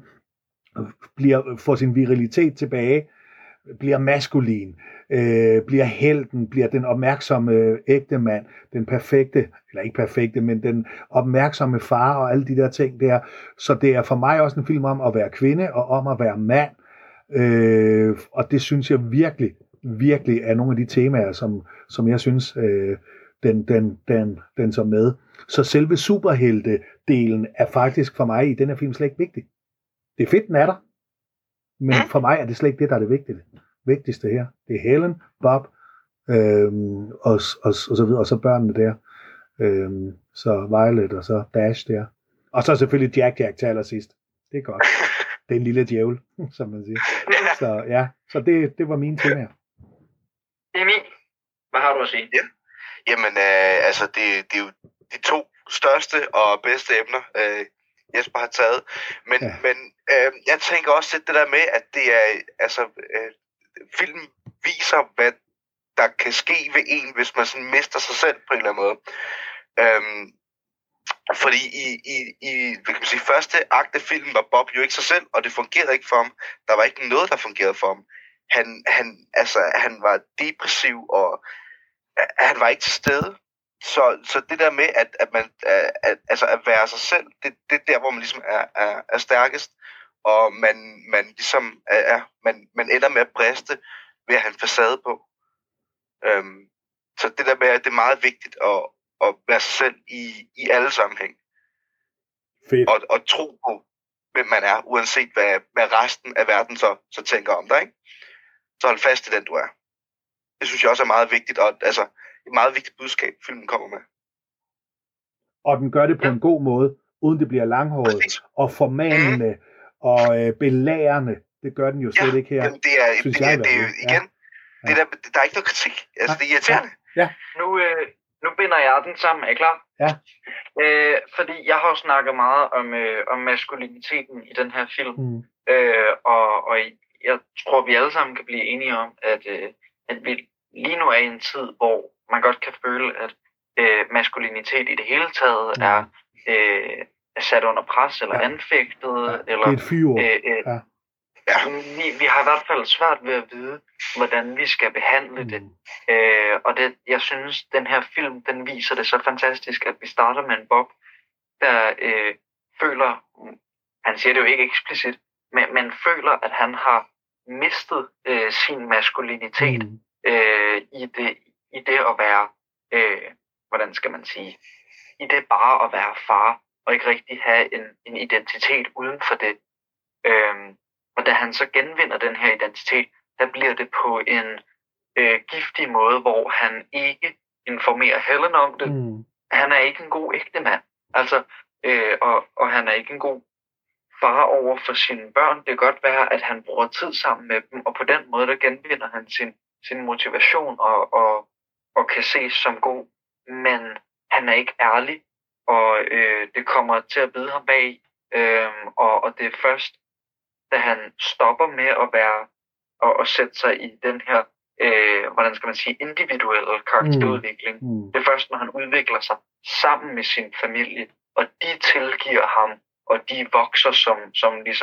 bliver, får sin virilitet tilbage, bliver maskulin, øh, bliver helten, bliver den opmærksomme øh, ægte mand, den perfekte, eller ikke perfekte, men den opmærksomme far og alle de der ting der. Så det er for mig også en film om at være kvinde og om at være mand. Øh, og det synes jeg virkelig, virkelig er nogle af de temaer, som, som jeg synes, øh, den, den, den, den så med. Så selve superhelte-delen er faktisk for mig i den her film slet ikke vigtig. Det er fedt, den er der. Men for mig er det slet ikke det, der er det vigtige. vigtigste her. Det er Helen, Bob, øhm, og, og, og så videre, og så børnene der. Øhm, så Violet, og så Dash der. Og så selvfølgelig Jack Jack til allersidst. Det er godt. Det er en lille djævel, som man siger. Så ja, så det, det var mine temaer. Emil, hvad har du at sige? Ja. Jamen, øh, altså, det, det er jo de to største og bedste emner, øh, Jesper har taget. Men, ja. men øh, jeg tænker også lidt det der med, at det er, altså, øh, filmen viser, hvad der kan ske ved en, hvis man sådan mister sig selv på en eller anden måde. Øhm, fordi i, i, i hvad kan man sige, første akt af filmen var Bob jo ikke sig selv, og det fungerede ikke for ham. Der var ikke noget, der fungerede for ham. Han, han, altså, han var depressiv, og øh, han var ikke til stede. Så, så det der med, at, at, man, at, altså at være sig selv, det, det er der, hvor man ligesom er, er, er stærkest, og man, man ligesom er, man, man ender med at briste ved at have en facade på. Øhm, så det der med, at det er meget vigtigt at, at være sig selv i, i alle sammenhæng. Fedt. Og, og tro på, hvem man er, uanset hvad, hvad resten af verden så, så tænker om dig, ikke? Så hold fast i den, du er. Det synes jeg også er meget vigtigt, og altså et meget vigtigt budskab, filmen kommer med. Og den gør det på ja. en god måde, uden det bliver langhåret, Præcis. og formanende, mm. og øh, belærende. Det gør den jo slet ja, ikke her. Jamen, det er, synes det, jeg, det, det er jo igen, ja. det der, der er ikke noget kritik. Altså, ja. det er irriterende. Ja. Ja. Nu, øh, nu binder jeg den sammen, er I klar? Ja. Øh, fordi jeg har jo snakket meget om, øh, om maskuliniteten i den her film, mm. øh, og, og jeg tror, vi alle sammen kan blive enige om, at, øh, at vi lige nu er i en tid, hvor man godt kan føle, at øh, maskulinitet i det hele taget mm. er, øh, er sat under pres, eller ja. anfægtet, ja. eller... Det er et fyrord. Øh, øh, ja. Ja. Vi, vi har i hvert fald svært ved at vide, hvordan vi skal behandle mm. det. Øh, og det, jeg synes, den her film, den viser det så fantastisk, at vi starter med en Bob, der øh, føler, han siger det jo ikke eksplicit, men, men føler, at han har mistet øh, sin maskulinitet mm. øh, i, det, i det at være, øh, hvordan skal man sige, i det bare at være far, og ikke rigtig have en, en identitet uden for det. Øh, Og da han så genvinder den her identitet, der bliver det på en øh, giftig måde, hvor han ikke informerer Helen om det. Mm. Han er ikke en god ægtemand. Altså, øh, og, og han er ikke en god far over for sine børn. Det kan godt være, at han bruger tid sammen med dem, og på den måde, der genvinder han sin, sin motivation og, og, og kan ses som god. Men han er ikke ærlig, og øh, det kommer til at bide ham bag. Øh, og, og det er først, da han stopper med at være og, og sætte sig i den her, øh, hvordan skal man sige, individuelle karakterudvikling. Mm. Mm. Det er først, når han udvikler sig sammen med sin familie, og de tilgiver ham, og de vokser som, som ligesom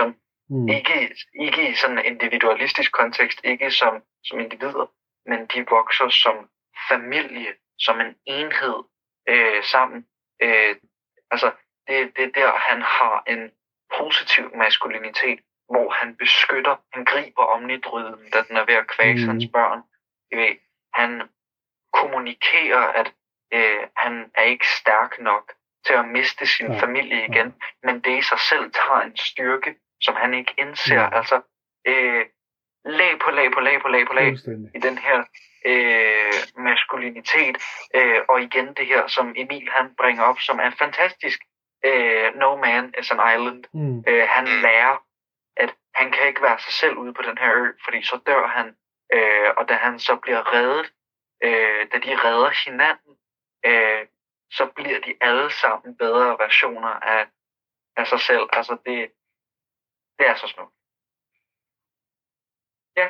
Mm. Ikke, ikke i sådan en individualistisk kontekst, ikke som, som individer, men de vokser som familie, som en enhed øh, sammen. Øh, altså, det, det er der, han har en positiv maskulinitet, hvor han beskytter, han griber omnidryden, da den er ved at kvæse mm. hans børn. Ved, han kommunikerer, at øh, han er ikke stærk nok til at miste sin ja. familie igen, ja. men det i sig selv tager en styrke, som han ikke indser. Ja. Altså, øh, lag på lag på lag på lag på lag i den her øh, maskulinitet. Øh, og igen det her, som Emil han bringer op, som er fantastisk. Øh, no man is an island. Mm. Øh, han lærer, at han kan ikke være sig selv ude på den her ø, fordi så dør han. Øh, og da han så bliver reddet, øh, da de redder hinanden, øh, så bliver de alle sammen bedre versioner af, af sig selv. Altså det, det er så smukt. Ja.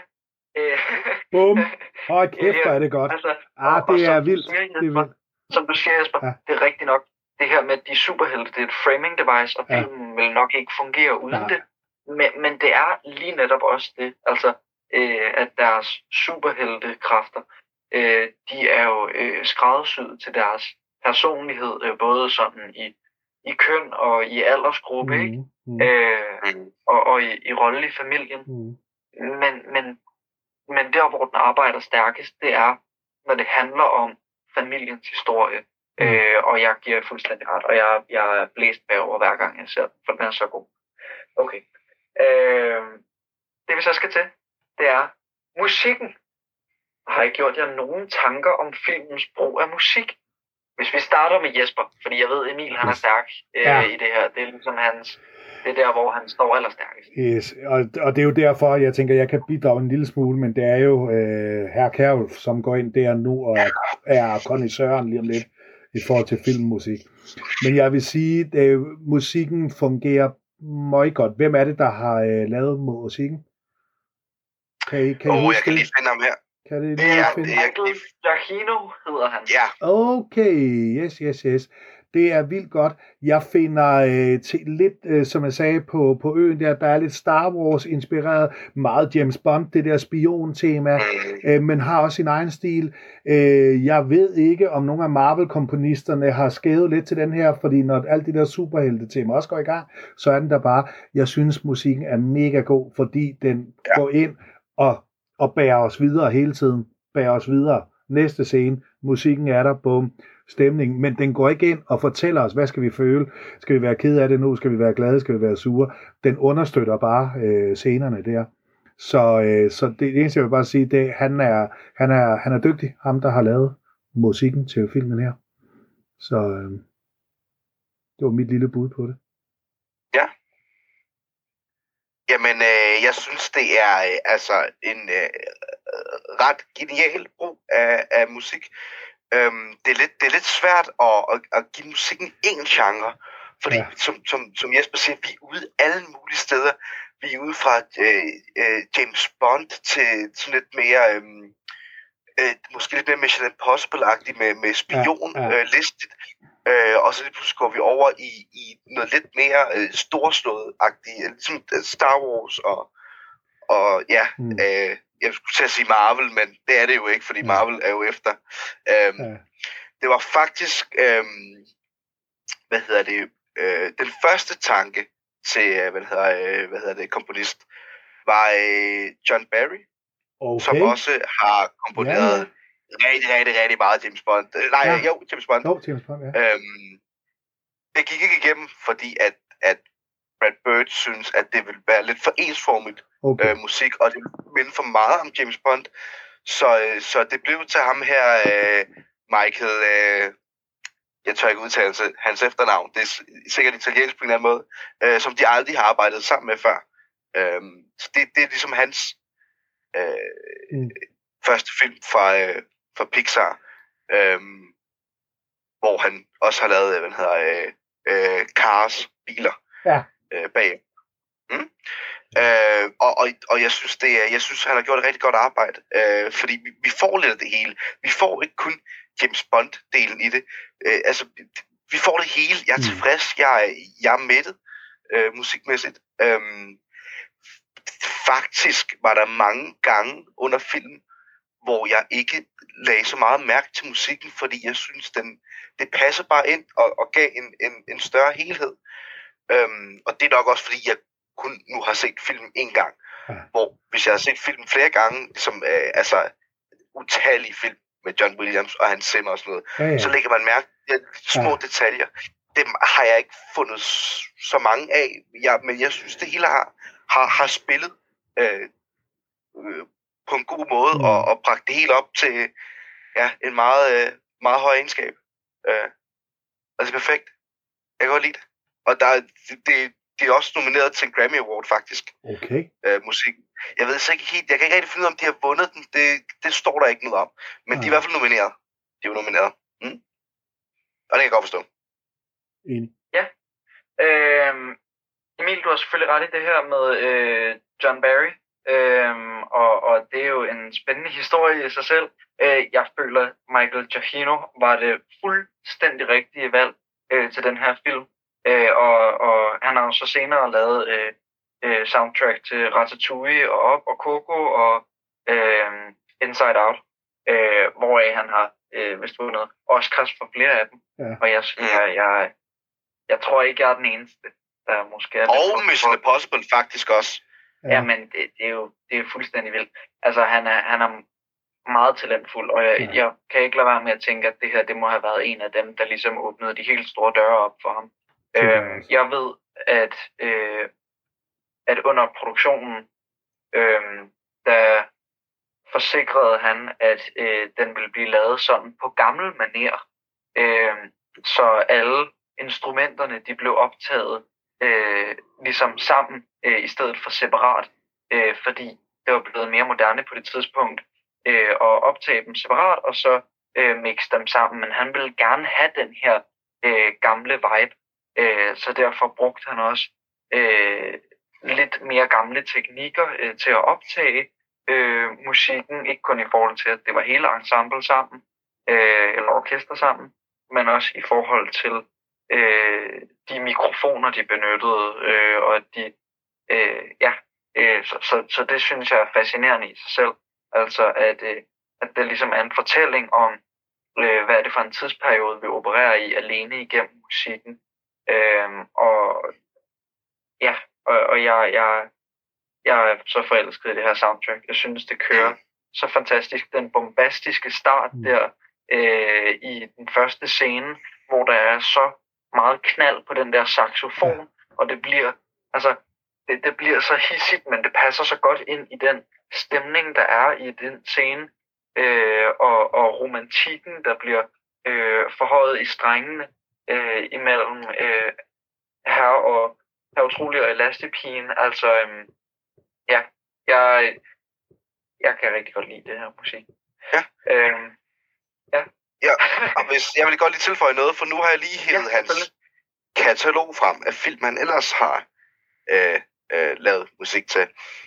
Bum. Hold kæft, hvor er det godt. Altså, ah, det er vildt. Siger, Jesper, det er vildt. Som du siger, Jesper, ja. det er rigtigt nok. Det her med de superhelte, det er et framing device, og filmen ja. vil nok ikke fungere uden ja. det. Men, men det er lige netop også det. Altså, øh, at deres superheltekræfter, øh, de er jo øh, skræddersyet til deres personlighed, øh, både sådan i, i køn og i aldersgruppe, mm, ikke? Mm. Øh, og, og i, i rolle i familien. Mm. Men, men, men der, hvor den arbejder stærkest, det er, når det handler om familiens historie. Mm. Øh, og jeg giver fuldstændig ret, og jeg, jeg er blæst bagover hver gang jeg ser den, for den er så god. Okay. Øh, det vi så skal til, det er musikken. Har I gjort jer nogle tanker om filmens brug af musik? Hvis vi starter med Jesper, fordi jeg ved, Emil han er stærk øh, ja. i det her. Det er ligesom hans, det er der, hvor han står allerstærkest. Yes, og, og det er jo derfor, jeg tænker, jeg kan bidrage en lille smule, men det er jo øh, herr Kjærulf, som går ind der nu og er kondisøren lige om lidt i forhold til filmmusik. Men jeg vil sige, at øh, musikken fungerer meget godt. Hvem er det, der har øh, lavet musikken? Kan I, kan I oh, jeg kan lige finde ham her. Kan det, det er det. Michael Giacchino hedder han. Ja. Okay, yes, yes, yes. Det er vildt godt. Jeg finder øh, til lidt, øh, som jeg sagde, på, på øen der, der er lidt Star Wars inspireret, meget James Bond, det der spion-tema, mm. øh, men har også sin egen stil. Øh, jeg ved ikke, om nogle af Marvel-komponisterne har skævet lidt til den her, fordi når alt det der superhelte-tema også går i gang, så er den der bare, jeg synes, musikken er mega god, fordi den ja. går ind og, og bærer os videre hele tiden. Bærer os videre. Næste scene, musikken er der, bum. Stemning, men den går ikke ind og fortæller os, hvad skal vi føle? Skal vi være ked af det nu? Skal vi være glade? Skal vi være sure? Den understøtter bare øh, scenerne der. Så, øh, så det eneste, jeg vil bare sige, det han er, han er, han er dygtig, ham der har lavet musikken til filmen her. Så øh, det var mit lille bud på det. Ja. Jamen, øh, jeg synes, det er øh, altså en øh, ret genial brug af, af musik. Øhm, det, er lidt, det er lidt svært at, at, at give musikken en genre, fordi ja. som, som, som Jesper siger, vi er ude alle mulige steder. Vi er ude fra øh, øh, James Bond til sådan lidt mere, øh, øh, måske lidt mere Mission Impossible-agtigt med, med spion-listigt. Ja, ja. øh, og så lige pludselig går vi over i, i noget lidt mere øh, storslået-agtigt, ligesom Star Wars og, og ja... Mm. Øh, jeg skulle til at sige Marvel, men det er det jo ikke, fordi Marvel er jo efter. Øhm, ja. Det var faktisk, øhm, hvad hedder det, øh, den første tanke til, hvad hedder, øh, hvad hedder det, komponist, var øh, John Barry, okay. som også har komponeret ja, ja. rigtig, rigtig, rigtig meget James Bond. Nej, ja. jo, James Bond. Jo, James Bond, ja. Øhm, det gik ikke igennem, fordi at, at Brad Bird synes, at det ville være lidt for ensformigt. Okay. Øh, musik, og det minder for meget om James Bond. Så, øh, så det blev til ham her, øh, Michael, øh, jeg tør ikke udtale hans efternavn, det er sikkert italiensk på en eller anden måde, øh, som de aldrig har arbejdet sammen med før. Øh, så det, det er ligesom hans øh, mm. første film fra, øh, fra Pixar, øh, hvor han også har lavet, hvad hedder, øh, øh, Cars, biler, ja. øh, bag. Mm? Øh, og, og, og jeg synes det er, jeg synes han har gjort et rigtig godt arbejde, øh, fordi vi, vi får lidt af det hele. Vi får ikke kun James Bond delen i det. Øh, altså vi får det hele. Jeg er tilfreds. Jeg er, jeg er mættet øh, musikmæssigt. Øh, faktisk var der mange gange under filmen, hvor jeg ikke lagde så meget mærke til musikken, fordi jeg synes, den, det passer bare ind og, og gav en, en, en større helhed. Øhm, og det er nok også, fordi jeg kun nu har set filmen en gang. Ja. Hvor hvis jeg har set filmen flere gange, som øh, altså utallige film med John Williams og hans stemme og sådan noget, ja, ja. Så lægger man mærke til små ja. detaljer. Dem har jeg ikke fundet så mange af, jeg, men jeg synes, det hele har, har, har spillet øh, øh, på en god måde, mm. og, og bragt det hele op til ja, en meget, øh, meget høj egenskab. Øh, altså perfekt. Jeg kan godt lide det. Og der, det, det er også nomineret til en Grammy Award, faktisk. Okay. Øh, musik. Jeg ved ikke helt, jeg kan ikke rigtig finde ud af, om de har vundet den. Det, det står der ikke noget om. Men ja. De er i hvert fald nomineret. De er jo nomineret. Mm. Og det kan jeg godt forstå. Enig. Ja. Øhm, Emil, du har selvfølgelig ret i det her med øh, John Barry. Øhm, og, og det er jo en spændende historie i sig selv. Øh, jeg føler, Michael Giacchino var det fuldstændig rigtige valg øh, til den her film. Øh, og, og han har jo så senere lavet øh, øh, soundtrack til Ratatouille og Op og Coco og øh, Inside Out, øh, hvoraf han har øh, vist vundet Oscars for flere af dem. Ja. Og jeg, jeg, jeg, jeg tror ikke, jeg er den eneste, der måske er og Mission Impossible faktisk også. Ja, ja men det, det, er jo det er fuldstændig vildt. Altså, han er, han er meget talentfuld, og jeg, ja. jeg kan ikke lade være med at tænke, at det her, det må have været en af dem, der ligesom åbnede de helt store døre op for ham. Øhm, jeg ved, at, øh, at under produktionen, øh, der forsikrede han, at øh, den ville blive lavet sådan på gammel manér. Øh, så alle instrumenterne, de blev optaget øh, ligesom sammen, øh, i stedet for separat, øh, fordi det var blevet mere moderne på det tidspunkt, øh, at optage dem separat, og så øh, mixe dem sammen. Men han ville gerne have den her øh, gamle vibe, øh, så derfor brugte han også øh, lidt mere gamle teknikker øh, til at optage øh, musikken, ikke kun i forhold til, at det var hele ensemble sammen, øh, eller orkester sammen, men også i forhold til øh, de mikrofoner, de benyttede, øh, og at de, øh, ja, øh, så, så, så det synes jeg er fascinerende i sig selv. Altså, at, øh, at det ligesom er en fortælling om, øh, hvad er det for en tidsperiode, vi opererer i alene igennem musikken. Øh, og ja, og, og jeg, jeg, jeg er så forelsket i det her soundtrack. Jeg synes, det kører så fantastisk. Den bombastiske start der øh, i den første scene, hvor der er så meget knald på den der saxofon, ja. Og det bliver, altså, det, det bliver så hissigt, men det passer så godt ind i den stemning, der er i den scene, øh, og, og romantikken, der bliver øh, forhøjet i strengene øh, imellem øh, her og her utrolig og Elastipigen. Altså, øh, ja, jeg, jeg kan rigtig godt lide det her musik. Ja. Øh, ja. Ja, og hvis, jeg vil godt lige tilføje noget, for nu har jeg lige hævet ja, hans katalog frem af film, han ellers har øh, øh, lavet musik til.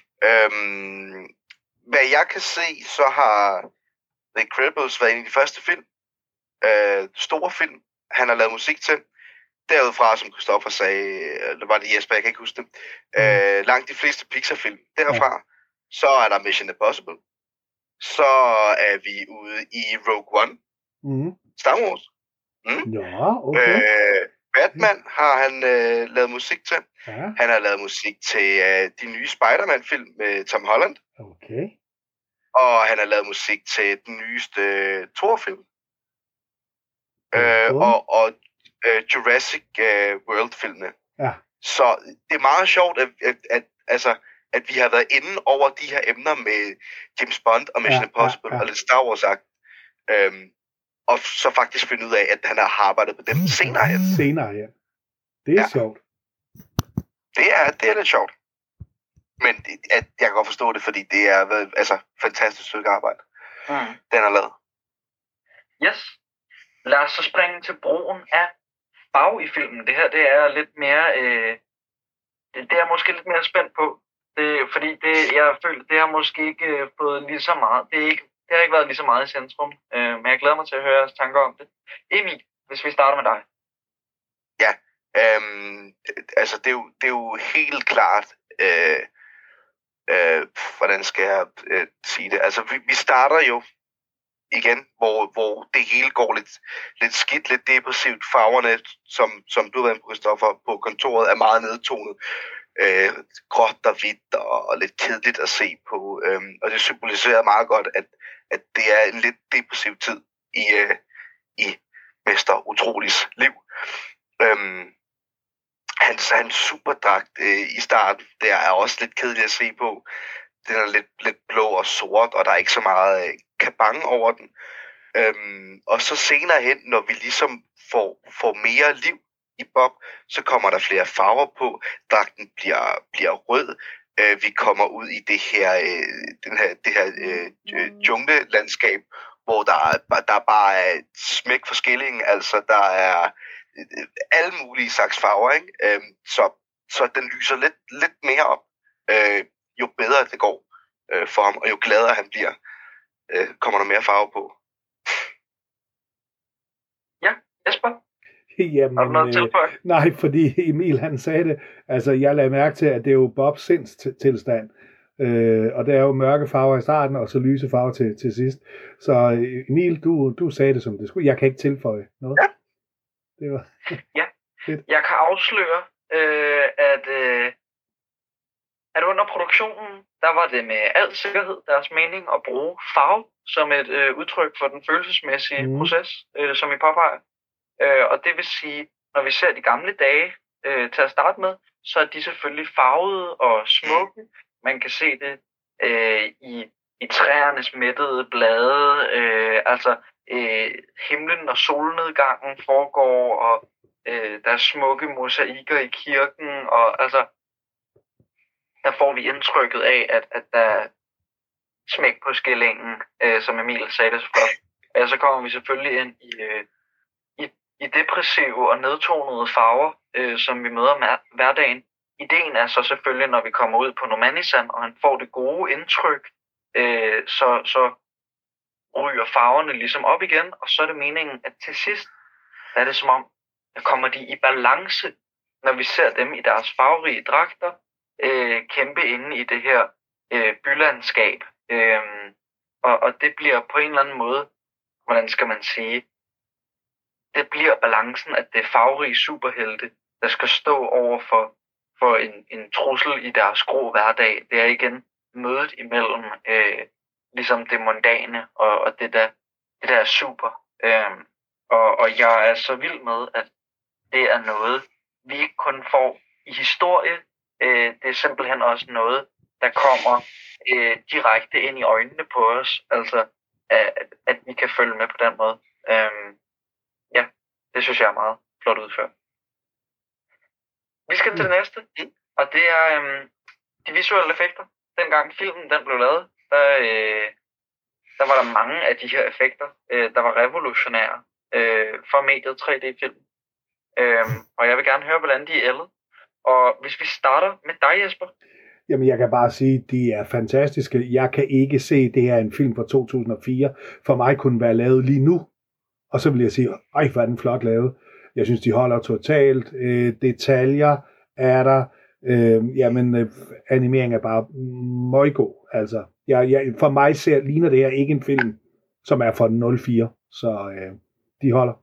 Øhm, hvad jeg kan se, så har The Incredibles været en af de første film, øh, store film, han har lavet musik til. Derudfra, som Christoffer sagde, eller var det Jesper, jeg kan ikke huske det, øh, langt de fleste Pixar-film. Derfra, så er der Mission Impossible. Så er vi ude i Rogue One. Mm. Star Wars. Mm. Ja, okay. Øh, Batman har han øh, lavet musik til. Ja. Han har lavet musik til øh, de nye Spider-Man-film med Tom Holland. Okay. Og han har lavet musik til den nyeste øh, Thor-film. Øh, og og øh, Jurassic øh, World-filmene. Ja. Så det er meget sjovt, at, at, at, altså, at vi har været inde over de her emner med James Bond og Mission ja, Impossible ja, ja. og lidt Star Wars-agt. Øhm, og så faktisk finde ud af, at han har arbejdet på dem senere hen. Senere hen. Det er ja. sjovt. Det er, det er lidt sjovt. Men at jeg kan godt forstå det, fordi det er altså fantastisk stykke arbejde, mm. den har lavet. Yes. Lad os så springe til brugen af farve i filmen. Det her, det er lidt mere, øh, det, det er måske lidt mere spændt på. Det, fordi det, jeg føler, det har måske ikke øh, fået lige så meget. Det, er ikke, det har ikke været lige så meget i centrum. Øh, men jeg glæder mig til at høre jeres tanker om det. Emil, hvis vi starter med dig. Ja, øhm, altså det er, jo, det er jo helt klart øh, øh, hvordan skal jeg øh, sige det? Altså, vi, vi starter jo igen, hvor, hvor det hele går lidt, lidt skidt, lidt depressivt. Farverne, som, som du har været på, Christoffer, på kontoret, er meget nedtonet. Øh, gråt og hvidt og, og lidt kedeligt at se på. Øhm, og det symboliserer meget godt, at, at det er en lidt depressiv tid i, øh, i Mester Utrolis liv. Øhm, hans, hans superdragt øh, i starten, det er også lidt kedeligt at se på. Den er lidt, lidt blå og sort, og der er ikke så meget øh, kabang over den. Øhm, og så senere hen, når vi ligesom får, får mere liv i Bob, så kommer der flere farver på. Dragten bliver, bliver rød. Øh, vi kommer ud i det her, øh, den her, det her øh, junglelandskab, hvor der, der bare er smæk for skillingen. Altså, der er øh, alle mulige slags farver, ikke? Øh, så, så den lyser lidt, lidt mere op, øh, jo bedre det går øh, for ham, og jo gladere han bliver, øh, kommer der mere farve på. Ja, Jesper? Jamen, har du noget til for? Øh, nej, fordi Emil han sagde det, altså jeg lagde mærke til, at det er jo Bobs sindstilstand, øh, og det er jo mørke farver i starten, og så lyse farver til, til sidst. Så Emil, du, du sagde det som det skulle. Jeg kan ikke tilføje noget. Ja. Det var ja. fedt. Jeg kan afsløre, øh, at, øh, at under produktionen, der var det med al sikkerhed deres mening at bruge farve som et øh, udtryk for den følelsesmæssige mm. proces, øh, som I påpeger. Øh, og det vil sige, når vi ser de gamle dage øh, til at starte med, så er de selvfølgelig farvede og smukke. Man kan se det øh, i, i træernes mættede blade, øh, altså øh, himlen og solnedgangen foregår, og øh, der er smukke mosaikker i kirken, og altså, der får vi indtrykket af, at, at der er smæk på skillingen, øh, som Emil sagde det så flot. Og så kommer vi selvfølgelig ind i... Øh, i depressive og nedtonede farver, øh, som vi møder med hverdagen. Ideen er så selvfølgelig, når vi kommer ud på Normannisan, og han får det gode indtryk, øh, så, så ryger farverne ligesom op igen, og så er det meningen, at til sidst er det som om, at kommer de i balance, når vi ser dem i deres farverige dragter, øh, kæmpe inde i det her øh, bylandskab. Øh, og, og det bliver på en eller anden måde, hvordan skal man sige, det bliver balancen, at det er farverige superhelte, der skal stå over for, for en, en trussel i deres grå hverdag. Det er igen mødet imellem øh, ligesom det mondane og, og det, der, det der er super. Øh, og, og jeg er så vild med, at det er noget, vi ikke kun får i historie. Øh, det er simpelthen også noget, der kommer øh, direkte ind i øjnene på os. Altså, at, at vi kan følge med på den måde. Øh, Ja, det synes jeg er meget flot udført. Vi skal til det næste, og det er øhm, de visuelle effekter. Dengang filmen den blev lavet, der, øh, der var der mange af de her effekter, øh, der var revolutionære øh, for mediet tre D-film. Øh, og jeg vil gerne høre, hvordan de er ældet. Og hvis vi starter med dig, Jesper. Jamen, jeg kan bare sige, at de er fantastiske. Jeg kan ikke se, det her er en film fra to tusind og fire. For mig kunne den være lavet lige nu. Og så vil jeg sige, ej, hvor er den flot lavet. Jeg synes, de holder totalt. Øh, detaljer er der. Øh, jamen, øh, animering er bare møggod. Altså, jeg, jeg, for mig ser, ligner det her ikke en film, som er fra nul fire. Så øh, de holder.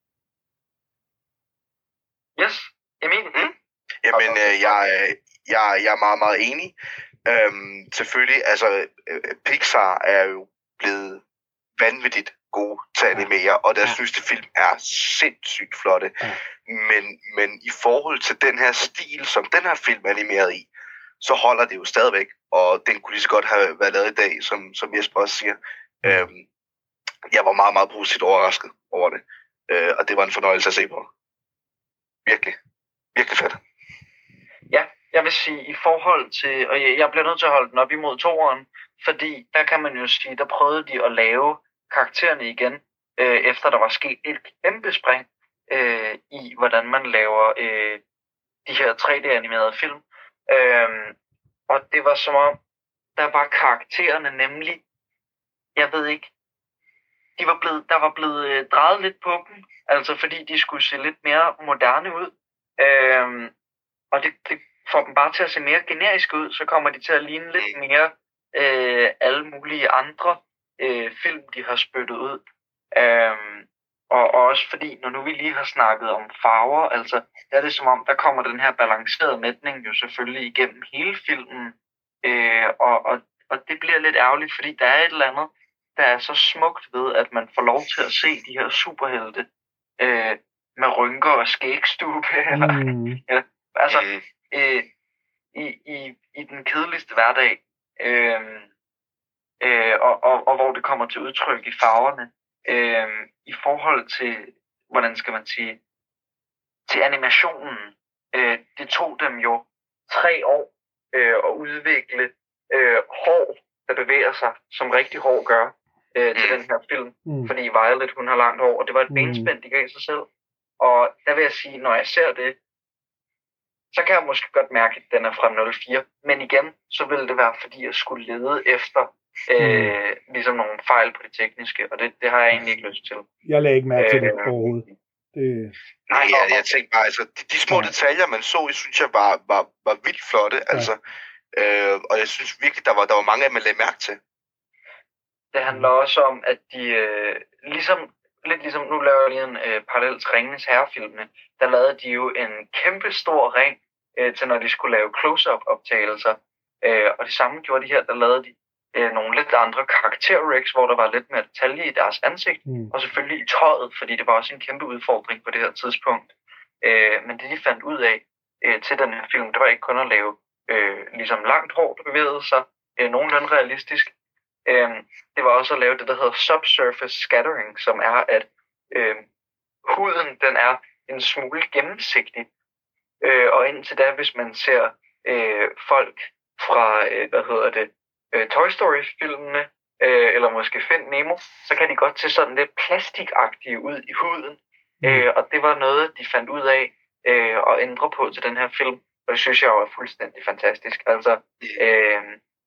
Yes, Emil. Mm. Jamen, øh, jeg, jeg, jeg er meget, meget enig. Øhm, selvfølgelig, altså, øh, Pixar er jo blevet vanvittigt gode til at animere, og deres nyeste film er sindssygt flotte. Ja. Men, men i forhold til den her stil, som den her film er animeret i, så holder det jo stadigvæk, og den kunne lige så godt have været lavet i dag, som, som Jesper også siger. Øhm, jeg var meget, meget positivt overrasket over det, øh, og det var en fornøjelse at se på. Virkelig. Virkelig fedt. Ja, jeg vil sige, i forhold til, og jeg, jeg bliver nødt til at holde den op imod toeren, fordi der kan man jo sige, der prøvede de at lave karaktererne igen, øh, efter der var sket et kæmpe spring øh, i, hvordan man laver øh, de her tre D-animerede film. Øh, og det var som om, der var karaktererne nemlig, jeg ved ikke, de var blevet, der var blevet øh, drejet lidt på dem, altså fordi de skulle se lidt mere moderne ud. Øh, og det, det får dem bare til at se mere generiske ud, så kommer de til at ligne lidt mere øh, alle mulige andre øh, film, de har spyttet ud. Øhm, og, og også fordi, når nu vi lige har snakket om farver, altså, der er det som om, der kommer den her balancerede mætning jo selvfølgelig igennem hele filmen. Øh, og, og, og det bliver lidt ærgerligt, fordi der er et eller andet, der er så smukt ved, at man får lov til at se de her superhelte øh, med rynker og skægstube. Eller, Mm. eller, altså, øh, i, i, i den kedeligste hverdag. Øh, øh, og, og, og hvor det kommer til udtryk i farverne. Øh, I forhold til, hvordan skal man sige, til animationen. Øh, det tog dem jo tre år øh, at udvikle øh, hår, der bevæger sig, som rigtig hår gør øh, til den her film. Mm. Fordi Violet, hun har langt hår, og det var et mm. benspænd, de gav sig selv. Og der vil jeg sige, når jeg ser det, så kan jeg måske godt mærke, at den er fra nul fire. Men igen, så ville det være, fordi jeg skulle lede efter øh, mm. ligesom nogle fejl på det tekniske, og det, det har jeg egentlig ikke lyst til. Jeg lagde ikke mærke til det øh, overhovedet. Det... Nej, ja, jeg tænkte bare, altså, de, de små ja. detaljer, man så, jeg synes jeg var, var, var vildt flotte, ja. altså, øh, og jeg synes virkelig, der var, der var mange af dem, man lagde mærke til. Det handler også om, at de, øh, ligesom, lidt ligesom, nu laver jeg lige en øh, parallel til Ringenes Herre-filmene, der lavede de jo en kæmpe stor ring øh, til, når de skulle lave close-up-optagelser, øh, og det samme gjorde de her, der lavede de øh, nogle lidt andre karakter-rigs, hvor der var lidt mere detalje i deres ansigt, mm. og selvfølgelig i tøjet, fordi det var også en kæmpe udfordring på det her tidspunkt. Øh, men det de fandt ud af øh, til den her film, det var ikke kun at lave øh, ligesom langt hår, der bevægede sig øh, nogenlunde realistisk. Øh, det var også at lave det, der hedder subsurface scattering, som er, at øh, huden den er en smule gennemsigtig. Øh, og indtil da, hvis man ser øh, folk fra, øh, hvad hedder det, øh, Toy Story-filmene, øh, eller måske Find Nemo, så kan de godt se sådan lidt plastikagtige ud i huden. Mm. Øh, og det var noget, de fandt ud af øh, at ændre på til den her film. Og det synes jeg jo er fuldstændig fantastisk. Altså, øh,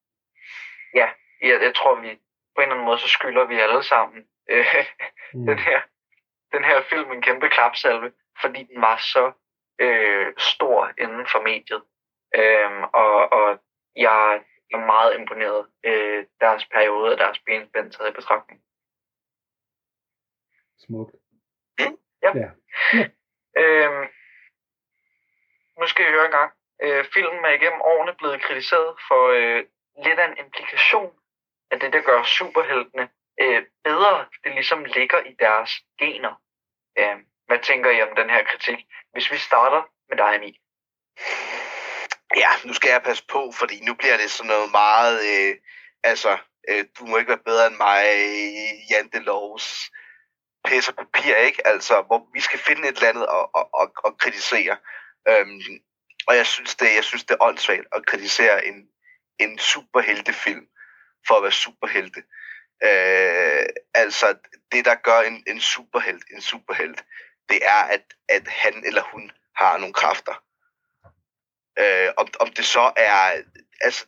ja, jeg, jeg tror, vi på en eller anden måde, så skylder vi alle sammen øh, mm. den, her, den her film en kæmpe klapsalve, fordi den var så øh, stor inden for mediet. Øh, og, og jeg er meget imponeret øh, deres periode og deres benspænd taget i betragtning. Smukt. Mm. Ja. ja. ja. Øh, nu skal I høre en gang. Øh, filmen er igennem årene blevet kritiseret for øh, lidt af en implikation af det, der gør superheltene øh, bedre. Det ligesom ligger i deres gener. Øh, hvad tænker I om den her kritik? Hvis vi starter med dig, Emil. Ja, nu skal jeg passe på, fordi nu bliver det sådan noget meget, øh, altså, øh, du må ikke være bedre end mig, jantelovs pis og papir, ikke? Altså, hvor vi skal finde et eller andet og, og, og, og kritisere. Øhm, og jeg synes, det, jeg synes, det er åndssvagt at kritisere en, en superheltefilm for at være superhelte. Øh, altså, det der gør en, en superhelt en superhelt, det er, at, at han eller hun har nogle kræfter. Øh, om, om det så er altså,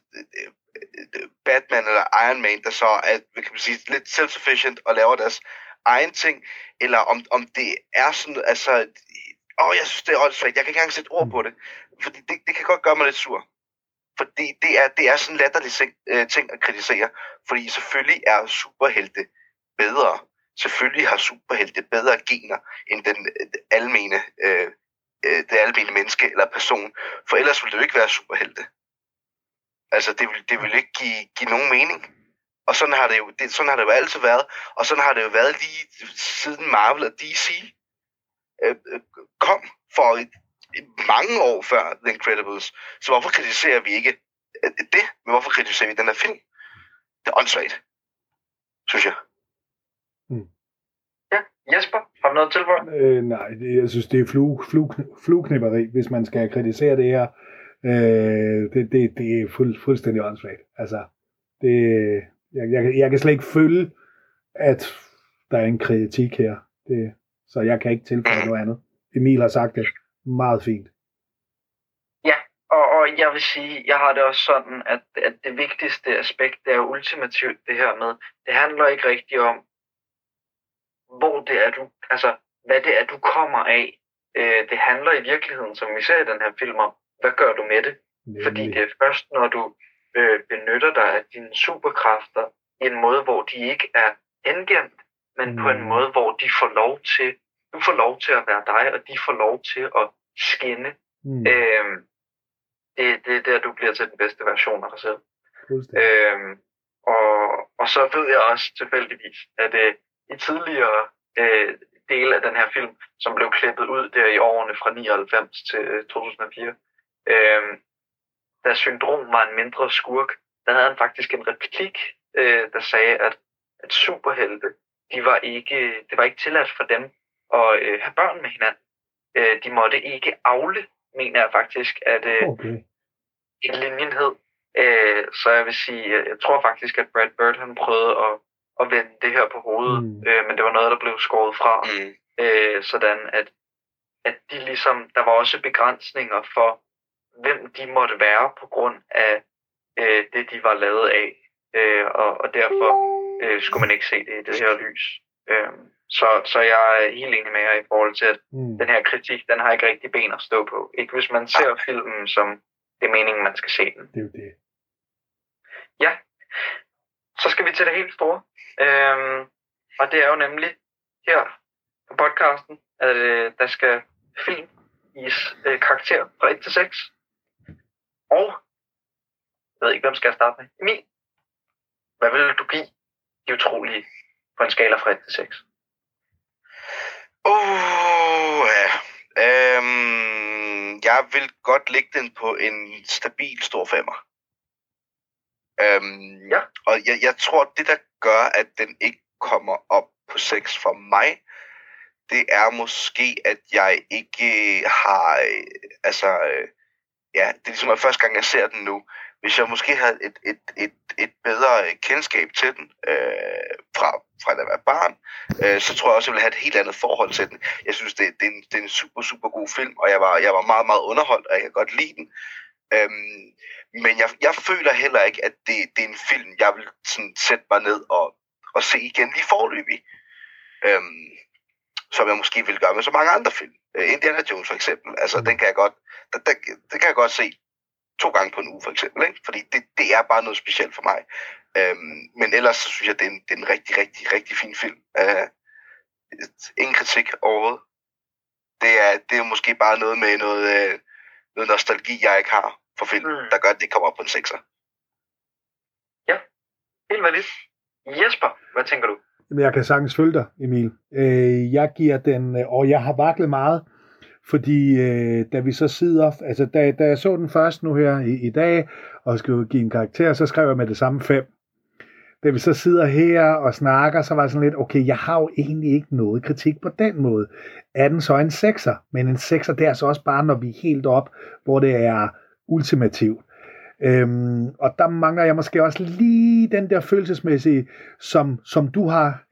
Batman eller Iron Man, der så er, hvad kan man sige, lidt self-sufficient og laver deres egen ting, eller om, om det er sådan, altså, åh, jeg synes, det er åndssvagt, jeg kan ikke engang sætte ord på det, fordi det, det kan godt gøre mig lidt sur. Fordi det er, det er sådan en latterlig ting at kritisere, fordi selvfølgelig er superhelte bedre. Selvfølgelig har superhelte bedre gener end den almene, øh, det almene menneske eller person, for ellers ville det jo ikke være superhelte. Altså, det vil, det vil ikke give, give nogen mening. Og sådan har, det jo, det, sådan har det jo altid været, og sådan har det jo været lige siden Marvel og D C øh, kom for et, et mange år før The Incredibles. Så hvorfor kritiserer vi ikke det, men hvorfor kritiserer vi den her film? Det er åndssvagt, synes jeg. Mm. Ja, Jesper, har du noget til for? Øh, nej, det, jeg synes, det er flue, flue, flueknipperi, hvis man skal kritisere det her. Øh, det, det, det er fuld, fuldstændig åndssvagt. Altså, det, jeg, jeg, jeg kan slet ikke føle, at der er en kritik her. Det, så jeg kan ikke tilføje noget andet. Emil har sagt det meget fint. Ja, og, og jeg vil sige, jeg har det også sådan, at, at det vigtigste aspekt, det er ultimativt det her med, det handler ikke rigtig om, hvor det er du, altså hvad det er du kommer af. Øh, det handler i virkeligheden, som vi ser i den her film om, hvad gør du med det? Nemlig. Fordi det er først, når du øh, benytter dig af dine superkræfter i en måde, hvor de ikke er hengemt, men mm. på en måde, hvor de får lov til, du får lov til at være dig, og de får lov til at skinne. Mm. Øhm, det, det er der, du bliver til den bedste version af dig selv. Øhm, og, og så ved jeg også tilfældigvis, at øh, i tidligere øh, dele af den her film, som blev klippet ud der i årene fra nioghalvfems til to tusind og fire, øh, da Syndrom var en mindre skurk, der havde han faktisk en replik, øh, der sagde, at, at superhelte, de var ikke, det var ikke tilladt for dem at øh, have børn med hinanden. Øh, de måtte ikke avle, mener jeg faktisk, at øh, okay. en linjen hed. Øh, så jeg vil sige, jeg tror faktisk, at Brad Bird han prøvede at, at vende det her på hovedet, mm. øh, men det var noget, der blev skåret fra, mm. øh, sådan at, at de ligesom, der var også begrænsninger for, hvem de måtte være på grund af øh, det, de var lavet af, øh, og, og derfor øh, skulle man ikke se det i det her lys. Øh, så, så jeg er helt enig med jer i forhold til, at mm. den her kritik, den har ikke rigtig ben at stå på. Ikke hvis man ser filmen, som det er meningen, man skal se den. Det er jo det. Ja, så skal vi til det helt store. Øhm, og det er jo nemlig her på podcasten, at øh, der skal film gives øh, karakter fra et til seks. Og, jeg ved ikke, hvem skal jeg starte med? Emil, hvad vil du give de utrolige på en skala fra et til seks? Åh, oh, ja. Øhm, jeg vil godt lægge den på en stabil stor femmer. Øhm, ja. Og jeg, jeg tror, det der gør, at den ikke kommer op på seks for mig, det er måske, at jeg ikke har, altså, ja, det er ligesom at første gang, jeg ser den nu. Hvis jeg måske havde et, et, et, et bedre kendskab til den, øh, fra, fra da jeg var barn, øh, så tror jeg også, jeg ville have et helt andet forhold til den. Jeg synes, det, det, er, en, det er en super, super god film, og jeg var, jeg var meget, meget underholdt, og jeg kan godt lide den. Øhm, men jeg, jeg føler heller ikke, at det, det er en film, jeg vil sådan sætte mig ned og, og se igen lige forløbig. Øhm, som jeg måske ville gøre med så mange andre film. Uh, Indiana Jones for eksempel. Altså, den kan jeg godt, der, der, den kan jeg godt se to gange på en uge for eksempel. Ikke? Fordi det, det er bare noget specielt for mig. Øhm, men ellers så synes jeg, det er en, det er en rigtig, rigtig, rigtig fin film. Uh, ingen kritik overhovedet. Det er, det er måske bare noget med noget, uh, noget nostalgi, jeg ikke har for film, mm. der gør, at det kommer op på en sekser. Ja, helt valgt. Jesper, hvad tænker du? Jeg kan sagtens følge dig, Emil. Jeg giver den, og jeg har vaklet meget, fordi da vi så sidder, altså da, da jeg så den først nu her i, i dag, og skulle give en karakter, så skrev jeg med det samme fem. Da vi så sidder her og snakker, så var det sådan lidt, okay, jeg har jo egentlig ikke noget kritik på den måde. Er den så en sekser? Men en sekser, det er så også bare, når vi er helt op, hvor det er ultimativt. Øhm, og der mangler jeg måske også lige den der følelsesmæssige, som, som du har.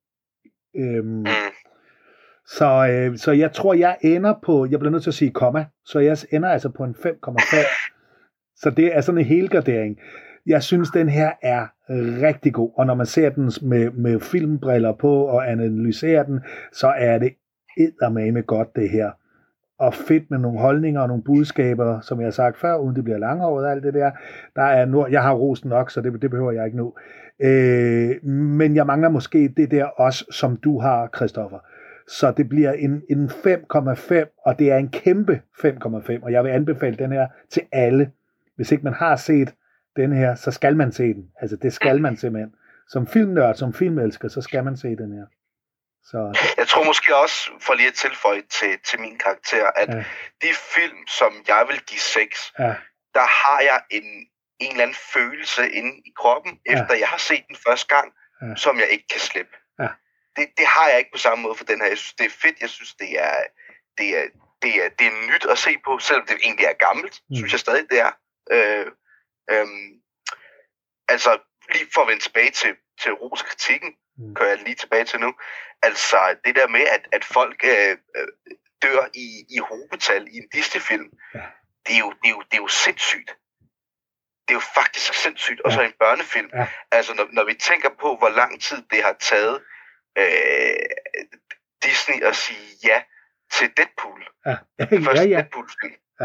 Øhm, så, øh, så jeg tror, jeg ender på, jeg bliver nødt til at sige komma, så jeg ender altså på en fem komma fem. Så det er sådan en helgardering. Jeg synes, den her er rigtig god, og når man ser den med, med filmbriller på og analyserer den, så er det eddermame godt det her. Og fedt med nogle holdninger og nogle budskaber, som jeg har sagt før, uden det bliver langhåret og alt det der. Der er nu, jeg har rost nok, så det, det behøver jeg ikke nu. Øh, men jeg mangler måske det der også, som du har, Christoffer. Så det bliver en, en fem komma fem, og det er en kæmpe fem komma fem, og jeg vil anbefale den her til alle. Hvis ikke man har set den her, så skal man se den. Altså det skal man simpelthen. Som filmnørd, som filmelsker, så skal man se den her. Så... Jeg tror måske også, for lige at tilføje til, til min karakter, at ja. de film, som jeg vil give seks, ja. der har jeg en, en eller anden følelse inde i kroppen, efter ja. jeg har set den første gang, ja. som jeg ikke kan slippe. Ja. Det, det har jeg ikke på samme måde for den her. Jeg synes, det er fedt. Jeg synes, det er, det er, det er, det er nyt at se på, selvom det egentlig er gammelt, mm. synes jeg stadig, det er. Øh, øh, altså, lige for at vende tilbage til, til ros og kritikken, mm. kører jeg lige tilbage til nu. Altså, det der med, at, at folk øh, dør i, i hovedtal i en Disney-film, ja. det, er jo, det, er jo, det er jo sindssygt. Det er jo faktisk sindssygt. Og så ja. en børnefilm. Ja. Altså, når, når vi tænker på, hvor lang tid det har taget øh, Disney at sige ja til Deadpool. Ja. Den første ja, ja. Deadpool-film. Ja.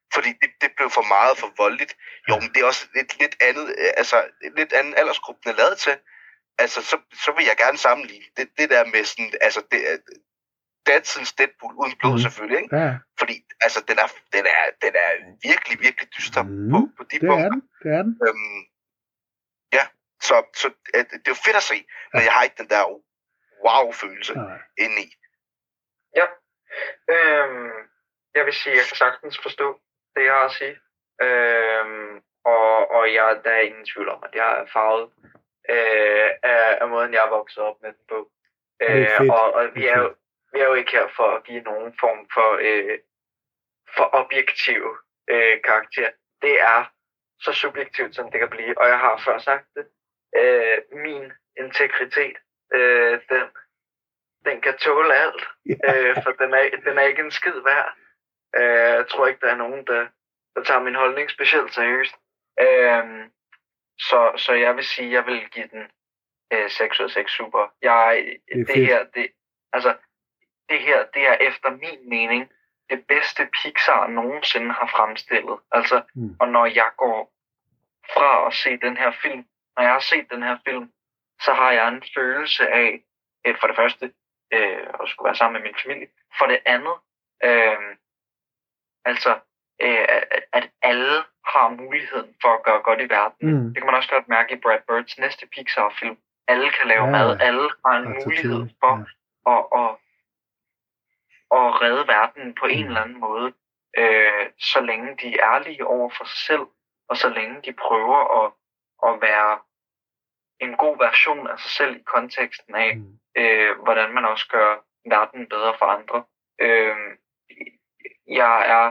Fordi det, det blev for meget for voldeligt. Jo, men det er også lidt, lidt andet, altså et lidt anden aldersgruppe, den er lavet til. Altså, så, så vil jeg gerne sammenligne det, det der med sådan, altså, det er datidens Deadpool, uden blod mm. selvfølgelig, ikke? Ja. Fordi, altså, den er, den er, den er virkelig, virkelig dyster mm. på, på de det punkter. Er den. Det er den, øhm, Ja, så, så det, det er jo fedt at se, men ja. Jeg har ikke den der wow-følelse inde i. Ja, øhm, jeg vil sige, jeg kan sagtens forstå det, jeg har at sige. Øhm, og, og jeg, der er ingen tvivl om, at jeg er farvet øh, af, af måden, jeg er vokset op med den på. Øh, og og vi, er jo, vi er jo ikke her for at give nogen form for, øh, for objektiv øh, karakter. Det er så subjektivt, som det kan blive. Og jeg har før sagt det. Øh, min integritet, øh, den, den kan tåle alt. Øh, for den er, den er ikke en skid værd. Øh, jeg tror ikke, der er nogen, der, der tager min holdning specielt seriøst. Øh, så, så jeg vil sige, jeg vil give den øh, seks ud af seks super. Jeg, det, det her, det, altså, det her, det er efter min mening det bedste Pixar nogensinde har fremstillet. Altså, mm. og når jeg går fra at se den her film, når jeg har set den her film, så har jeg en følelse af, at for det første, øh, at skulle være sammen med min familie. For det andet, øh, altså, øh, at alle har muligheden for at gøre godt i verden. Mm. Det kan man også godt mærke i Brad Birds næste Pixar-film. Alle kan lave ja, mad, alle har en mulighed for ja. at, at, at redde verden på en eller anden måde, øh, så længe de er ærlige over for sig selv, og så længe de prøver at, at være en god version af sig selv i konteksten af, mm. øh, hvordan man også gør verden bedre for andre. Øh, jeg er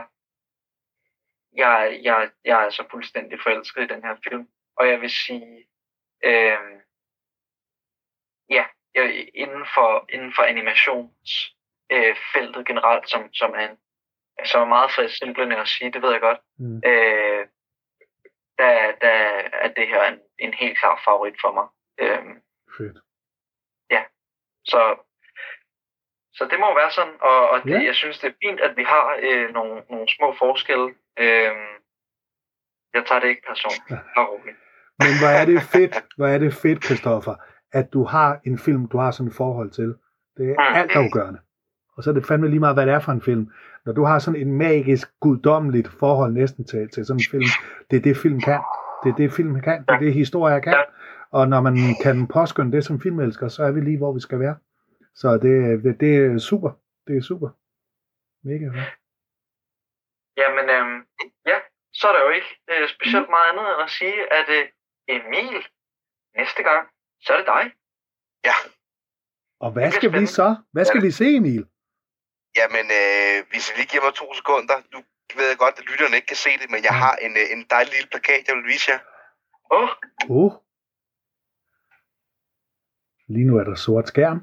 jeg, jeg, jeg er så fuldstændig forelsket i den her film, og jeg vil sige, øh, ja, jeg, inden for inden for animationsfeltet øh, generelt, som som er en, som er meget forsimplende at sige, det ved jeg godt. Mm. Øh, der, der er det her en, en helt klar favorit for mig. Øh, Fedt. Ja, så så det må være sådan, og, og det, yeah. jeg synes, det er fint, at vi har øh, nogle, nogle små forskelle. Øh, jeg tager det ikke personligt. Men hvor er det fedt, hvor er det fedt, Christoffer, at du har en film, du har sådan et forhold til. Det er mm. alt afgørende. Og så er det fandme lige meget, hvad det er for en film. Når du har sådan en magisk, guddommeligt forhold næsten til, til sådan en film, det er det, film kan. Det er det, film kan. Det er det, historier kan. Og når man kan påskynde det som filmelsker, så er vi lige, hvor vi skal være. Så det, det, det er super. Det er super. Mega godt. Jamen, øhm, ja, så er der jo ikke øh, specielt meget andet end at sige, at øh, Emil, næste gang, så er det dig. Ja. Og hvad skal vi så? Hvad skal ja. vi se, Emil? Jamen, øh, hvis I lige giver mig to sekunder, du ved godt, at lytterne ikke kan se det, men jeg har en, en dejlig lille plakat, jeg vil vise jer. Åh. Oh. Oh. Lige nu er der sort skærm.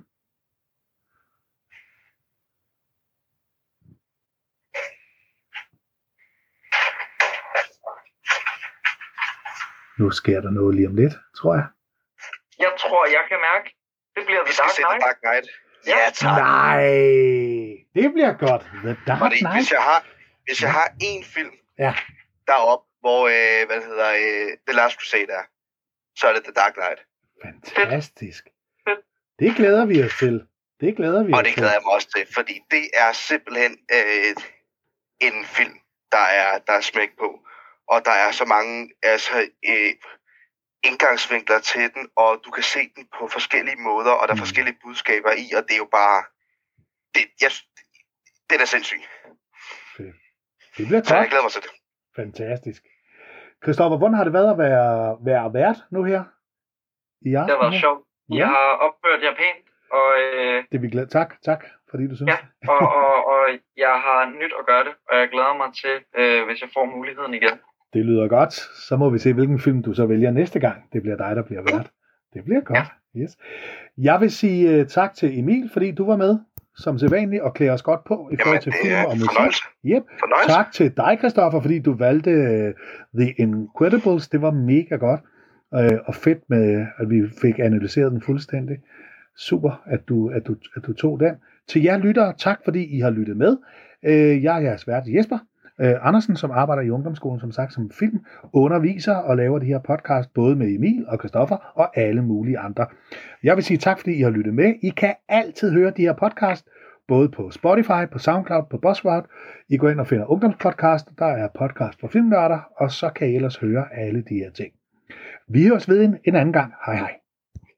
Nu sker der noget lige om lidt, tror jeg. Jeg tror, jeg kan mærke, det bliver The Dark Knight. Dark Knight. Ja, tak. Nej, det bliver godt. The Dark Fordi, Knight. Hvis jeg har, hvis jeg har én film ja. deroppe, hvor øh, hvad hedder, øh, The Last Crusade er, så er det The Dark Knight. Fantastisk. Det glæder vi os til. Det glæder vi os til. Og det glæder jeg mig også til, fordi det er simpelthen øh, en film, der er, der er smæk på. Og der er så mange altså, øh, indgangsvinkler til den, og du kan se den på forskellige måder, og der er mm. forskellige budskaber i, og det er jo bare... Det, jeg, den er sindssyg. Okay. Det bliver så jeg glæder mig til det. Fantastisk. Christoffer, hvordan har det været at være, være vært nu her? I aften? Det var sjovt. Ja. Jeg har opført jer pænt, og... Øh, det er vi glade. Tak, tak, fordi du synes ja, og, og, og jeg har nyt at gøre det, og jeg glæder mig til, øh, hvis jeg får muligheden igen. Det lyder godt. Så må vi se, hvilken film du så vælger næste gang. Det bliver dig, der bliver vært. Det bliver godt. Ja. Yes. Jeg vil sige uh, tak til Emil, fordi du var med, som sædvanligt, og klæder os godt på i forhold til film og musik. Yep. Tak til dig, Christoffer, fordi du valgte uh, The Incredibles. Det var mega godt. Uh, og fedt med, at vi fik analyseret den fuldstændig. Super, at du, at du, at du tog den. Til jer lyttere, tak fordi I har lyttet med. Uh, jeg er jeres vært Jesper. Uh, Andersen, som arbejder i ungdomsskolen, som sagt, som film, underviser og laver de her podcast, både med Emil og Christoffer og alle mulige andre. Jeg vil sige tak, fordi I har lyttet med. I kan altid høre de her podcast, både på Spotify, på SoundCloud, på Buzzsprout. I går ind og finder ungdomspodcast, der er podcast for filmnørder, og så kan I ellers høre alle de her ting. Vi høres ved en, en anden gang. Hej hej.